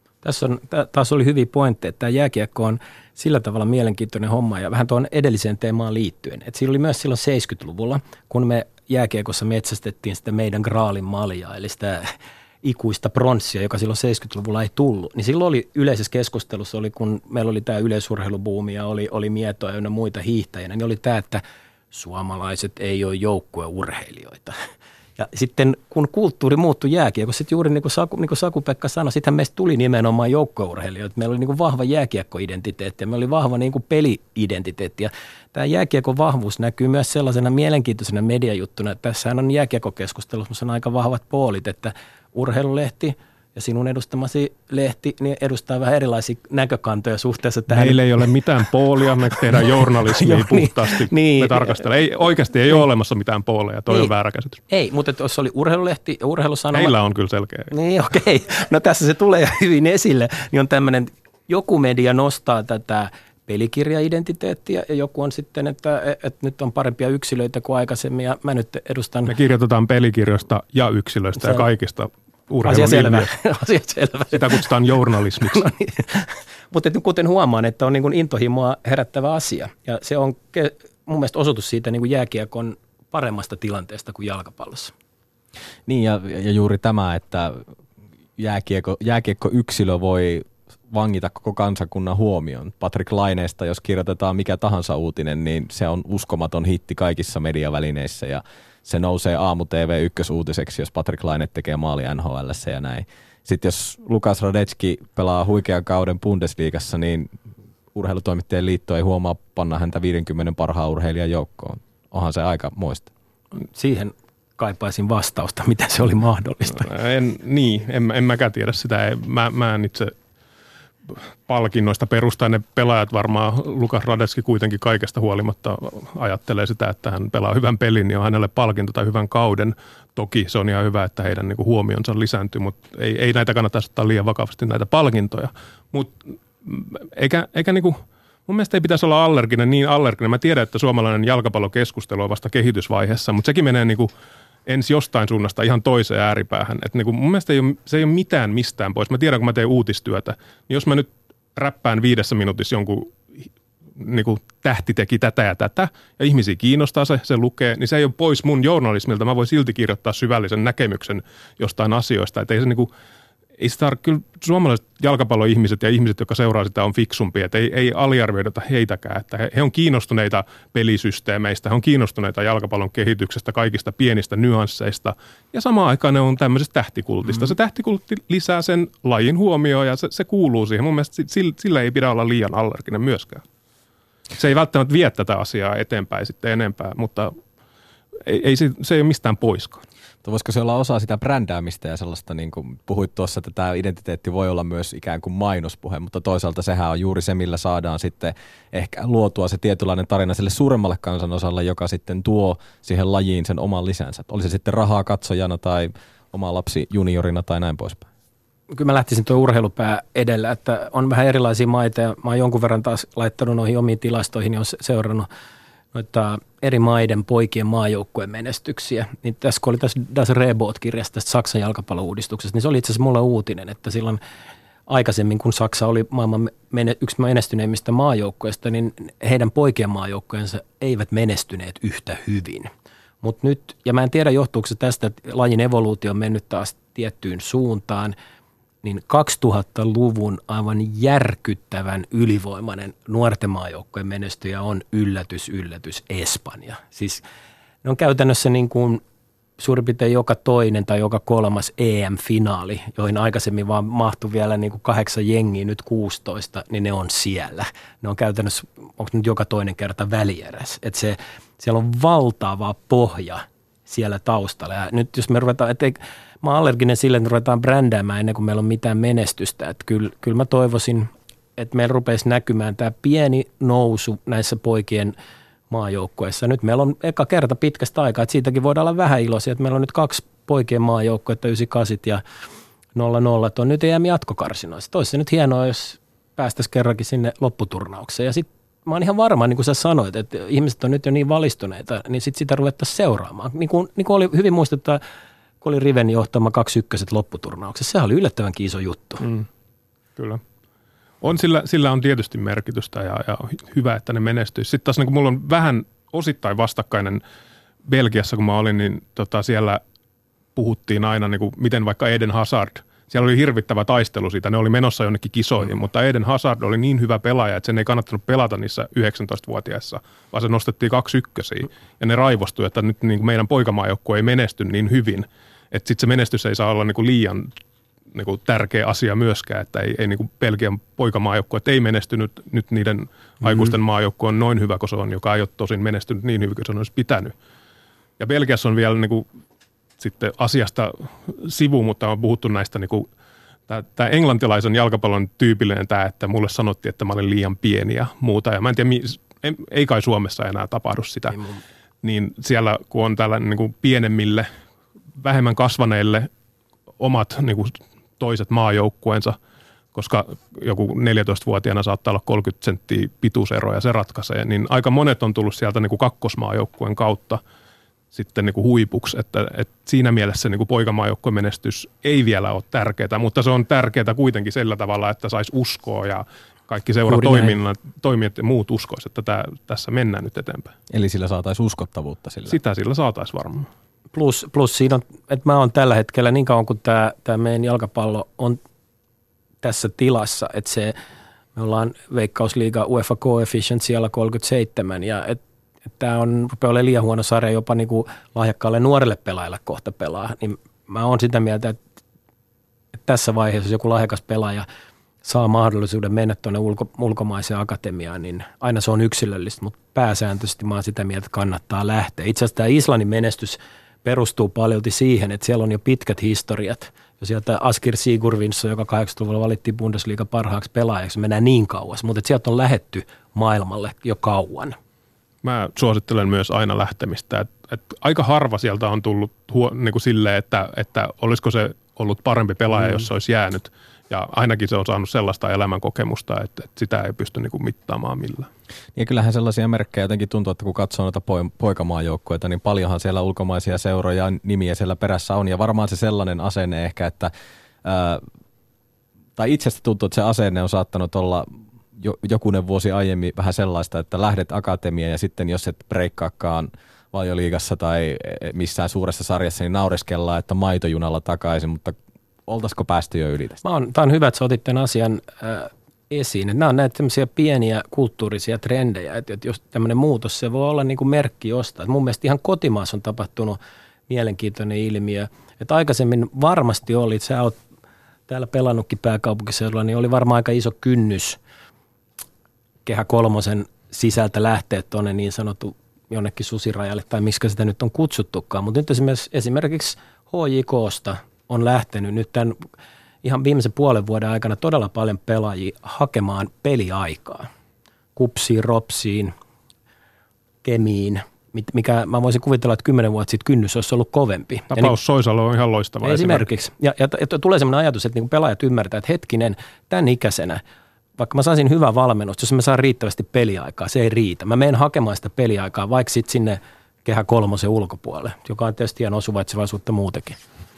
Taas oli hyviä pointteja, että tämä jääkiekko on sillä tavalla mielenkiintoinen homma ja vähän tuon edelliseen teemaan liittyen. Että siinä oli myös silloin 70-luvulla, kun me jääkiekossa metsästettiin sitä meidän graalin maljaa, eli sitä ikuista pronssia, joka silloin 70-luvulla ei tullut. Niin silloin oli yleisessä keskustelussa, kun meillä oli tämä yleisurheilubuumi ja oli mietoja ja muita hiihtäjänä, niin oli tämä, että suomalaiset ei ole joukkueurheilijoita. Ja sitten kun kulttuuri muuttui jääkiekossa, sitten juuri niin kuin Saku-Pekka sanoi, sitten meistä tuli nimenomaan joukkueurheilijoita. Meillä oli niin kuin vahva jääkiekko-identiteetti ja meillä oli vahva niin kuin peli-identiteetti. Ja tämä jääkiekon vahvuus näkyy myös sellaisena mielenkiintoisena mediajuttuna, että tässähän on jääkiekkokeskustelussa on aika vahvat poolit, että urheilulehti ja sinun edustamasi lehti niin edustaa vähän erilaisia näkökantoja suhteessa tähän.
Meillä ei ole mitään poolia, me tehdään journalismia puhtaasti. Me tarkastellaan. Oikeasti ei ole olemassa mitään pooleja, toi on väärä käsitys.
Ei, mutta jos oli urheilulehti ja urheilusanoma.
Meillä on kyllä selkeä.
Niin, okei. No tässä se tulee hyvin esille. Niin on tämmöinen, joku media nostaa tätä pelikirja-identiteettiä ja joku on sitten, että nyt on parempia yksilöitä kuin aikaisemmin ja mä nyt edustan.
Me kirjoitetaan pelikirjoista ja yksilöistä ja kaikista.
Asia selvä.
Sitä kutsutaan journalismiksi.
No niin. Mutta kuten huomaan, että on niin kuin intohimoa herättävä asia. Ja se on mun mielestä osoitus siitä niin kuin jääkiekon paremmasta tilanteesta kuin jalkapallossa.
Niin ja juuri tämä, että jääkiekko-yksilö voi vangita koko kansakunnan huomion. Patrick Laineesta, jos kirjoitetaan mikä tahansa uutinen, niin se on uskomaton hitti kaikissa mediavälineissä ja se nousee aamu-TV ykkösuutiseksi, jos Patrick Laine tekee maali NHL:ssä ja näin. Sitten jos Lukas Radetski pelaa huikean kauden Bundesliigassa, niin urheilutoimittajien liitto ei huomaa panna häntä 50 parhaan urheilijan joukkoon. Onhan se aika moista.
Siihen kaipaisin vastausta, miten se oli mahdollista.
En mäkään tiedä sitä. Mä en itse palkinnoista perustaa. Ne pelaajat varmaan, Lukas Radetski kuitenkin kaikesta huolimatta ajattelee sitä, että hän pelaa hyvän pelin, niin on hänelle palkinto tai hyvän kauden. Toki se on ihan hyvä, että heidän niin kuin huomionsa lisääntyy, mutta ei näitä kannata ottaa liian vakavasti näitä palkintoja. Eikä niin kuin, mun mielestä ei pitäisi olla niin allerginen. Mä tiedän, että suomalainen jalkapallokeskustelu on vasta kehitysvaiheessa, mutta sekin menee niin kuin ensi jostain suunnasta ihan toiseen ääripäähän. Että niin kuin mun mielestä se ei ole mitään mistään pois. Mä tiedän, kun mä teen uutistyötä, niin jos mä nyt räppään 5 minuutissa jonkun niin kuin tähti teki tätä ja tätä, ja ihmisiä kiinnostaa se lukee, niin se ei ole pois mun journalismilta. Mä voin silti kirjoittaa syvällisen näkemyksen jostain asioista. Että ei se niin kuin, ei sitä kyllä suomalaiset jalkapalloihmiset ja ihmiset, jotka seuraa sitä, on fiksumpia. Että ei aliarvioida heitäkään. Että he on kiinnostuneita pelisysteemeistä, he on kiinnostuneita jalkapallon kehityksestä, kaikista pienistä nyansseista. Ja samaan aikaan ne on tämmöisestä tähtikultista. Se tähtikultti lisää sen lajin huomioon ja se kuuluu siihen. Mun mielestä sillä ei pidä olla liian allerginen myöskään. Se ei välttämättä vie tätä asiaa eteenpäin sitten enempää, mutta se ei ole mistään poiskaan.
Voisiko se olla osa sitä brändäämistä ja sellaista, niin kuin puhuit tuossa, että tämä identiteetti voi olla myös ikään kuin mainospuhe, mutta toisaalta sehän on juuri se, millä saadaan sitten ehkä luotua se tietynlainen tarina sille suuremmalle kansanosalle, joka sitten tuo siihen lajiin sen oman lisänsä. Oli se sitten rahaa katsojana tai oma lapsi juniorina tai näin poispäin.
Kyllä mä lähtisin tuo urheilupää edellä, että on vähän erilaisia maita ja mä oon jonkun verran taas laittanut noihin omiin tilastoihin ja on seurannut noita eri maiden poikien maajoukkueen menestyksiä. Niin tässä kun oli tässä Das Reboot-kirjasta tästä Saksan jalkapallouudistuksesta, niin se oli itse asiassa mulle uutinen, että silloin aikaisemmin, kun Saksa oli maailman yksi menestyneimmistä maajoukkueista, niin heidän poikien maajoukkueensa eivät menestyneet yhtä hyvin. Mutta nyt, ja mä en tiedä johtuuko se tästä, että lajin evoluutio on mennyt taas tiettyyn suuntaan, niin 2000-luvun aivan järkyttävän ylivoimainen nuorten maajoukkojen menestyjä on yllätys Espanja. Siis ne on käytännössä niin kuin suurin piirtein joka toinen tai joka kolmas EM-finaali, joihin aikaisemmin vaan mahtui vielä niin kuin 8 jengiä, nyt 16, niin ne on siellä. Ne on käytännössä, onko nyt joka toinen kerta välieräs. Että siellä on valtava pohja siellä taustalla. Ja nyt jos me ruvetaan, mä oon allerginen sille, että ruvetaan brändäämään ennen kuin meillä on mitään menestystä. Että kyllä mä toivoisin, että meillä rupeisi näkymään tämä pieni nousu näissä poikien maajoukkueissa. Nyt meillä on eka kerta pitkästä aikaa, että siitäkin voidaan olla vähän iloisia, että meillä on nyt 2 poikien maajoukkuetta, 98 ja 00 on nyt EM-jatkokarsinoissa. Olisi se nyt hienoa, jos päästäisiin kerrankin sinne lopputurnaukseen. Ja sitten mä oon ihan varma, niin kuin sä sanoit, että ihmiset on nyt jo niin valistuneita, niin sitten sitä ruvettaisiin seuraamaan. Niin kuin oli hyvin muistettua, kun oli Riven johtama 2-1 lopputurnauksessa. Sehän oli yllättävänkin iso juttu.
Kyllä. Sillä on tietysti merkitystä ja hyvä, että ne menestyisi. Sitten taas niin mulla on vähän osittain vastakkainen Belgiassa, kun mä olin, niin siellä puhuttiin aina, niin kuin, miten vaikka Eden Hazard, siellä oli hirvittävä taistelu siitä, ne oli menossa jonnekin kisoihin, mutta Eden Hazard oli niin hyvä pelaaja, että sen ei kannattanut pelata niissä 19-vuotiaissa, vaan se nostettiin 2-1 ja ne raivostui, että nyt niin kuin meidän poikamaajoukkue ei menesty niin hyvin, että sitten se menestys ei saa olla niin kuin liian niin kuin tärkeä asia myöskään, että ei niin kuin Belgian poikamaajoukkue ei menestynyt, nyt niiden aikuisten maajoukkue on noin hyvä kuin se on, joka ei ole tosin menestynyt niin hyvin kuin se olisi pitänyt. Ja Belgiassa on vielä niin kuin sitten asiasta sivu, mutta on puhuttu näistä, niin kuin, tämä englantilaisen jalkapallon tyypillinen tämä, että mulle sanottiin, että mä olin liian pieni ja muuta. Ja mä en tiedä, ei kai Suomessa enää tapahdu sitä. Niin siellä, kun on tällä niin kuin pienemmille, vähemmän kasvaneille omat niin kuin toiset maajoukkueensa, koska joku 14-vuotiaana saattaa olla 30 senttiä pituusero ja se ratkaisee, niin aika monet on tullut sieltä niin kuin kakkosmaajoukkueen kautta sitten niin kuin huipuksi, että siinä mielessä niin kuin poikamaajoukkueen menestys ei vielä ole tärkeää, mutta se on tärkeää kuitenkin sillä tavalla, että saisi uskoa ja kaikki seuratoimijat ja muut uskoisivat, että tässä mennään nyt eteenpäin.
Eli sillä saataisiin uskottavuutta sillä?
Sitä sillä saataisiin varmaan.
Plus siinä on, että mä oon tällä hetkellä niin kauan kuin tämä meidän jalkapallo on tässä tilassa, että me ollaan Veikkausliiga UEFA Coefficient siellä 37 ja tämä rupeaa olemaan liian huono sarja jopa niin kuin lahjakkaalle nuorelle pelaajalle kohta pelaa, niin mä oon sitä mieltä, että tässä vaiheessa, jos joku lahjakas pelaaja saa mahdollisuuden mennä tuonne ulkomaiseen akatemiaan, niin aina se on yksilöllistä, mutta pääsääntöisesti mä oon sitä mieltä, että kannattaa lähteä. Itse asiassa tämä Islannin menestys perustuu paljolti siihen, että siellä on jo pitkät historiat. Ja sieltä Askir Sigurvinsson, joka 80-luvulla valittiin Bundesliga parhaaksi pelaajaksi, mennään niin kauas, mutta sieltä on lähetty maailmalle jo kauan.
Mä suosittelen myös aina lähtemistä, että aika harva sieltä on tullut niin kuin silleen, että olisiko se ollut parempi pelaaja, jos se olisi jäänyt. Ja ainakin se on saanut sellaista elämänkokemusta, että sitä ei pysty niin kuin mittaamaan millään.
Ja kyllähän sellaisia merkkejä jotenkin tuntuu, että kun katsoo noita poikamaajoukkoita, niin paljonhan siellä ulkomaisia seuroja nimiä siellä perässä on. Ja varmaan se sellainen asenne ehkä, että tai itsestä tuntuu, että se asenne on saattanut olla jokunen vuosi aiemmin vähän sellaista, että lähdet akatemiaan ja sitten jos et breikkaakaan Valioliigassa tai missään suuressa sarjassa, niin naureskellaan, että maitojunalla takaisin, mutta oltaisiko päästy jo yli tästä?
Tämä on hyvä, että sä otit tämän asian esiin. Nämä on näitä tämmöisiä pieniä kulttuurisia trendejä, että jos tämmöinen muutos, se voi olla niin kuin merkki jostain. Mun mielestä ihan kotimaassa on tapahtunut mielenkiintoinen ilmiö, että aikaisemmin varmasti oli, että sä oot täällä pelannutkin pääkaupunkiseudulla, niin oli varmaan aika iso kynnys Kehä kolmosen sisältä lähteä tuonne niin sanottu jonnekin susirajalle tai miksi sitä nyt on kutsuttukaan. Mutta nyt esimerkiksi HJK:sta on lähtenyt nyt tämän ihan viimeisen puolen vuoden aikana todella paljon pelaajia hakemaan peliaikaa. Kupsiin, Ropsiin, Kemiin, mikä mä voisin kuvitella, että 10 vuotta sitten kynnys olisi ollut kovempi.
Tapaus Soisalo on ihan loistava
esimerkiksi. Ja tulee sellainen ajatus, että niin pelaajat ymmärtää, että hetkinen, tämän ikäisenä, vaikka mä saisin hyvää valmennusta, jos mä saan riittävästi peliaikaa, se ei riitä. Mä menen hakemaan sitä peliaikaa vaikka sitten sinne Kehä 3 ulkopuolelle, joka on tietysti ihan suvaitsevaisuutta muutenkin.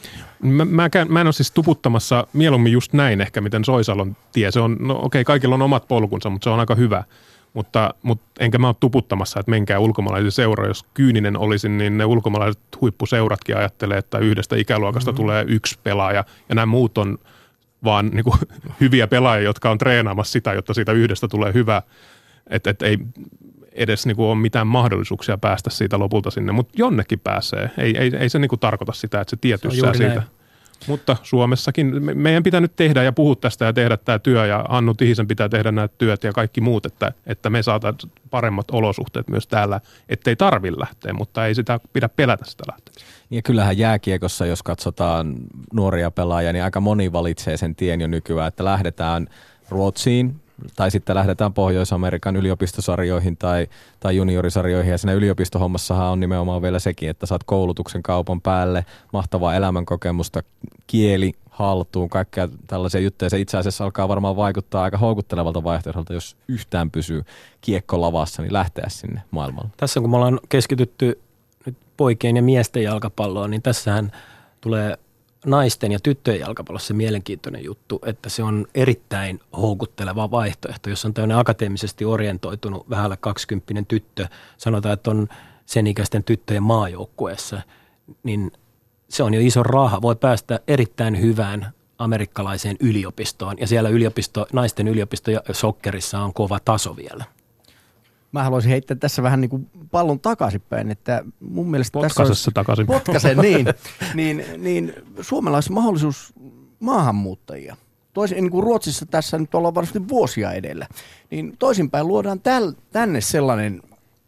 Mä en ole siis tuputtamassa mieluummin just näin ehkä, miten Soisalon tie. Se on, no okei, kaikilla on omat polkunsa, mutta se on aika hyvä. Mutta enkä mä ole tuputtamassa, että menkää ulkomaalaisia seuraa. Jos kyyninen olisin, niin ne ulkomaalaiset huippuseuratkin ajattelee, että yhdestä ikäluokasta tulee yksi pelaaja. Ja nämä muut on vaan niin kuin hyviä pelaajia, jotka on treenaamassa sitä, jotta siitä yhdestä tulee hyvä. Että ei edes niin kuin ole mitään mahdollisuuksia päästä siitä lopulta sinne, mutta jonnekin pääsee. Ei se niin kuin tarkoita sitä, että se tietyssää siitä. Näin. Mutta Suomessakin meidän pitää nyt tehdä ja puhua tästä ja tehdä tämä työ, ja Hannu Tihisen pitää tehdä nämä työt ja kaikki muut, että me saataisiin paremmat olosuhteet myös täällä, ettei tarvitse lähteä, mutta ei sitä pidä pelätä sitä lähteä.
Ja kyllähän jääkiekossa, jos katsotaan nuoria pelaajia, niin aika moni valitsee sen tien jo nykyään, että lähdetään Ruotsiin, tai sitten lähdetään Pohjois-Amerikan yliopistosarjoihin tai juniorisarjoihin, ja siinä yliopistohommassahan on nimenomaan vielä sekin, että saat koulutuksen kaupan päälle, mahtavaa elämänkokemusta, kieli haltuun, kaikkea tällaisia juttuja. Se itse asiassa alkaa varmaan vaikuttaa aika houkuttelevalta vaihtoehdolta, jos yhtään pysyy kiekko lavassa, niin lähteä sinne maailmalle.
Tässä kun me ollaan keskitytty nyt poikien ja miesten jalkapalloon, niin tässähän tulee naisten ja tyttöjen jalkapallossa mielenkiintoinen juttu, että se on erittäin houkutteleva vaihtoehto, jos on tämmöinen akateemisesti orientoitunut vähällä 20 tyttö, sanotaan, että on sen ikäisten tyttöjen maajoukkueessa, niin se on jo iso raha. Voi päästä erittäin hyvään amerikkalaiseen yliopistoon, ja siellä naisten yliopisto ja sokkerissa on kova taso vielä.
Mä haluaisin heittää tässä vähän niin kuin pallon takaisinpäin, että mun mielestä
Potkasessa takaisin.
Potkasen, niin suomalaisessa mahdollisuus maahanmuuttajia. Niin kuin Ruotsissa tässä nyt ollaan varmasti vuosia edellä, niin toisinpäin luodaan tänne sellainen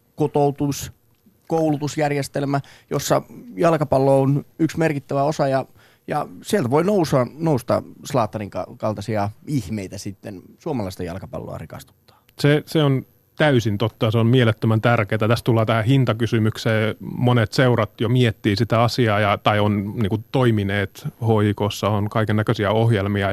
koulutusjärjestelmä, jossa jalkapallo on yksi merkittävä osa ja sieltä voi nousta Zlatanin kaltaisia ihmeitä sitten suomalaista jalkapalloa rikastuttaa.
Se on täysin totta, se on mielettömän tärkeää. Tässä tullaan tähän hintakysymykseen. Monet seurat jo miettii sitä asiaa tai on niin kuin toimineet HJK:ssa, on kaiken näköisiä ohjelmia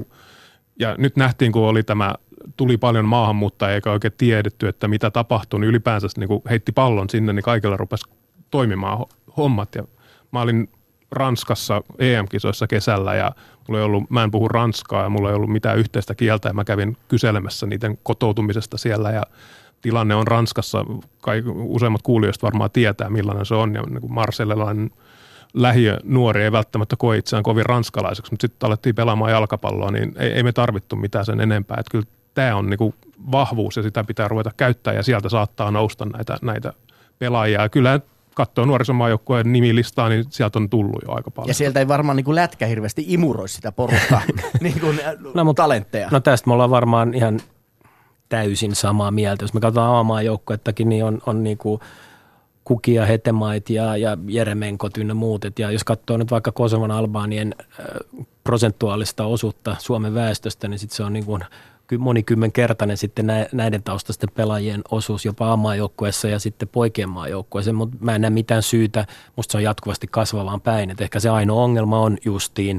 ja nyt nähtiin, kun tuli paljon maahanmuuttajia eikä oikein tiedetty, että mitä tapahtui, niin ylipäänsä niin kun heitti pallon sinne, niin kaikilla rupesi toimimaan hommat. Ja mä olin Ranskassa EM-kisoissa kesällä ja mä en puhu ranskaa ja mulla ei ollut mitään yhteistä kieltä ja mä kävin kyselemässä niiden kotoutumisesta siellä ja tilanne on Ranskassa, useimmat kuulijoista varmaan tietää millainen se on ja niin kuin Marseillelainen lähiönuori ei välttämättä koe itseään kovin ranskalaiseksi, mutta sitten alettiin pelaamaan jalkapalloa, niin ei me tarvittu mitään sen enempää, että kyllä tämä on niin kuin vahvuus ja sitä pitää ruveta käyttää ja sieltä saattaa nousta näitä pelaajia ja kyllä katsoo nuorisomaajoukkueen nimilistaa, niin sieltä on tullut jo aika paljon.
Ja sieltä ei varmaan niin kuin lätkä hirveästi imuroi sitä porukkaa, niin kuin talentteja.
No tästä me ollaan varmaan ihan täysin samaa mieltä. Jos me katsotaan A-maajoukkuettakin, niin on niin kuin Kuki ja Hetemait ja Jeremenkot ynnä muut. Ja jos katsoo nyt vaikka Kosovon Albaanien prosentuaalista osuutta Suomen väestöstä, niin sitten se on niin kuin monikymmenkertainen sitten näiden taustaisten pelaajien osuus jopa A-maajoukkueessa ja sitten poikien maajoukkueessa, mutta mä en näe mitään syytä, musta se on jatkuvasti kasvavaan päin, että ehkä se ainoa ongelma on justiin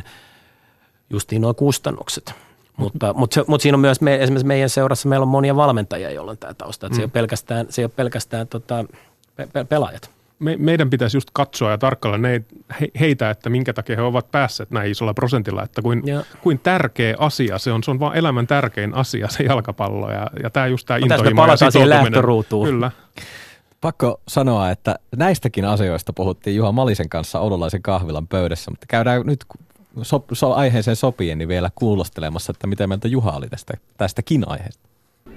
nuo kustannukset. Mutta siinä on myös, esimerkiksi meidän seurassa meillä on monia valmentajia, joilla on tämä tausta, että se ei ole pelkästään pelaajat.
Meidän pitäisi just katsoa ja tarkkailla heitä, että minkä takia he ovat päässeet näin isolla prosentilla, että kuin tärkeä asia se on vaan elämän tärkein asia se jalkapallo ja tämä just tämä intohimo ja sitoutuminen. Kyllä.
Pakko sanoa, että näistäkin asioista puhuttiin Juha Malisen kanssa Oululaisen kahvilan pöydässä, mutta käydään nyt aiheeseen sopien niin vielä kuulostelemassa, että mitä mieltä Juha oli tästäkin aiheesta.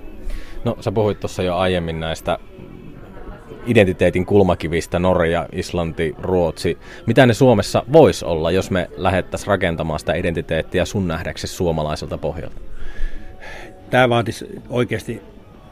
No sä puhuit tuossa jo aiemmin näistä identiteetin kulmakivistä, Norja, Islanti, Ruotsi. Mitä ne Suomessa voisi olla, jos me lähdettäisiin rakentamaan sitä identiteettiä sun nähdäksesi suomalaiselta pohjalta?
Tämä vaatisi oikeasti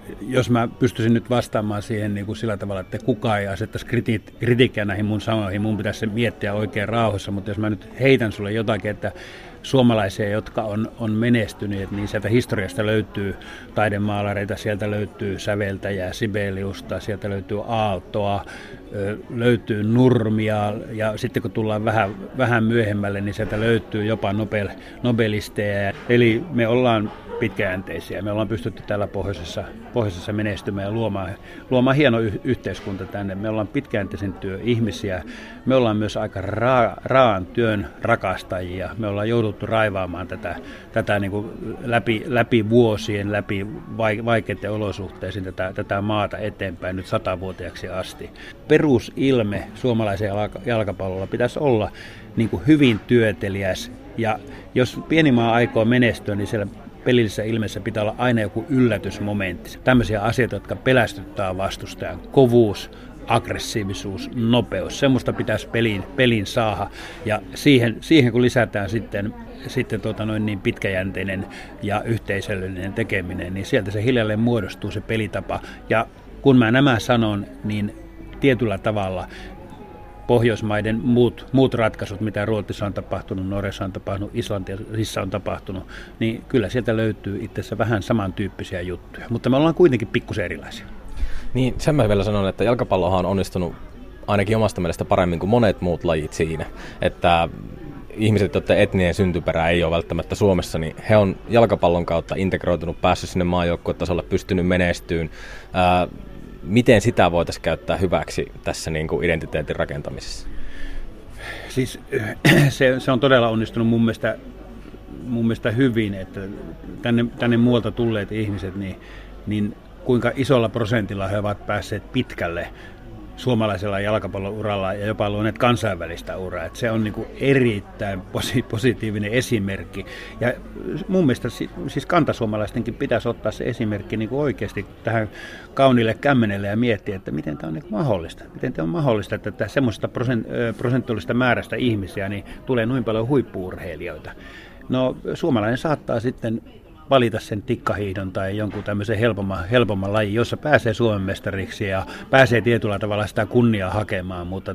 jos mä pystyisin nyt vastaamaan siihen niin kuin sillä tavalla, että kukaan ei asettaisi kritiikkiä näihin mun sanoihin, mun pitäisi se miettiä oikein rauhassa, mutta jos mä nyt heitän sulle jotakin, että suomalaisia, jotka on menestyneet, niin sieltä historiasta löytyy taidemaalareita, sieltä löytyy säveltäjää, Sibeliusta, sieltä löytyy Aaltoa, löytyy Nurmia ja sitten kun tullaan vähän myöhemmälle, niin sieltä löytyy jopa nobelisteja. Eli me ollaan pitkäjänteisiä. Me ollaan pystytty täällä pohjoisessa menestymään ja luomaan hieno yhteiskunta tänne. Me ollaan pitkäjänteisen ihmisiä. Me ollaan myös aika raaan työn rakastajia. Me ollaan jouduttu raivaamaan tätä niin kuin läpi vuosien, läpi vaikeiden olosuhteisiin tätä maata eteenpäin nyt 100-vuotiaaksi asti. Perusilme suomalaisen jalkapallolla pitäisi olla niin kuin hyvin työteliäs. Ja jos pieni maa aikoo menestyä, niin siellä pelillisessä ilmeessä pitää olla aina joku yllätysmomentti. Tämmöisiä asioita, jotka pelästyttää vastustajan. Kovuus, aggressiivisuus, nopeus. Semmoista pitäisi pelin saada. Ja siihen kun lisätään sitten niin pitkäjänteinen ja yhteisöllinen tekeminen, niin sieltä se hiljalleen muodostuu se pelitapa. Ja kun mä nämä sanon, niin tietyllä tavalla Pohjoismaiden muut ratkaisut, mitä Ruotsissa on tapahtunut, Norjassa on tapahtunut, Islannissa on tapahtunut, niin kyllä sieltä löytyy itse asiassa vähän samantyyppisiä juttuja. Mutta me ollaan kuitenkin pikkusen erilaisia.
Niin, sen mä vielä sanon, että jalkapallohan on onnistunut ainakin omasta mielestä paremmin kuin monet muut lajit siinä, että ihmiset, joiden etninen syntyperä ei ole välttämättä Suomessa, niin he on jalkapallon kautta integroitunut, päässyt sinne maajoukkuetasolle, pystynyt menestyyn. Miten sitä voitaisiin käyttää hyväksi tässä niin kuin identiteetin rakentamisessa?
Siis se on todella onnistunut mun mielestä hyvin, että tänne muualta tulleet ihmiset, niin kuinka isolla prosentilla he ovat päässeet pitkälle suomalaisella jalkapallon uralla ja jopa luoneet kansainvälistä uraa. Että se on niin kuin erittäin positiivinen esimerkki. Ja mun mielestä siis kantasuomalaistenkin pitäisi ottaa se esimerkki niin kuin oikeasti tähän kauniille kämmenelle ja miettiä, että miten tämä on niin kuin mahdollista. Miten tämä on mahdollista, että semmoisesta prosentuaalista määrästä ihmisiä niin tulee noin paljon huippu-urheilijoita. No suomalainen saattaa sitten valita sen tikkahiihdon tai jonkun tämmöisen helpomman lajin, jossa pääsee Suomen mestariksi ja pääsee tietyllä tavalla sitä kunniaa hakemaan, mutta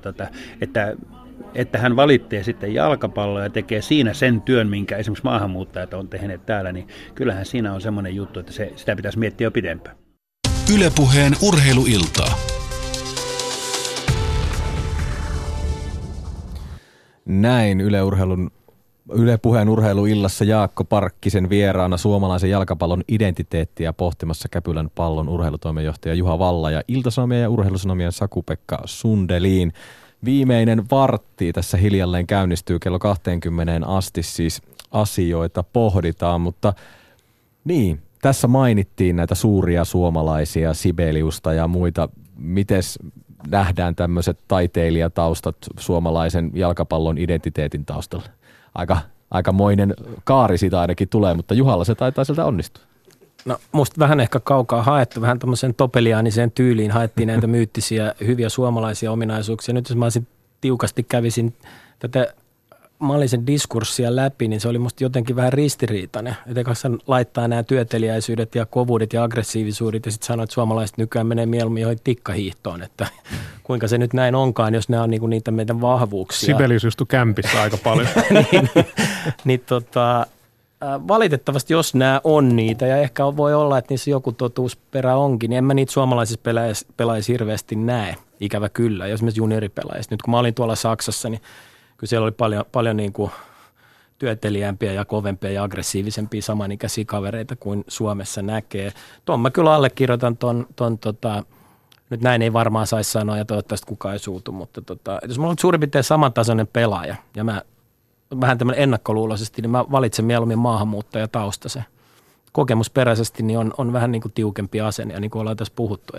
että hän valitsee sitten jalkapalloa ja tekee siinä sen työn, minkä esimerkiksi maahanmuuttajat on tehneet täällä, niin kyllähän siinä on semmoinen juttu, että sitä pitäisi miettiä jo pidempään.
Yle Puheen urheiluiltaa.
Näin Yle Puheen urheiluillassa Jaakko Parkkisen vieraana suomalaisen jalkapallon identiteettiä pohtimassa Käpylän Pallon urheilutoimenjohtaja Juha Valla ja Ilta-Sanomien ja Urheilusanomien Saku-Pekka Sundelin. Viimeinen vartti tässä hiljalleen käynnistyy kello 20 asti, siis asioita pohditaan, mutta niin, tässä mainittiin näitä suuria suomalaisia, Sibeliusta ja muita. Mites nähdään tämmöiset taiteilijataustat suomalaisen jalkapallon identiteetin taustalla? Aikamoinen kaari siitä ainakin tulee, mutta Juhalla se taitaa sieltä onnistua.
No musta vähän ehkä kaukaa haettu, vähän tämmöiseen topeliaaniseen tyyliin haettiin näitä myyttisiä hyviä suomalaisia ominaisuuksia. Nyt jos mä tiukasti kävisin tätä mallisen diskurssia läpi, niin se oli musta jotenkin vähän ristiriitainen. Että kanssa laittaa nämä työteliäisyydet ja kovuudet ja aggressiivisuudet ja sitten sanoo, että suomalaiset nykyään menee mieluummin johon tikkahiihtoon, että kuinka se nyt näin onkaan, jos nämä on niinku niitä meidän vahvuuksia.
Sibelius istui kämpissä aika paljon.
Valitettavasti, jos nämä on niitä, ja ehkä voi olla, että niissä joku totuusperä onkin, niin en mä niitä suomalaisissa pelaajissa hirveästi näe, ikävä kyllä, ja esimerkiksi junioripelaajissa. Nyt kun mä olin tuolla Saksassa, niin kyllä siellä oli paljon niin kuin työteliämpiä ja kovempia ja aggressiivisempia samanikäisiä kavereita kuin Suomessa näkee. Tuon mä kyllä allekirjoitan nyt näin ei varmaan saisi sanoa ja toivottavasti kukaan ei suutu, mutta jos mulla on suurin piirtein samantasoinen pelaaja ja mä vähän tämmöinen ennakkoluuloisesti, niin mä valitsen mieluummin maahanmuuttajataustaisen. Kokemusperäisesti niin on vähän niin kuin tiukempi asenne ja niin kuin ollaan tässä puhuttu,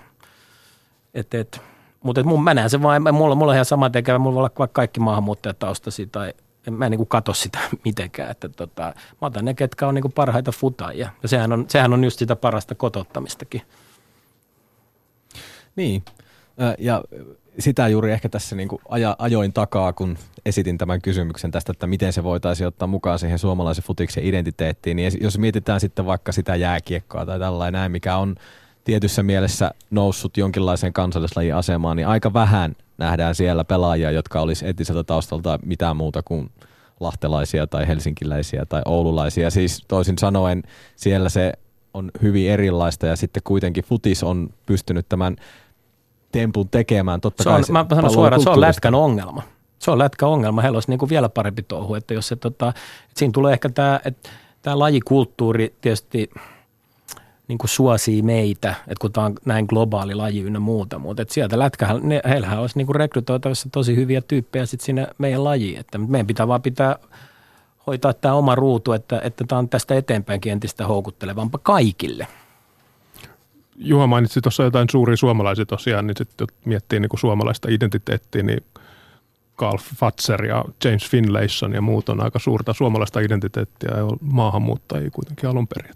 mutta mä näen sen vaan, mulla on ihan sama tekevä, mulla voi olla vaikka kaikki maahanmuuttajataustaisia tai mä en niin kuin katso sitä mitenkään, että mä otan ne, ketkä on niin kuin parhaita futaajia ja sehän on just sitä parasta kotouttamistakin.
Niin, ja sitä juuri ehkä tässä niin kuin ajoin takaa, kun esitin tämän kysymyksen tästä, että miten se voitaisiin ottaa mukaan siihen suomalaisen futiksen identiteettiin. Niin jos mietitään sitten vaikka sitä jääkiekkoa tai tällainen näin, mikä on tietyssä mielessä noussut jonkinlaiseen kansallislajin asemaan, niin aika vähän nähdään siellä pelaajia, jotka olisi etniseltä taustalta mitään muuta kuin lahtelaisia tai helsinkiläisiä tai oululaisia. Siis toisin sanoen siellä se on hyvin erilaista ja sitten kuitenkin futis on pystynyt tämän tempun tekemään. Totta kai
mä sanon suoraan, se on lätkän ongelma. Se on lätkän ongelma. Heillä olisi niin kuin vielä parempi touhu, että jos että siinä tulee ehkä tämä lajikulttuuri tietysti niin kuin suosii meitä, että kun tämä on näin globaali laji ynnä muuta, mutta että sieltä heillähän olisi niin kuin rekrytoitavissa tosi hyviä tyyppejä sitten sinne meidän lajiin, että meidän pitää hoitaa tämä oma ruutu, että tämä on tästä eteenpäinkin entistä houkuttelevampaa kaikille.
Juha mainitsi tuossa jotain suuria suomalaisia tosiaan, niin sitten miettii niin kuin suomalaista identiteettiä, niin Carl Fatser ja James Finlayson ja muut on aika suurta suomalaista identiteettiä ja maahanmuuttajia kuitenkin alun perin.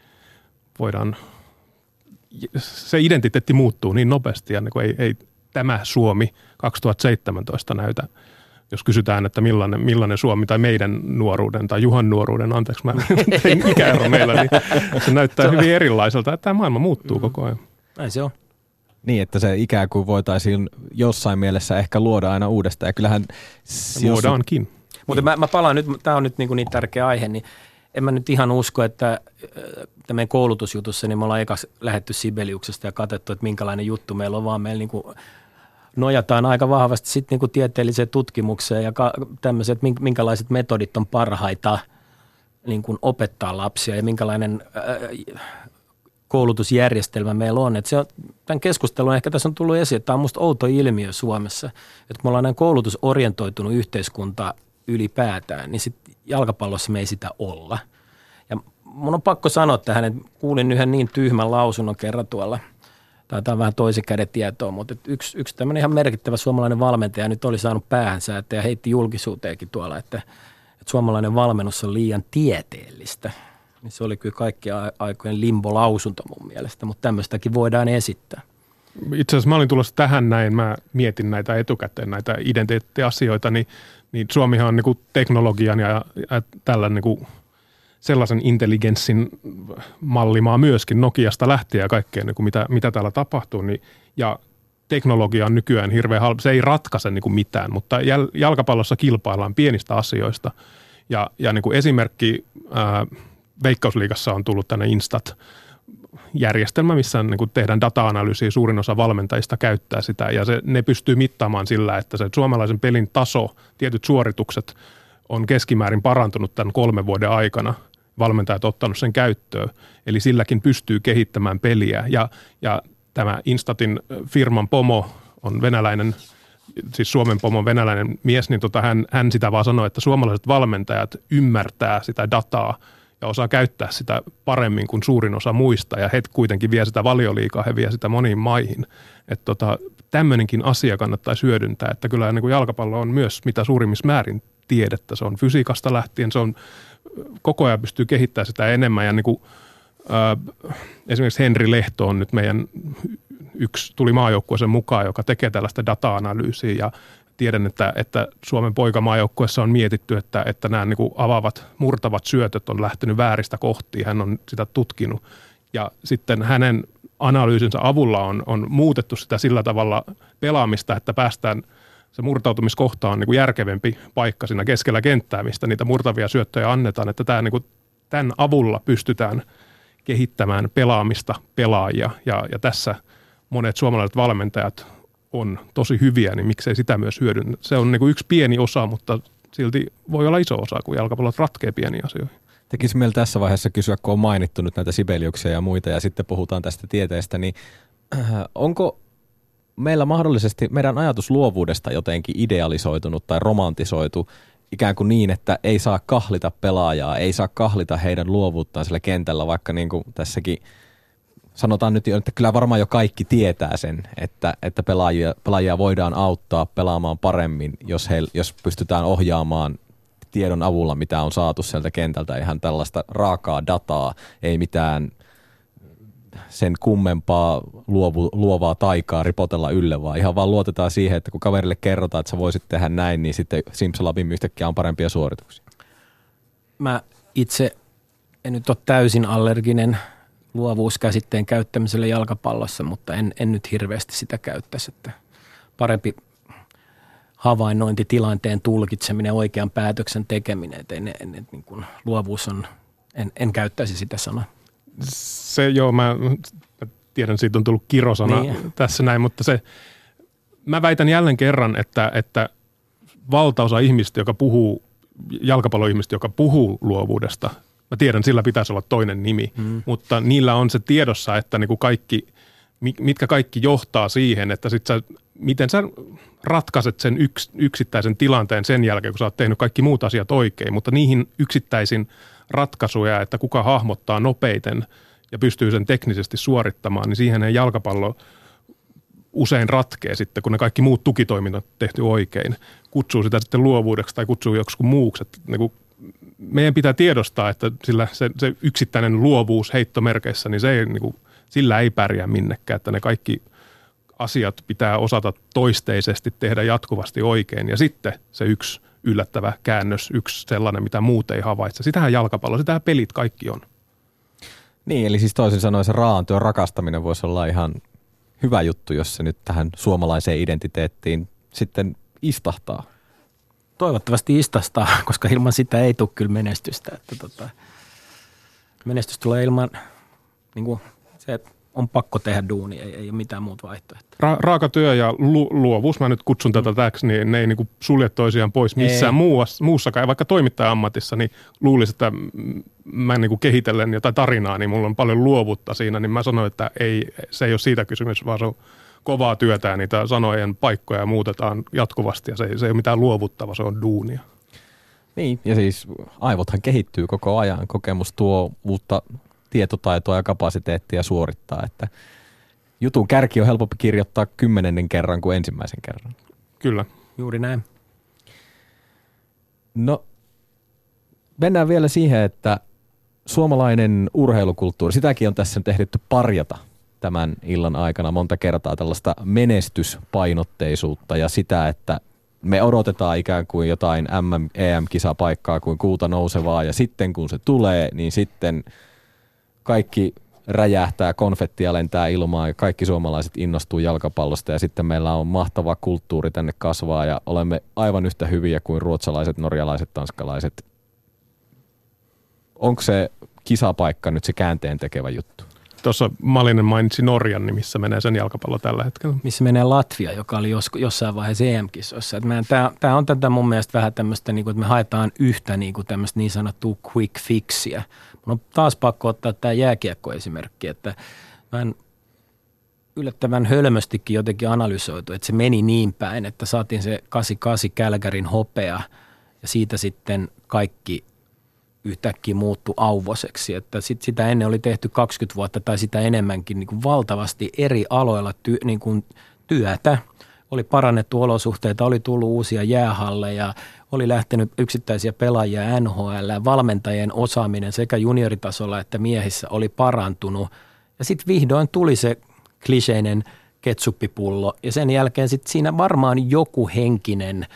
Se identiteetti muuttuu niin nopeasti ja niin kuin ei tämä Suomi 2017 näytä, jos kysytään, että millainen Suomi tai meidän nuoruuden tai Juhan nuoruuden, anteeksi mä tein ikäero meillä, niin se näyttää hyvin erilaiselta, että tämä maailma muuttuu koko ajan.
Näin se on.
Niin, että se ikään kuin voitaisiin jossain mielessä ehkä luoda aina uudestaan. Ja kyllähän
luodaankin.
Mutta mä palaan nyt, tämä on nyt niin tärkeä aihe, niin en mä nyt ihan usko, että tämän koulutusjutussa niin me ollaan eka lähdetty Sibeliuksesta ja katsottu, että minkälainen juttu meillä on, vaan meillä niin kuin nojataan aika vahvasti sitten niin kuin tieteelliseen tutkimukseen ja tämmöiset, minkälaiset metodit on parhaita niin kuin opettaa lapsia ja minkälainen koulutusjärjestelmä meillä on. Että tämän keskustelun ehkä tässä on tullut esiin, että tämä on musta outo ilmiö Suomessa, että kun me ollaan näin koulutusorientoitunut yhteiskunta ylipäätään, niin sitten jalkapallossa me ei sitä olla. Ja mun on pakko sanoa tähän, että kuulin yhden niin tyhmän lausunnon kerran tuolla, tai tämä on vähän toisen käden tietoa, mutta yksi tämmöinen ihan merkittävä suomalainen valmentaja nyt oli saanut päähänsä ja heitti julkisuuteenkin tuolla, että suomalainen valmennus on liian tieteellistä. Niin se oli kyllä kaikkien aikojen limbo-lausunto mun mielestä, mutta tämmöistäkin voidaan esittää.
Itse asiassa mä olin tulossa tähän näin, mä mietin näitä etukäteen, näitä identiteettiasioita, niin Suomihan on niin kuin teknologian ja tällä niin kuin sellaisen intelligenssin mallimaa myöskin Nokiasta lähtien ja kaikkea, niin kuin mitä täällä tapahtuu. Niin, ja teknologia on nykyään hirveän halpa. Se ei ratkaise niin kuin mitään, mutta jalkapallossa kilpaillaan pienistä asioista. Ja niin kuin esimerkki Veikkausliigassa on tullut tänne Instat-järjestelmä, missä niin kuin tehdään data-analyysiä, suurin osa valmentajista käyttää sitä ja ne pystyy mittaamaan sillä, että se suomalaisen pelin taso, tietyt suoritukset on keskimäärin parantunut tämän 3 vuoden aikana. Valmentajat on ottanut sen käyttöön, eli silläkin pystyy kehittämään peliä ja tämä Instatin firman pomo on venäläinen, siis Suomen pomon venäläinen mies, niin hän sitä vaan sanoi, että suomalaiset valmentajat ymmärtää sitä dataa ja osaa käyttää sitä paremmin kuin suurin osa muista, ja he kuitenkin vie sitä Valioliigaa, he vie sitä moniin maihin. Että tämmöinenkin asia kannattaisi hyödyntää, että kyllä niin kuin jalkapallo on myös mitä suurimmissa määrin tiedettä. Se on fysiikasta lähtien, se on koko ajan pystyy kehittämään sitä enemmän, ja niin kuin, esimerkiksi Henri Lehto on nyt meidän tuli maajoukkueeseen mukaan, joka tekee tällaista data-analyysiä, ja tiedän, että Suomen poikamaajoukkueessa on mietitty, että nämä niin kuin avaavat, murtavat syötöt on lähtenyt vääristä kohtiin. Hän on sitä tutkinut. Ja sitten hänen analyysinsä avulla on muutettu sitä sillä tavalla pelaamista, että päästään, se murtautumiskohta on niin kuin järkevempi paikka siinä keskellä kenttää, mistä niitä murtavia syöttöjä annetaan. Että tämä, niin kuin, tämän avulla pystytään kehittämään pelaamista, pelaajia. Ja tässä monet suomalaiset valmentajat on tosi hyviä, niin miksei sitä myös hyödynnä. Se on niin kuin yksi pieni osa, mutta silti voi olla iso osa, kun jalkapallot ratkee pieniä asioita.
Tekisi meillä tässä vaiheessa kysyä, kun on mainittu nyt näitä Sibeliuksia ja muita, ja sitten puhutaan tästä tieteestä, niin onko meillä mahdollisesti meidän ajatus luovuudesta jotenkin idealisoitunut tai romantisoitu ikään kuin niin, että ei saa kahlita pelaajaa, ei saa kahlita heidän luovuuttaan sillä kentällä, vaikka niin kuin tässäkin sanotaan nyt jo, että kyllä varmaan jo kaikki tietää sen, että pelaajia voidaan auttaa pelaamaan paremmin, jos pystytään ohjaamaan tiedon avulla, mitä on saatu sieltä kentältä, ihan tällaista raakaa dataa, ei mitään sen kummempaa luovaa taikaa ripotella ylle, vaan ihan vaan luotetaan siihen, että kun kaverille kerrotaan, että sä voisit tehdä näin, niin sitten Simsalabim yhtäkkiä on parempia suorituksia. Mä
itse en nyt ole täysin allerginen luovuuskäsitteen käyttämiselle jalkapallossa, mutta en nyt hirveästi sitä käyttäisi, että parempi havainnointi, tilanteen tulkitseminen, oikean päätöksen tekeminen, että niin kuin luovuus on, en käyttäisi sitä sanaa.
Se joo, mä tiedän, siitä on tullut kirosana tässä näin, mutta mä väitän jälleen kerran, että valtaosa ihmistä, joka puhuu, jalkapalloihmistä, joka puhuu luovuudesta, mä tiedän, sillä pitäisi olla toinen nimi, mutta niillä on se tiedossa, että niinku mitkä kaikki johtaa siihen, että miten sä ratkaiset sen yksittäisen tilanteen sen jälkeen, kun sä oot tehnyt kaikki muut asiat oikein, mutta niihin yksittäisin ratkaisuja, että kuka hahmottaa nopeiten ja pystyy sen teknisesti suorittamaan, niin siihen ei jalkapallo usein ratkee sitten, kun ne kaikki muut tukitoiminnot tehty oikein. Kutsuu sitä sitten luovuudeksi tai kutsuu joksikin muuksi. Niin meidän pitää tiedostaa, että se yksittäinen luovuus heittomerkeissä, niin sillä ei pärjää minnekään, että ne kaikki asiat pitää osata toisteisesti tehdä jatkuvasti oikein. Ja sitten se yksi yllättävä käännös, yksi sellainen, mitä muut ei havaitse. Sitähän jalkapallo, sitähän pelit kaikki on.
Niin, eli siis toisin sanoen se raaan työn rakastaminen voisi olla ihan hyvä juttu, jos se nyt tähän suomalaiseen identiteettiin sitten istahtaa.
Toivottavasti istahtaa, koska ilman sitä ei tule kyllä menestystä. Että menestys tulee ilman, niin kuin se on pakko tehdä duuni, ei ole mitään muuta vaihtoehtoa.
Raaka työ ja luovuus, mä nyt kutsun tätä täksi, niin ne ei niin kuin sulje toisiaan pois missään muussakaan. Vaikka toimittaja-ammatissa, niin luulisin, että mä niin kuin kehitellen jotain tarinaa, niin mulla on paljon luovuutta siinä, niin mä sanoin, että se ei ole siitä kysymys, vaan se on kovaa työtä ja niitä sanojen paikkoja muutetaan jatkuvasti ja se ei ole mitään luovuttavaa, se on duunia.
Niin, ja siis aivothan kehittyy koko ajan, kokemus tuo uutta tietotaitoa ja kapasiteettia suorittaa, että jutun kärki on helpompi kirjoittaa 10. kerran kuin ensimmäisen kerran.
Kyllä.
Juuri näin.
No, mennään vielä siihen, että suomalainen urheilukulttuuri, sitäkin on tässä nyt ehditty parjata tämän illan aikana monta kertaa, tällaista menestyspainotteisuutta ja sitä, että me odotetaan ikään kuin jotain EM-kisapaikkaa kuin kuuta nousevaa ja sitten kun se tulee, niin sitten kaikki räjähtää, konfettia lentää ilmaan ja kaikki suomalaiset innostuu jalkapallosta ja sitten meillä on mahtava kulttuuri tänne kasvaa ja olemme aivan yhtä hyviä kuin ruotsalaiset, norjalaiset, tanskalaiset. Onko se kisapaikka nyt se käänteen tekevä juttu?
Tuossa Malinen mainitsi Norjan, niin missä menee sen jalkapallo tällä hetkellä?
Missä menee Latvia, joka oli jossain vaiheessa EM-kisoissa. Tämä on tätä mun mielestä vähän tämmöistä, että me haetaan yhtä tämmöistä niin sanottua quick fixia. Mun on taas pakko ottaa tämä jääkiekko-esimerkki, että mä en yllättävän hölmöstikin jotenkin analysoitu, että se meni niin päin, että saatiin se 88 Kälkärin hopea ja siitä sitten kaikki yhtäkkiä muuttui auvoseksi, että sitä ennen oli tehty 20 vuotta tai sitä enemmänkin niin kuin valtavasti eri aloilla työtä. Oli parannettu olosuhteita, oli tullut uusia jäähalleja, oli lähtenyt yksittäisiä pelaajia NHL, valmentajien osaaminen sekä junioritasolla että miehissä oli parantunut. Ja sitten vihdoin tuli se kliseinen ketsuppipullo ja sen jälkeen sitten siinä varmaan joku henkinen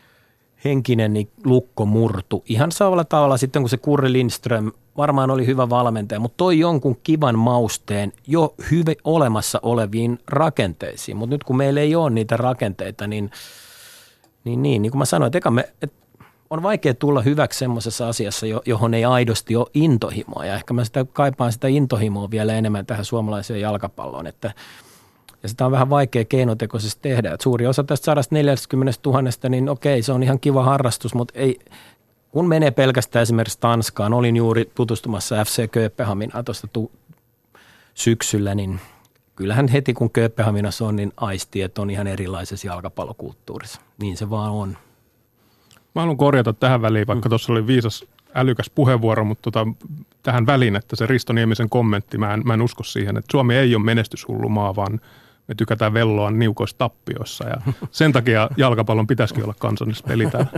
niin lukko murtu. Ihan samalla tavalla sitten, kun se Kurri Lindström varmaan oli hyvä valmentaja, mutta toi jonkun kivan mausteen jo hyvin olemassa oleviin rakenteisiin. Mutta nyt kun meillä ei ole niitä rakenteita, niin kuin mä sanoin, että on vaikea tulla hyväksi semmoisessa asiassa, johon ei aidosti ole intohimoa. Ja ehkä mä kaipaan sitä intohimoa vielä enemmän tähän suomalaiseen jalkapalloon, ja sitä on vähän vaikea keinotekoisesti tehdä. Et suuri osa tästä 140 000, niin okei, se on ihan kiva harrastus, mutta ei, kun menee pelkästään esimerkiksi Tanskaan, olin juuri tutustumassa FC Kööpenhaminaan tuosta syksyllä, niin kyllähän heti kun Kööpenhaminassa on, niin aistii, että on ihan erilaisessa jalkapallokulttuurissa. Niin se vaan on.
Mä haluan korjata tähän väliin, vaikka tuossa oli viisas älykäs puheenvuoro, mutta tähän väliin, että se Risto Niemisen kommentti, mä en usko siihen, että Suomi ei ole menestyshullu maa, vaan me tykätään velloa niukoissa tappioissa ja sen takia jalkapallon pitäisikin olla kansallispeli täällä.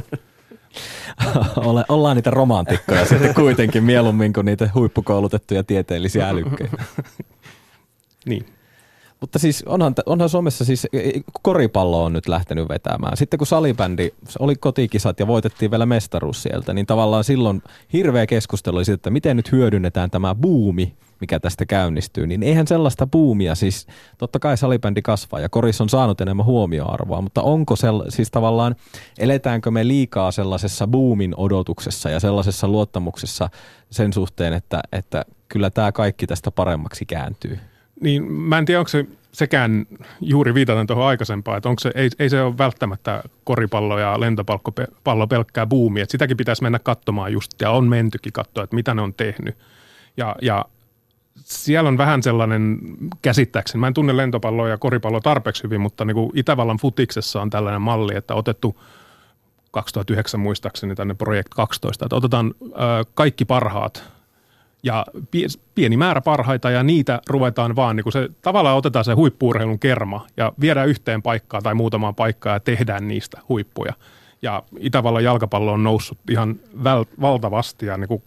Ollaan niitä romantikkoja sitten kuitenkin mieluummin kuin niitä huippukoulutettuja tieteellisiä älykköjä.
Niin.
Mutta siis onhan Suomessa siis koripallo on nyt lähtenyt vetämään. Sitten kun salibändi oli kotikisat ja voitettiin vielä mestaruus sieltä, niin tavallaan silloin hirveä keskustelu oli siitä, että miten nyt hyödynnetään tämä buumi, mikä tästä käynnistyy. Niin eihän sellaista buumia, siis totta kai salibändi kasvaa ja koris on saanut enemmän huomioarvoa, mutta onko siis tavallaan, eletäänkö me liikaa sellaisessa boomin odotuksessa ja sellaisessa luottamuksessa sen suhteen, että kyllä tämä kaikki tästä paremmaksi kääntyy?
Niin mä en tiedä, onko se sekään juuri viitaten tuohon aikaisempaan, että onko se, ei se ole välttämättä koripallo ja lentopallo pelkkää buumia, että sitäkin pitäisi mennä katsomaan just, ja on mentykin katsoa, että mitä ne on tehnyt. Ja siellä on vähän sellainen käsittääkseni, mä en tunne lentopalloa ja koripalloa tarpeeksi hyvin, mutta niin kuin Itävallan futiksessa on tällainen malli, että otettu 2009 muistaakseni tänne Project 12, että otetaan kaikki parhaat ja pieni määrä parhaita ja niitä ruvetaan vaan, niin kuin se, tavallaan otetaan se huippu-urheilun kerma ja viedään yhteen paikkaan tai muutamaan paikkaan ja tehdään niistä huippuja. Ja Itävallan jalkapallo on noussut ihan valtavasti ja niin kuin,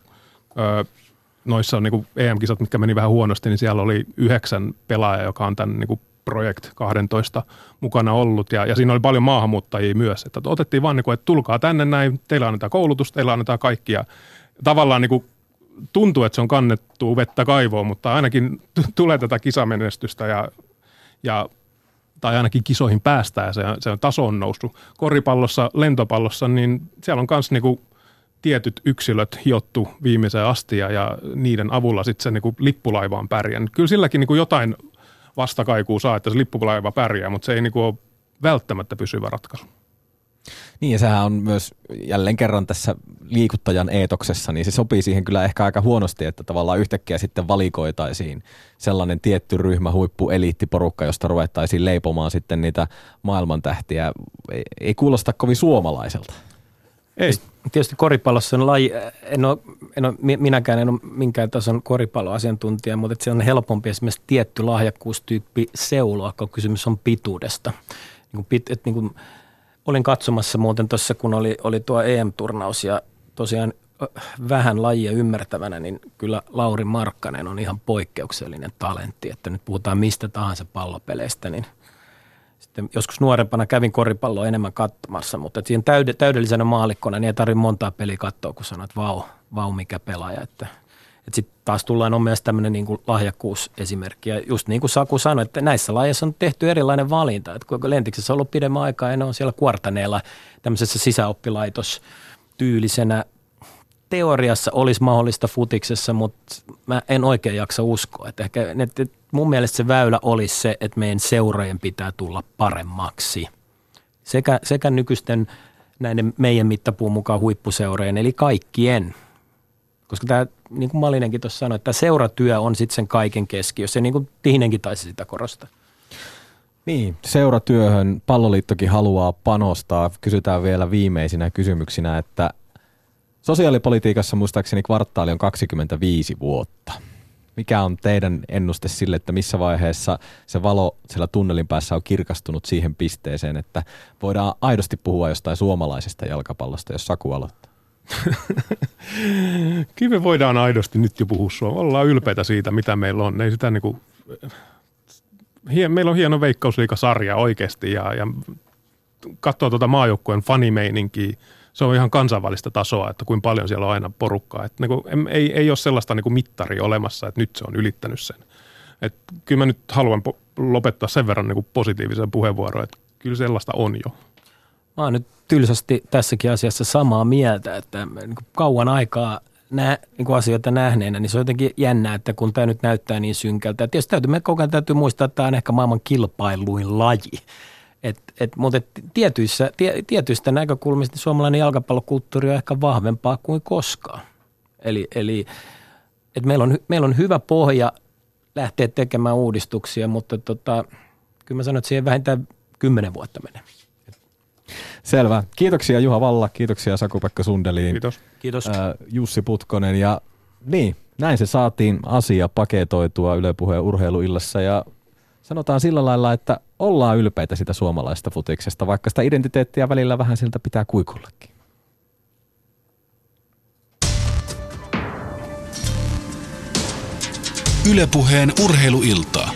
noissa on niin kuin EM-kisat, mitkä meni vähän huonosti, niin siellä oli 9 pelaajaa, joka on tämän niin kuin Project 12 mukana ollut ja siinä oli paljon maahanmuuttajia myös, että otettiin vaan niin kuin, että tulkaa tänne näin, teillä annetaan koulutus, teillä annetaan kaikki ja tavallaan niin kuin tuntuu, että se on kannettu vettä kaivoon, mutta ainakin tulee tätä kisamenestystä tai ainakin kisoihin päästään ja se on taso on noussut. Koripallossa, lentopallossa, niin siellä on myös niinku tietyt yksilöt hiottu viimeiseen asti ja niiden avulla sitten se niinku lippulaiva on pärjännyt. Kyllä silläkin niinku jotain vastakaikua saa, että se lippulaiva pärjää, mutta se ei niinku ole välttämättä pysyvä ratkaisu.
Niin ja sehän on myös jälleen kerran tässä liikuttajan eetoksessa, niin se sopii siihen kyllä ehkä aika huonosti, että tavallaan yhtäkkiä sitten valikoitaisiin sellainen tietty ryhmä, huippueliittiporukka, josta ruvettaisiin leipomaan sitten niitä maailmantähtiä. Ei kuulosta kovin suomalaiselta.
Ei.
Tietysti koripallossa on laji, minäkään en ole minkään tason koripalloasiantuntija, mutta se on helpompi esimerkiksi tietty lahjakkuustyyppi seuloa, kun kysymys on pituudesta. Olin katsomassa muuten tuossa, kun oli tuo EM-turnaus ja tosiaan vähän lajia ymmärtävänä, niin kyllä Lauri Markkanen on ihan poikkeuksellinen talentti, että nyt puhutaan mistä tahansa pallopeleistä, niin sitten joskus nuorempana kävin koripalloa enemmän katsomassa, mutta siinä täydellisenä maallikkona niin ei tarvitse montaa peliä katsoa, kun sanoit, että vau mikä pelaaja, että sitten taas tullaan on myös tämmöinen niin kuin lahjakkuusesimerkki. Ja just niin kuin Saku sanoi, että näissä lajeissa on tehty erilainen valinta. Että kun Lentiksessä on ollut pidemmän aikaa ja ne on siellä kuortaneella tämmöisessä sisäoppilaitostyylisenä. Teoriassa olisi mahdollista futiksessa, mutta mä en oikein jaksa uskoa. Että ehkä, mun mielestä se väylä olisi se, että meidän seurojen pitää tulla paremmaksi. Sekä nykyisten näiden meidän mittapuun mukaan huippuseurojen, eli kaikkien. Koska tämä, niin kuin Malinenkin tuossa sanoi, että tämä seuratyö on sitten sen kaiken keskiössä. Ja niin kuin Tihinenkin taisi sitä korostaa.
Niin, seuratyöhön Palloliittokin haluaa panostaa. Kysytään vielä viimeisinä kysymyksinä, että sosiaalipolitiikassa muistaakseni kvartaali on 25 vuotta. Mikä on teidän ennuste sille, että missä vaiheessa se valo siellä tunnelin päässä on kirkastunut siihen pisteeseen, että voidaan aidosti puhua jostain suomalaisesta jalkapallosta, jos Saku aloittaa?
Kyllä me voidaan aidosti nyt jo puhua suomalaisesta. Ollaan ylpeitä siitä, mitä meillä on. Ei sitä niinku, meillä on hieno Veikkausliiga-sarja oikeasti ja katsoo tuota maajoukkueen fanimeininkiä. Se on ihan kansainvälistä tasoa, että kuinka paljon siellä on aina porukkaa. Että niinku, ei ole sellaista niinku mittaria olemassa, että nyt se on ylittänyt sen. Et kyllä mä nyt haluan lopettaa sen verran niinku positiivisen puheenvuoron, että kyllä sellaista on jo.
Mä oon nyt tylsästi tässäkin asiassa samaa mieltä, että niin kauan aikaa niin asioita nähneenä, niin se on jotenkin jännää, että kun tämä nyt näyttää niin synkältä. Tietysti koko ajan täytyy muistaa, että tämä on ehkä maailman kilpailuin laji. Mutta tietyistä näkökulmista suomalainen jalkapallokulttuuri on ehkä vahvempaa kuin koskaan. Eli että meillä on hyvä pohja lähteä tekemään uudistuksia, mutta kyllä mä sanon, että siihen vähintään 10 vuotta menee.
Selvä. Kiitoksia Juha Valla, kiitoksia Saku-Pekka Sundelin.
Kiitos.
Jussi Putkonen ja niin, näin se saatiin asia paketoitua Yle Puheen urheiluillassa ja sanotaan sillä lailla, että ollaan ylpeitä sitä suomalaista futiksesta, vaikka sitä identiteettiä välillä vähän siltä pitää kuikullakin.
Yle Puheen urheiluiltaa.